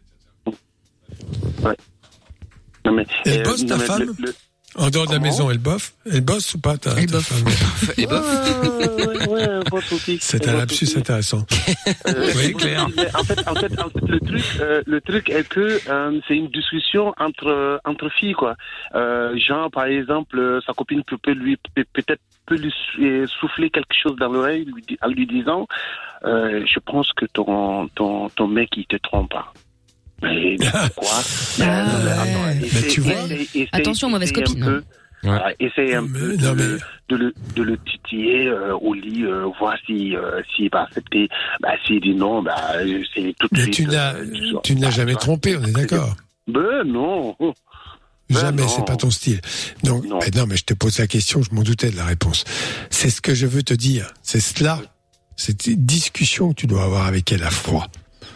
Ouais. Non, mais, elle euh, bosse ta non, femme le, le... En dehors de la Comment maison, elle bosse Elle bosse ou pas ta, elle ta bosse. femme Elle bosse. Ouais, ouais, elle bosse aussi. C'est elle un lapsus aussi. intéressant. Euh, oui, clair. En fait, en fait, en fait, le truc, euh, le truc est que euh, c'est une discussion entre entre filles, quoi. Euh, genre, par exemple, sa copine peut, peut lui peut, peut-être peut lui souffler quelque chose dans l'oreille, lui, en lui disant, euh, je pense que ton ton ton mec il te trompe pas. Mais quoi ah, ouais. Bah, tu vois. Attention, mauvaise copine. Peu, Voilà, essaye un mais, peu non, de, mais... de, le, de le titiller euh, au lit, euh, voir si euh, s'il va accepter. Bah, s'il dit non, bah, c'est tout de mais suite. tu n'as, euh, tu ne l'as bah, jamais tu vois. trompé, on est d'accord? Ben non. Ben Jamais, non. c'est pas ton style. Donc, non. Mais non, mais je te pose la question, je m'en doutais de la réponse. C'est ce que je veux te dire. C'est cela, cette discussion que tu dois avoir avec elle à froid.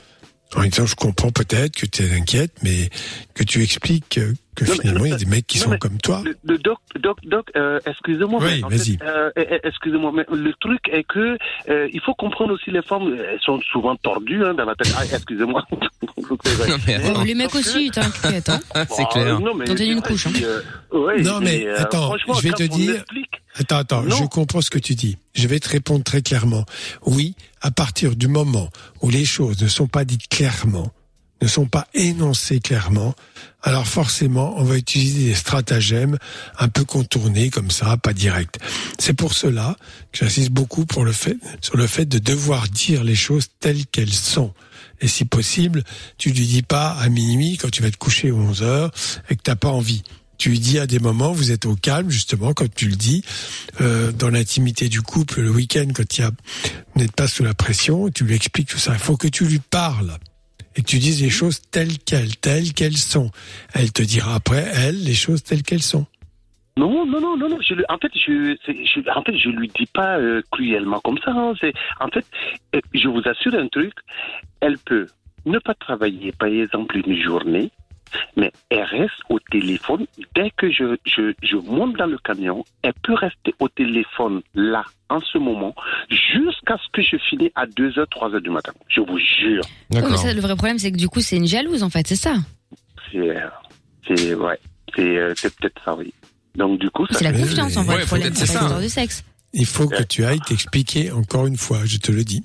En disant, je comprends peut-être que tu es inquiète, mais que tu expliques que, que non, finalement, mais, il y a des mecs qui non, sont mais, comme toi. Le, le doc, doc, doc, euh, excusez-moi. Oui, mais en vas-y. fait, euh, excusez-moi, mais le truc est que euh, il faut comprendre aussi les femmes, elles sont souvent tordues hein, dans la tête. Ah, excusez-moi. Non, mais Oh, les mecs aussi, t'inquiète. Hein. C'est clair. Non, mais T'en donnes une couche. Hein. Euh, ouais, non, mais euh, attends, je vais te dire. Attends, attends, Non. je comprends ce que tu dis. Je vais te répondre très clairement. Oui, à partir du moment où les choses ne sont pas dites clairement, ne sont pas énoncées clairement, alors forcément, on va utiliser des stratagèmes un peu contournés comme ça, pas directs. C'est pour cela que j'insiste beaucoup pour le fait, sur le fait de devoir dire les choses telles qu'elles sont. Et si possible, tu lui dis pas à minuit quand tu vas te coucher à onze heures et que t'as pas envie. Tu lui dis à des moments, vous êtes au calme, justement, quand tu le dis, euh, dans l'intimité du couple, le week-end, quand il y a, vous n'êtes pas sous la pression, tu lui expliques tout ça. Il faut que tu lui parles et que tu dises les choses telles quelles, telles qu'elles sont. Elle te dira après, elle, les choses telles qu'elles sont. Non, non, non, non, non. Je, en fait, je, c'est, je, en fait, je lui dis pas euh, cruellement comme ça. Hein. C'est, en fait, euh, je vous assure un truc. Elle peut ne pas travailler, par exemple, une journée, mais elle reste au téléphone. Dès que je, je, je monte dans le camion, elle peut rester au téléphone là, en ce moment, jusqu'à ce que je finisse à deux heures, trois heures du matin. Je vous jure. Ouais, mais ça, le vrai problème, c'est que du coup, c'est une jalouse, en fait, c'est ça. C'est, c'est, ouais, c'est, c'est peut-être ça, oui. Donc, du coup, ça c'est la fait- confiance, en vrai, Ouais, le problème, peut-être c'est c'est pas ça. l'histoire de sexe. Il faut que tu ailles t'expliquer encore une fois, je te le dis.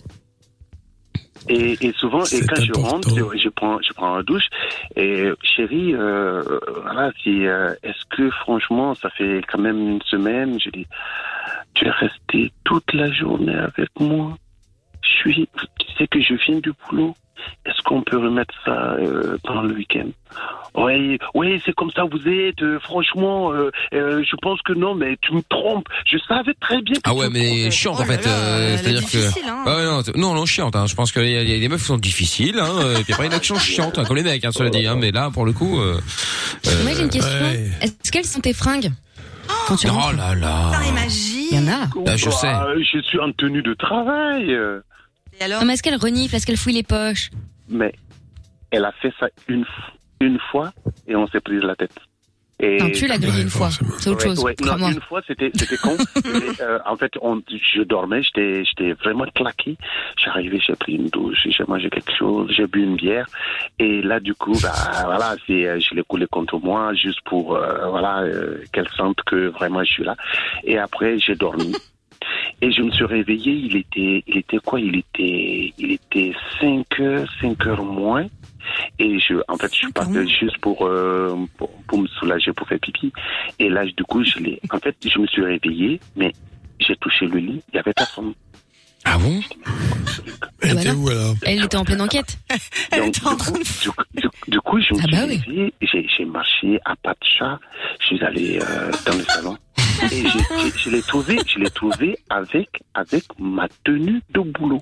Et, et souvent, et C'est quand je important. rentre, je, je prends, je prends la douche. Et chérie, euh, voilà, si, euh, est-ce que franchement, ça fait quand même une semaine, je dis, tu es resté toute la journée avec moi. Je suis, tu sais que je viens du boulot. Est-ce qu'on peut remettre ça euh, pendant le week-end? Oui, oui, c'est comme ça vous êtes. Euh, franchement, euh, euh, je pense que non, mais tu me trompes. Je savais très bien que Ah tu ouais, me mais trompais. chiante Oh en là fait. là, euh, elle est C'est-à-dire que. difficile, hein. Ah ouais, non, t- non, non, chiante. Hein. Je pense qu'il y, a- il y a des meufs qui sont difficiles. Hein, euh, et puis après, il y en a qui sont chiantes, hein, comme les mecs, hein, cela dit. Hein, mais là, pour le coup. Euh, euh, Moi, j'ai une question. ouais. Est-ce qu'elles sont tes fringues quand tu Oh rentres? là là. Paris magie. Il y en a. Bah, je sais. Ah, je suis en tenue de travail. euh. Et alors? Non, mais est-ce qu'elles reniflent? Est-ce qu'elles fouillent les poches? Mais elle a fait ça une, f- une fois et on s'est pris la tête. Et Non, tu l'as grillé Ouais, une fois. forcément. C'est autre Ouais, chose. ouais, non, crois-moi. une fois, c'était, c'était con. Et, euh, en fait, on, je dormais, j'étais, j'étais vraiment claqué. J'arrivais, j'ai pris une douche, j'ai mangé quelque chose, j'ai bu une bière. Et là, du coup, bah, voilà, c'est, euh, je l'ai coulé contre moi, juste pour, euh, voilà, euh, qu'elle sente que vraiment je suis là. Et après, j'ai dormi. Et je me suis réveillé, il était, il était quoi? Il était, il était cinq heures, cinq heures moins. Et je, en fait, je suis parti juste pour, euh, pour, pour me soulager, pour faire pipi. Et là, du coup, je l'ai, en fait, je me suis réveillé, mais j'ai touché le lit, il y avait personne. Ah bon? Elle bah était non. où alors? Elle était en pleine enquête. Donc, du, coup, du, du, du coup, je me Ah suis bah oui. réveillé, j'ai, j'ai marché à pas de chat, je suis allé euh, dans le salon. Et j'ai, j'ai, je l'ai trouvé, je l'ai trouvé avec, avec ma tenue de boulot.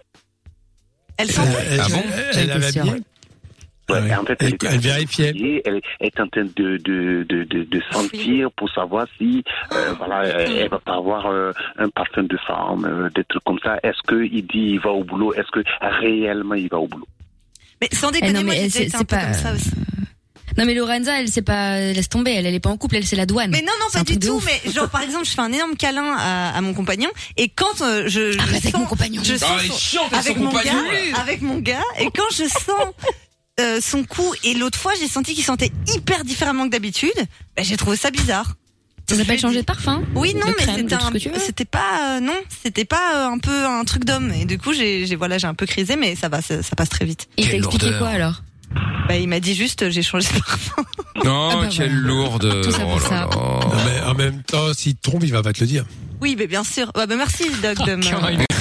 Elle Elle, sent. elle, Ah bon? elle, elle avait bien. Ouais, Ouais. en fait, Elle- était elle en train de vérifiait. fouiller, Elle est en train de, de, de, de, de sentir pour savoir si, euh, voilà, elle, elle va pas avoir euh, un parfum de femme, euh, des trucs comme ça. Est-ce qu'il dit il va au boulot? Est-ce que réellement il va au boulot? Mais sans Eh déconner, non, moi mais j'ai c'est- été un c'est peu pas- comme ça aussi. Non, mais Lorenza, elle, c'est pas, laisse tomber. Elle, elle est pas en couple. Elle, c'est la douane. Mais non, non, C'est pas un du truc de tout. ouf. Mais genre, par exemple, je fais un énorme câlin à, à mon compagnon, et quand euh, je, je Arrête avec sens, mon compagnon. je Ah, sens elle est son- chiante avec avec son mon compagnon, gars, là. avec mon gars, et quand je sens euh, son cou, et l'autre fois, j'ai senti qu'il sentait hyper différemment que d'habitude. Bah, j'ai trouvé ça bizarre. Ça s'appelle changer de parfum. Oui, non, de mais crème, c'était de tout un, ce que tu veux. c'était pas, euh, non, c'était pas euh, un peu un truc d'homme. Et du coup, j'ai, j'ai voilà, j'ai un peu crisé, mais ça va, ça, ça passe très vite. Et il t'a Quelle expliqué lourdeur. quoi alors? Bah, il m'a dit juste, j'ai changé de parfum. Non, Ah bah quelle voilà. lourde. Tout ça pour Oh là ça. là. Non, mais en même temps, s'il te trompe, il va pas te le dire. Oui, mais bien sûr. Bah, bah merci, Doc, de me- Carrément.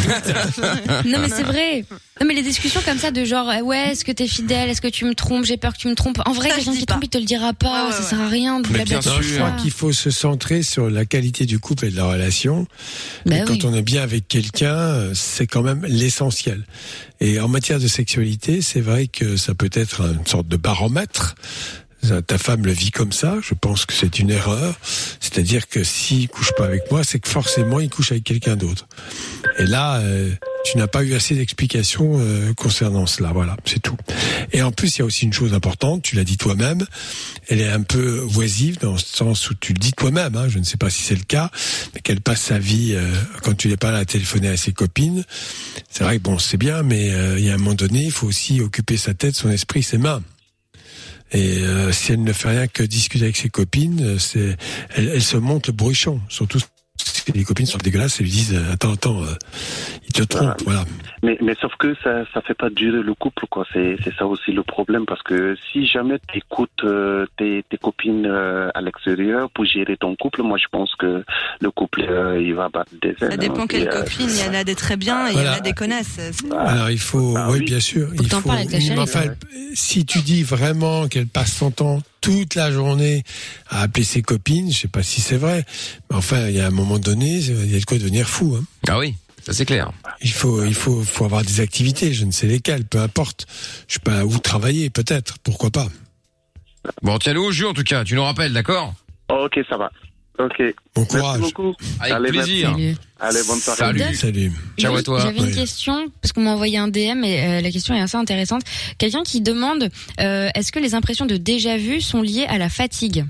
Non mais c'est vrai. Non mais les discussions comme ça de genre ouais, est-ce que t'es fidèle, est-ce que tu me trompes, j'ai peur que tu me trompes. En vrai, Ça, je quelqu'un dis qui pas. trompe, il te le dira pas, Ouais, ouais, ça ouais. sert à rien de Mais blablater bien Non, sûr. je crois ça. qu'il faut se centrer sur la qualité du couple et de la relation. Bah et oui. quand on est bien avec quelqu'un, euh, c'est quand même l'essentiel. Et en matière de sexualité, c'est vrai que ça peut être une sorte de baromètre. Ta femme le vit comme ça, je pense que c'est une erreur. C'est-à-dire que s'il couche pas avec moi, c'est que forcément il couche avec quelqu'un d'autre. Et là, euh, tu n'as pas eu assez d'explications euh, concernant cela. Voilà, c'est tout. Et en plus, il y a aussi une chose importante, tu l'as dit toi-même, elle est un peu oisive dans le sens où tu le dis toi-même, hein, je ne sais pas si c'est le cas, mais qu'elle passe sa vie, euh, quand tu n'es pas là à téléphoner à ses copines, c'est vrai que bon, c'est bien, mais euh, il y a un moment donné, il faut aussi occuper sa tête, son esprit, ses mains. Et euh, si elle ne fait rien que discuter avec ses copines, c'est, elle, elle se monte le bourrichon. Surtout si les copines sont dégueulasses, elles lui disent « Attends, attends, euh, il te trompe. » Voilà. Mais, mais sauf que ça ça fait pas durer le couple, quoi. C'est c'est ça aussi le problème, parce que si jamais tu écoutes euh, tes, tes copines euh, à l'extérieur pour gérer ton couple, moi je pense que le couple euh, il va battre des ailes. Ça dépend hein. quelles Et, euh, copines. Il y en a des très bien et il Voilà. y en a des connasses. C'est- Alors il faut, Ah oui, oui. bien sûr, Faut que il t'en faut. parles avec ta mais chérie, enfin, ouais. si tu dis vraiment qu'elle passe son temps toute la journée à appeler ses copines, je sais pas si c'est vrai, mais enfin, il y a un moment donné, il y a de quoi devenir fou. Hein. Ah oui, ça c'est clair. Il faut, il faut, faut avoir des activités, je ne sais lesquelles, peu importe. Je sais pas où travailler, peut-être, pourquoi pas. Bon, tiens-nous au jus en tout cas, tu nous rappelles, d'accord? Ok, ça va. Ok. Bon courage. Merci beaucoup. Avec Allez, plaisir. merci. Allez, bonne soirée. Salut. Doc, Salut. Ciao à J'avais- toi. J'avais une Ouais. question parce qu'on m'a envoyé un D M et euh, la question est assez intéressante. Quelqu'un qui demande euh, est-ce que les impressions de déjà vu sont liées à la fatigue?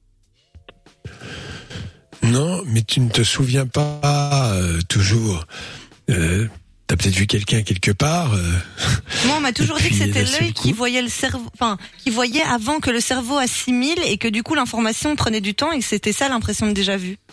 Non, mais tu ne te souviens pas euh, toujours. Euh, T'as peut-être vu quelqu'un quelque part. Euh, Moi, on m'a toujours Et dit que puis, c'était là, c'est l'œil le qui coup. voyait le cerveau, enfin, qui voyait avant que le cerveau assimile et que du coup l'information prenait du temps et que c'était ça l'impression de déjà vu.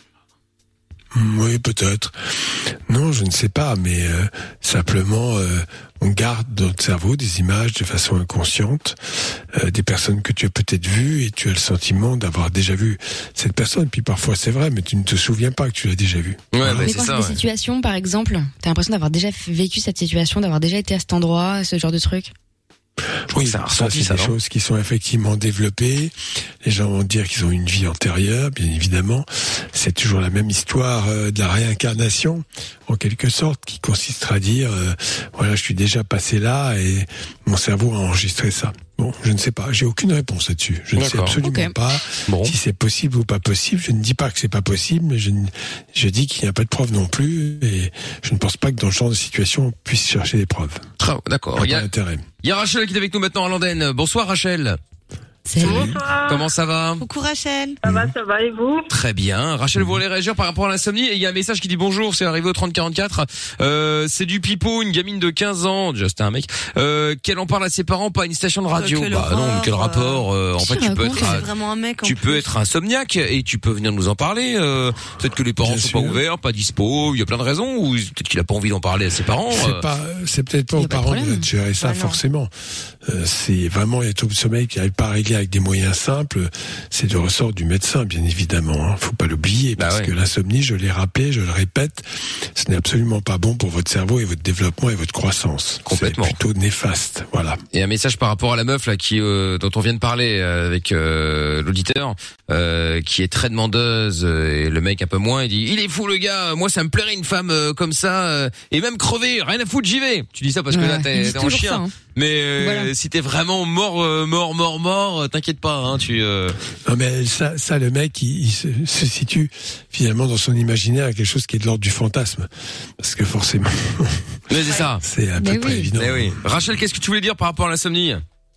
Oui, peut-être. Non, je ne sais pas, mais euh, simplement, euh, on garde dans notre cerveau des images de façon inconsciente, euh, des personnes que tu as peut-être vues et tu as le sentiment d'avoir déjà vu cette personne. Puis parfois c'est vrai, mais tu ne te souviens pas que tu l'as déjà vu. Ouais, Voilà. bah, Mais c'est quand ça. c'est des Ouais. situations, par exemple, t'as l'impression d'avoir déjà f- vécu cette situation, d'avoir déjà été à cet endroit, ce genre de truc? Oui, que c'est un ça, ressenti, c'est ça, des non choses qui sont effectivement développées. Les gens vont dire qu'ils ont une vie antérieure, bien évidemment. C'est toujours la même histoire euh, de la réincarnation, en quelque sorte, qui consistera à dire, euh, voilà, je suis déjà passé là et mon cerveau a enregistré ça. Bon, je ne sais pas, j'ai aucune réponse là-dessus. Je ne sais D'accord. absolument Ok. pas Bon. si c'est possible ou pas possible. Je ne dis pas que c'est pas possible, mais je, ne- je dis qu'il n'y a pas de preuve non plus et je ne pense pas que dans ce genre de situation on puisse chercher des preuves. Très- D'accord. Il y Pas a, d'intérêt. il y a Rachel qui est avec nous maintenant à l'antenne. Bonsoir Rachel. Salut. Bonsoir. Comment ça va? Coucou Rachel. Ça va, ça va et vous? Très bien. Rachel, vous voulez réagir par rapport à l'insomnie? Et il y a un message qui dit bonjour, c'est arrivé au trente quarante-quatre. Euh, c'est du pipeau, une gamine de quinze ans, déjà c'était un mec, euh, qu'elle en parle à ses parents, pas à une station de radio. quelle Bah non, mais horreur, quel rapport? euh, En Qui fait, tu peux raconte être, C'est un- vraiment un mec. en tu peux plus. être insomniaque et tu peux venir nous en parler. euh, peut-être que les parents Bien sont sûr. pas ouverts, pas dispo. Il y a plein de raisons. Ou peut-être qu'il a pas envie d'en parler à ses parents. C'est euh. pas, c'est peut-être pas y a aux pas de parents problème. de gérer ça Bah non. forcément. Euh, c'est vraiment les troubles de sommeil qui n'arrivent pas à régler avec des moyens simples. C'est du ressort du médecin, bien évidemment. Hein. Faut pas l'oublier Bah parce ouais. que l'insomnie, je l'ai rappelé, je le répète, ce n'est absolument pas bon pour votre cerveau et votre développement et votre croissance. Complètement. C'est plutôt néfaste. Voilà. Et un message par rapport à la meuf là qui euh, dont on vient de parler euh, avec euh, l'auditeur euh, qui est très demandeuse euh, et le mec un peu moins. Il dit il est fou le gars. Moi ça me plairait une femme euh, comme ça euh, et même crever. Rien à foutre j'y vais. Tu dis ça parce que Ouais, là ils t'es disent t'es en toujours chien. ça, hein. Mais euh, Voilà. si t'es vraiment mort euh, mort mort mort, euh, t'inquiète pas. Hein, tu euh... Non mais ça, ça le mec, il, il se, se situe finalement dans son imaginaire à quelque chose qui est de l'ordre du fantasme, parce que forcément, Mais c'est ça. c'est à peu Mais près oui. évident. Mais oui. Rachel, qu'est-ce que tu voulais dire par rapport à l'insomnie?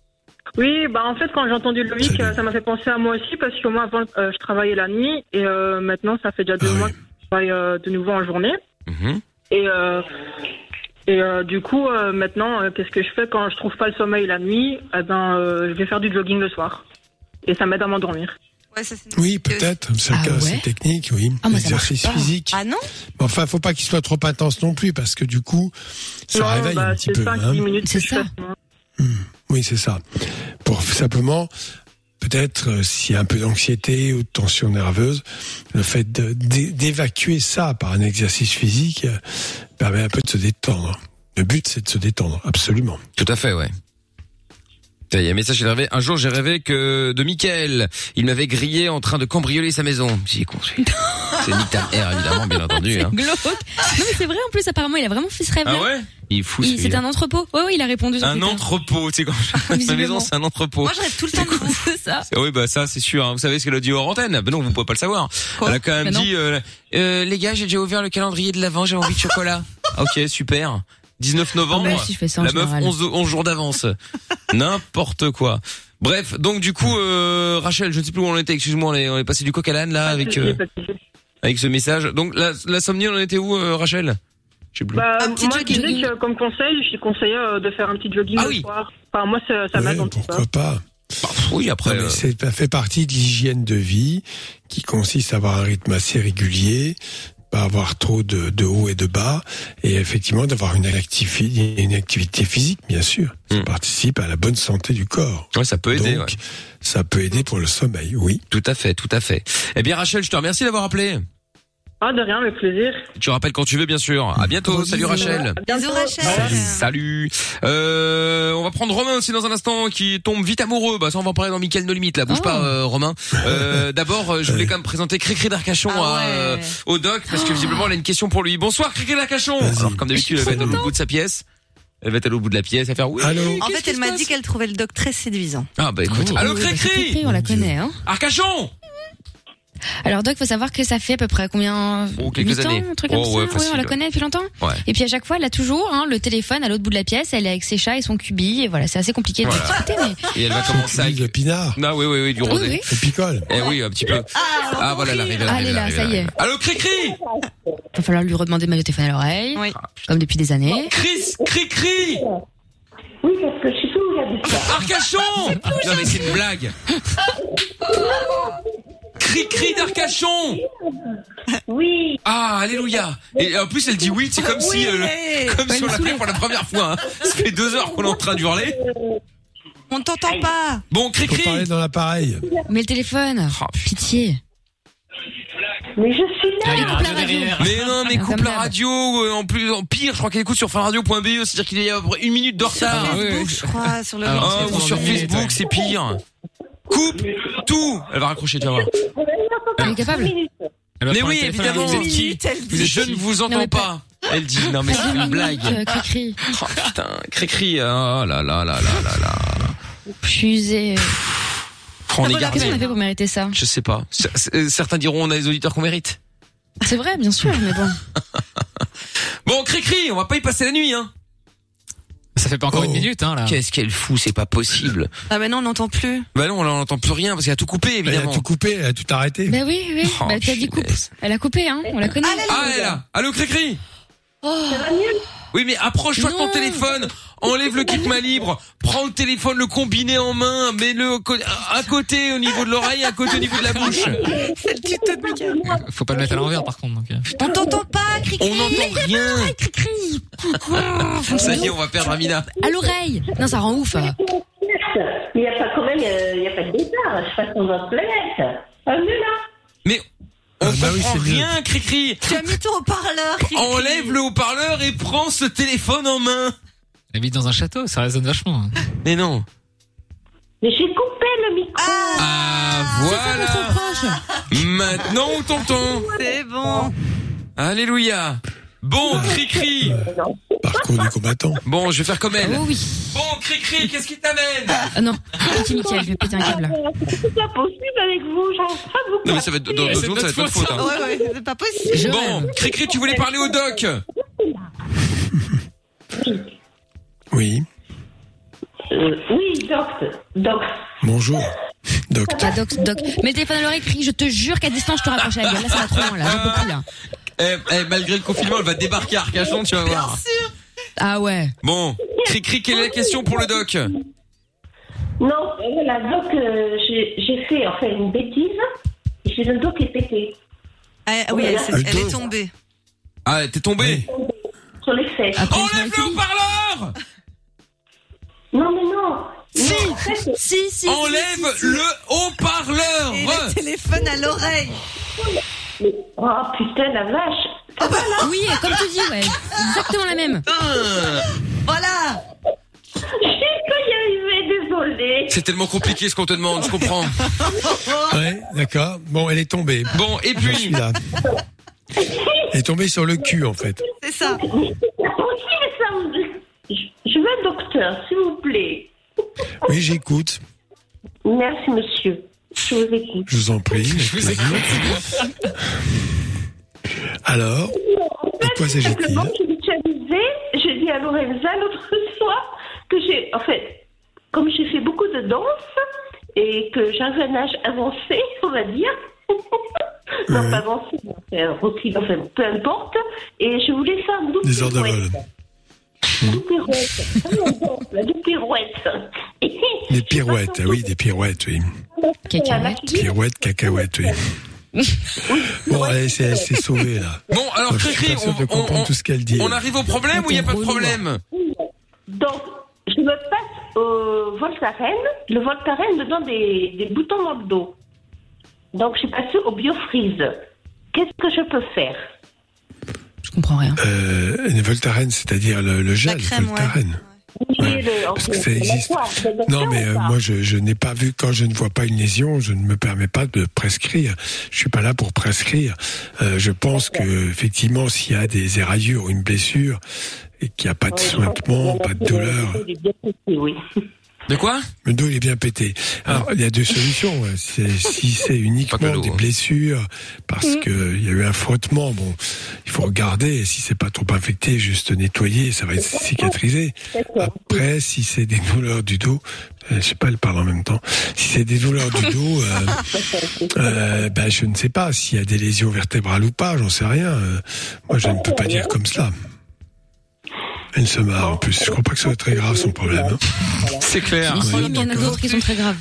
Oui, bah en fait, quand j'ai entendu Loïc, Salut. euh, ça m'a fait penser à moi aussi parce que moi, avant, euh, je travaillais la nuit et euh, maintenant, ça fait déjà deux Ah mois oui. que je travaille euh, de nouveau en journée. Mhm. Et, euh, et euh, du coup, euh, maintenant, euh, qu'est-ce que je fais quand je trouve pas le sommeil la nuit? Eh ben, euh, je vais faire du jogging le soir. Et ça m'aide à m'endormir. Ouais, ça, c'est une- Oui, peut-être. Chacun Ah a ouais ses techniques, oui. Ah, moi, ça L'exercice marche pas. physique. Ah non? Mais enfin, faut pas qu'il soit trop intense non plus, parce que du coup, ça non, réveille bah, un petit c'est peu. cinq hein. dix minutes C'est que je ça. fais. Hmm. Oui, c'est ça. Pour simplement, peut-être, euh, s'il y a un peu d'anxiété ou de tension nerveuse, le fait de- d'é- d'évacuer ça par un exercice physique euh, permet un peu de se détendre. Le but, c'est de se détendre, absolument. Tout à fait, ouais. Il y a un message qui est arrivé. Un jour, j'ai rêvé que de Mickaël. Il m'avait grillé en train de cambrioler sa maison. J'ai conçu. C'est Nick ta mère, évidemment, bien entendu. C'est hein. glauque. Non, mais c'est vrai, en plus, apparemment, il a vraiment fait ce rêve-là. Ah ouais? Il est fou, Il- C'était un entrepôt. Ouais, ouais, il a répondu sur Un Twitter. entrepôt, tu sais, quand ma maison, Visiblement. c'est un entrepôt. Moi, je rêve tout le temps de vous. C'est ça. Oui, bah ça, c'est sûr. hein. Vous savez ce qu'elle a dit hors antenne? Ben non, vous pouvez pas le savoir. Quoi Elle a quand même Bah non. dit, euh, euh, les gars, j'ai déjà ouvert le calendrier de l'avant, j'ai envie de chocolat. Ok, super. dix-neuf novembre. Ah bah, si je fais ça en la meuf, général. onze, onze jours d'avance. N'importe quoi. Bref, donc du coup, euh, Rachel, je ne sais plus où on était. Excuse-moi, on est, on est passé du coq à l'âne là avec euh, avec ce message. Donc la, la somnie, on en était où, euh, Rachel? Je sais plus. Bah, Un petit moi, je disais jogging. que, comme conseil, je conseillais euh, de faire un petit jogging Ah le oui. soir. Enfin, moi, ça, ça Ouais, m'aide un petit peu. pourquoi pas. Bah, oui, après. Non, mais euh, c'est- ça fait partie de l'hygiène de vie qui consiste à avoir un rythme assez régulier, pas avoir trop de, de hauts et de bas, et effectivement d'avoir une activité, une activité physique, bien sûr. Ça Mm. participe à la bonne santé du corps. Ouais, ça peut aider. Donc, ouais. ça peut aider pour le sommeil, oui. Tout à fait, tout à fait. Eh bien, Rachel, je te remercie d'avoir appelé. Ah, de rien, avec plaisir. Tu rappelles quand tu veux, bien sûr. À bientôt. Gros Salut bisous. Rachel. Bisous, Rachel. Salut. Euh, on va prendre Romain aussi dans un instant qui tombe vite amoureux. Bah ça on va en parler dans Mickaël No Limite là. Bouge Oh. pas euh, Romain. Euh, d'abord euh, je voulais quand même présenter Cricri d'Arcachon Ah à, ouais. euh, au doc parce que visiblement elle a une question pour lui. Bonsoir Cricri d'Arcachon. Vas-y. Alors comme d'habitude elle va être à l'autre bout de sa pièce. Elle va être à l'autre bout de la pièce, elle va faire oui. Allô En qu'est-ce fait, qui elle se m'a passe dit qu'elle trouvait le doc très séduisant. Ah bah écoute. Oh, Allô oui, bah, c'est Cricri. Cricri, on la connaît, hein. Arcachon. Alors Doc, faut savoir que ça fait à peu près combien Oh, quelques huit années. ans, un truc Oh, comme ouais, ça. facile, on la ouais. connaît depuis longtemps. Ouais. Et puis à chaque fois, elle a toujours hein, le téléphone à l'autre bout de la pièce. Elle est avec ses chats et son cubi. Et voilà, c'est assez compliqué Voilà. de discuter, mais Et elle va commencer Avec avec le pinard, Ah oui oui oui du oui, rosé. oui. le picole. Eh oui un petit peu. Ah voilà elle arrive. Elle Ah, arrive, elle est là, arrive, ça y elle est. arrive. Allô Cricri. va falloir lui redemander de mettre le téléphone à l'oreille, Oui. comme depuis des années. Chris Cricri. Oui, parce que je suis où j'habite là. Arcachon. Non mais c'est une blague. Cri-cri d'Arcachon. Oui. Ah, alléluia. Et en plus, elle dit oui, c'est comme si, euh, le- comme si on l'appelait pour la première fois. Hein. Ça fait deux heures qu'on est en train d'hurler. On ne t'entend pas. Bon, Faut parler cri-cri. dans l'appareil. Mais le téléphone, Oh, pitié. Mais je suis là. Allez, coupe la radio. Mais non, mais Comme coupe la d'hab. radio. euh, En plus, en pire, je crois qu'elle écoute sur funradio point b e, c'est-à-dire qu'il y a à peu près une minute de Sur retard. Facebook, je crois, sur le Ah, lien. ou sur Facebook, c'est pire. Coupe tout. Elle va raccrocher, tu vas voir. Elle est capable. Elle va Mais prendre oui, le téléphone, évidemment. elle dit, Minute, elle Je dit. ne vous Non, entends mais pas- pas. Elle dit, non mais c'est une blague. Euh, Cri-cri. Oh putain, cri-cri. Oh là là là là là là. Je suis usée. On est Qu'est-ce gardé. qu'on a fait pour mériter ça? Je sais pas. C- c- Certains diront on a les auditeurs qu'on mérite. C'est vrai, bien sûr, mais bon. Bon, cri-cri, on va pas y passer la nuit, hein. Ça fait pas encore Oh. une minute, hein, là. Qu'est-ce qu'elle fout, c'est pas possible. Ah ben non, on n'entend plus. Bah non, là on n'entend plus rien parce qu'elle a tout coupé, Elle a évidemment. tout coupé, elle a tout arrêté. Bah oui, oui. Oh, Bah t'as dit coupe. punaise. Elle a coupé, hein. On la connaît. Ah, elle est là. Allô, cri-cri. Oh. Oui, mais approche-toi de ton Non. téléphone. Enlève le kit main libre. Prends le téléphone, le combiné en main. Mets-le au co- à côté au niveau de l'oreille, à côté au niveau de la bouche. C'est le tuto de Mickaël. Faut pas le mettre à l'envers, par contre. Donc, euh. On t'entend pas, cri On n'entend rien. Cri-cri. Ça y est, on va perdre Amina. À l'oreille. Non, ça rend ouf. Mais il n'y a pas quand même, il n'y a pas de départ. Je passe dans notre planète. Ah, mais là. Mais on Ah bah oui, comprend c'est mieux. rien, cri-cri. Tu as mis ton haut-parleur. Cri-cri. Enlève le haut-parleur et prends ce téléphone en main. Elle habite dans un château, ça résonne vachement. hein. Mais non. Mais j'ai coupé le micro. Ah, voilà. Maintenant on t'entend. C'est bon. Alléluia. Bon, cri-cri. Parcours du combattant. Bon, je vais faire comme elle. Oh oui. Bon, cri-cri, qu'est-ce qui t'amène? Ah non. Petit Mickaël, je vais péter un câble là. C'est pas possible avec vous. J'en sais pas vous. Non mais ça va être, dans deux secondes, ça va être votre faute. hein. Ouais, ouais, c'est pas possible. Je Bon, rêve. cri-cri, tu voulais parler au doc. Oui. Euh, oui, doc. Doc. Bonjour. Doc. Ah, doc, doc. Mets le téléphone à l'oreille, cri. Je te jure qu'à distance, je te raccroche la gueule. Là, ça va trop loin, là. J'en peux plus, là. Eh, eh, malgré le confinement, elle va débarquer à Arcachon, tu vas voir. Ah ouais. Bon, cri-cri, quelle est la question pour le doc? Non, euh, voilà, doc, euh, j'ai j'ai fait en fait une bêtise. Et j'ai le dos qui est pété. Ah oui, elle, s'est- elle est tombée. Ah, t'es tombé? Sur les fesses. Après, Enlève le haut-parleur. Non, mais non. Si, Non, en fait, si, si. Enlève si, si, si. le haut-parleur. Et le téléphone à l'oreille. mais- oh putain, la vache. Oui, comme tu dis, ouais. Exactement la même. Voilà. Je peux y arriver, désolée. C'est tellement compliqué ce qu'on te demande, je comprends. Ouais, d'accord. Bon, elle est tombée. Bon, et puis. Je suis là. Elle est tombée sur le cul, en fait. C'est ça. Oui, mais ça me... Je je veux un docteur, s'il vous plaît. Oui, j'écoute. Merci, monsieur. Je vous écoute. Je vous en prie. Je vous écoute. Alors, de quoi s'agit-il? Simplement, je disais, j'ai dit à Lorenza l'autre soir que j'ai, en fait, comme j'ai fait beaucoup de danse et que j'avais un âge avancé, on va dire, non Ouais. pas avancé, mais enfin, recul, enfin, peu importe, et je voulais faire une double Des heures d'avol. pirouette. Double pirouette. Ah, non, la double pirouette. Des pirouettes, ah oui, des pirouettes, oui. Cacahuètes. Pirouettes, cacahuètes, oui. Bon, allez, c'est, c'est sauvé, là. Bon, alors, Moi, je suis Cricri, pas sûr on, de comprendre on- tout ce qu'elle dit. on arrive au problème ou il n'y a pas de problème? Donc, je me passe au Voltaren. Le Voltaren me donne des, des boutons dans le dos. Donc, je suis passée au Biofreeze. Qu'est-ce que je peux faire? Je comprends rien. Euh, une Voltaren, c'est-à-dire le, le gel, crème, Voltaren. Oui, le- Parce que enfin, ça existe. d'accord, c'est d'accord, Non, mais euh, ça. moi, je, je n'ai pas vu, quand je ne vois pas une lésion, je ne me permets pas de prescrire. Je suis pas là pour prescrire. Euh, je pense que, effectivement, s'il y a des éraillures ou une blessure, et qu'il n'y a pas de sointement, pas de douleur. Il est bien pété, oui. De quoi? Le dos, il est bien pété. Alors, il y a deux solutions. C'est, si c'est uniquement des blessures, parce Mm. que il y a eu un frottement, bon, il faut regarder. Et si c'est pas trop infecté, juste nettoyer, ça va être cicatrisé. Après, si c'est des douleurs du dos, euh, je sais pas, elle parle en même temps. Si c'est des douleurs du dos, euh, euh, ben, je ne sais pas s'il y a des lésions vertébrales ou pas, j'en sais rien. Euh, moi, je ne peux pas dire comme cela. Elle se marre en plus. Je crois pas que ce soit très grave son problème. hein. C'est clair. Il y en a d'autres qui sont très graves.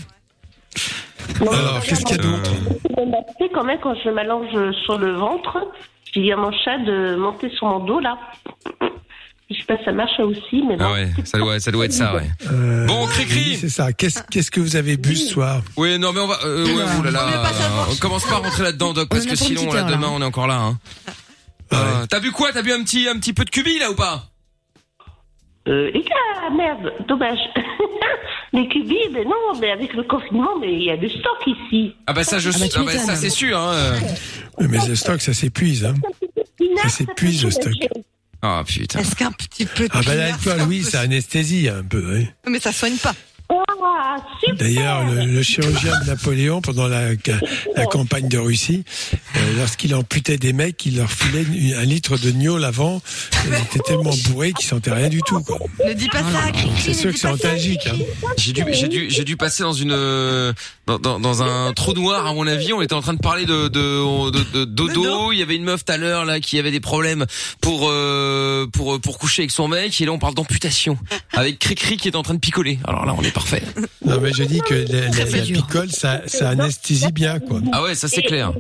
Alors, qu'est-ce qu'il y a d'autre? C'est quand même quand je m'allonge sur le ventre, je dis à mon chat de monter sur mon dos, là. Je sais pas si ça marche aussi, mais bon. Ah ouais, ça doit, ça doit être ça, ouais. Euh, Bon, Cricri. oui, c'est ça. Qu'est-ce, qu'est-ce que vous avez bu ce soir? Oui, non, mais on va, euh, ouais, oulala, on commence pas à rentrer là-dedans, Doc, parce On a que pour une sinon, petite là, heure, là. demain, on est encore là, hein. Euh, t'as bu quoi? T'as bu un petit, un petit peu de cubi, là, ou pas? Euh, les gars, merde, dommage. Les cubis, mais non, mais avec le confinement, mais il y a du stock ici. Ah bah ça, je, ah bah, ça, c'est sûr, hein. Oui, mais le stock, ça s'épuise, hein. Ça s'épuise, le stock. Ah, putain. Est-ce qu'un petit peu de Ah, bah, pinard, l'alcool, ça oui, peut- ça anesthésie, un peu, oui. Mais ça soigne pas. Ah, super. D'ailleurs, le, le chirurgien de Napoléon, pendant la, la campagne de Russie, euh, lorsqu'il amputait des mecs, il leur filait une- un litre de gnôle avant. Ils étaient tellement bourrés qu'ils sentaient rien du tout, quoi. Ne dis pas ça, Cricri, C'est ne sûr dis que c'est pas ça. antalgique, hein. J'ai dû, j'ai dû, j'ai dû passer dans une, euh, dans, dans, dans un trou noir, à mon avis. On était en train de parler de, de, de, de dodo. Il y avait une meuf tout à l'heure, là, qui avait des problèmes pour, euh, pour, pour coucher avec son mec. Et là, on parle d'amputation. Avec Cricri qui est en train de picoler. Alors là, on est parfait. Non, mais je dis que la, la, la picole, ça, ça anesthésie bien, quoi. Ah ouais, ça c'est clair.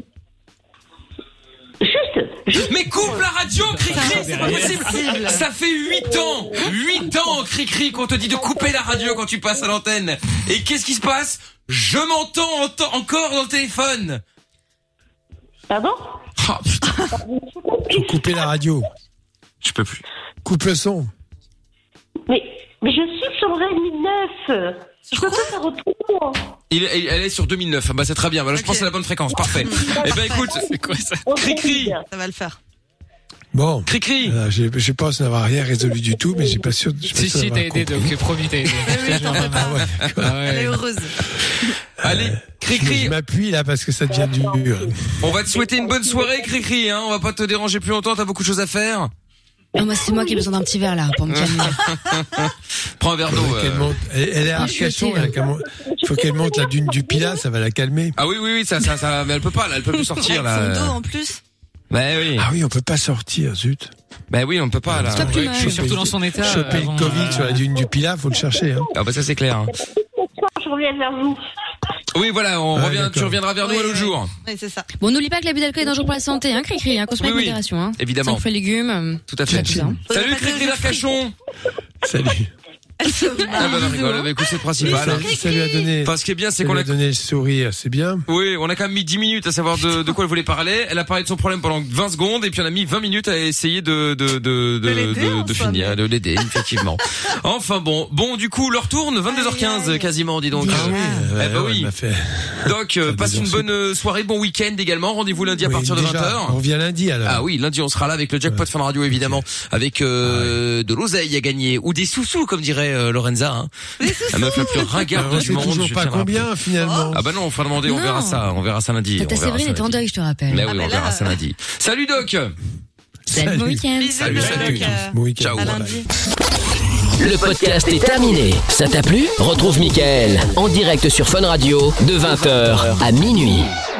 Juste, Mais coupe la radio, Cricri, c'est pas possible. Ça fait huit ans, huit ans, Cricri, qu'on te dit de couper la radio quand tu passes à l'antenne. Et qu'est-ce qui se passe? Je m'entends ento- encore dans le téléphone. Pardon? Oh putain. Faut couper la radio. Je peux plus. Coupe le son. Mais, mais je suis sur le Redmi neuf. Je peux pas faire autrement. Il, il- elle est sur deux mille neuf. Bah c'est très bien. Bah, là, je pense que c'est la bonne fréquence. Parfait. Eh ben écoute, c'est quoi ça? Cricri. Ça va le faire. Bon. Cricri. Euh, je, je pense n'avoir rien résolu du tout, mais j'ai pas sûr. je suis pas Si, sûr si, d'avoir t'as aidé, compris. donc, promis, t'as aidé. Ah ouais. Ah ouais. Elle est heureuse. Allez, Cricri. Je m'appuie là parce que ça devient dur. On va te souhaiter une bonne soirée, Cricri. Hein. On va pas te déranger plus longtemps. T'as beaucoup de choses à faire. Ah, moi, c'est moi qui ai besoin d'un petit verre, là, pour me calmer. Prends un verre d'eau. Faudrait euh. qu'elle monte. Elle, elle est à Ah, je suis Arcachon. utile. elle a qu'à mon- Il faut qu'elle monte la dune du Pilat, ça va la calmer. Ah oui, oui, oui, ça, ça, ça, mais elle peut pas, là, elle peut plus sortir, Avec là. son dos en plus. Bah oui. Ah oui, on peut pas sortir, zut. Bah oui, on peut pas, là. C'est pas plus mal. Je suis surtout dans son état. Choper avant, le Covid euh, sur la dune du Pilat, faut le chercher. Hein. Ah bah ça c'est clair. hein. Je reviens vers vous. Oui, voilà, on Ouais, revient, tu d'accord. reviendras vers nous Oui, à l'autre oui. jour. Oui, c'est ça. Bon, n'oublie pas que l'abus d'alcool est dangereux pour la santé, hein, Cricri, hein, consommez Oui, avec oui. modération, hein. Évidemment. Cinq fruits et légumes. euh, Tout à fait. tout ça. Salut Cricri d'Arcachon. Salut. Ah bah non, rigole, bah écoute, c'est le principal. Ça, ça lui a donné. Enfin, ce qui est bien, c'est ça qu'on lui a a donné le sourire, c'est bien. Oui, on a quand même mis dix minutes à savoir de, de quoi elle voulait parler. Elle a parlé de son problème pendant vingt secondes et puis on a mis vingt minutes à essayer de de de de, de, de, de finir, de l'aider effectivement. Enfin bon, bon du coup, l'heure tourne, vingt-deux heures quinze quasiment, dis donc. Ah oui, eh bah ouais, oui. elle m'a fait- Donc euh, passe une bonne soirée, bon week-end également. Rendez-vous lundi à Oui, partir de déjà, vingt heures. on revient lundi alors. Ah oui, lundi on sera là avec le jackpot Fun Radio évidemment, avec euh, de l'oseille à gagner ou des sous-sous comme dirait euh, Lorenza. Hein. La meuf la plus ringarde Alors, on du sait monde. toujours je pas tiens à combien rappeler. finalement. Ah bah non, on fera demander, on Non. verra ça, on verra ça lundi. Tata on verra Séverine ça est en lundi. deuil, je te rappelle. Mais oui, Ah bah on verra là, ça lundi. Salut Doc. Salut, bon week-end. Salut, salut. Bon week-end. Ciao. À lundi. Le podcast est terminé. Ça t'a plu? Retrouve Mickaël en direct sur Fun Radio de vingt heures à minuit.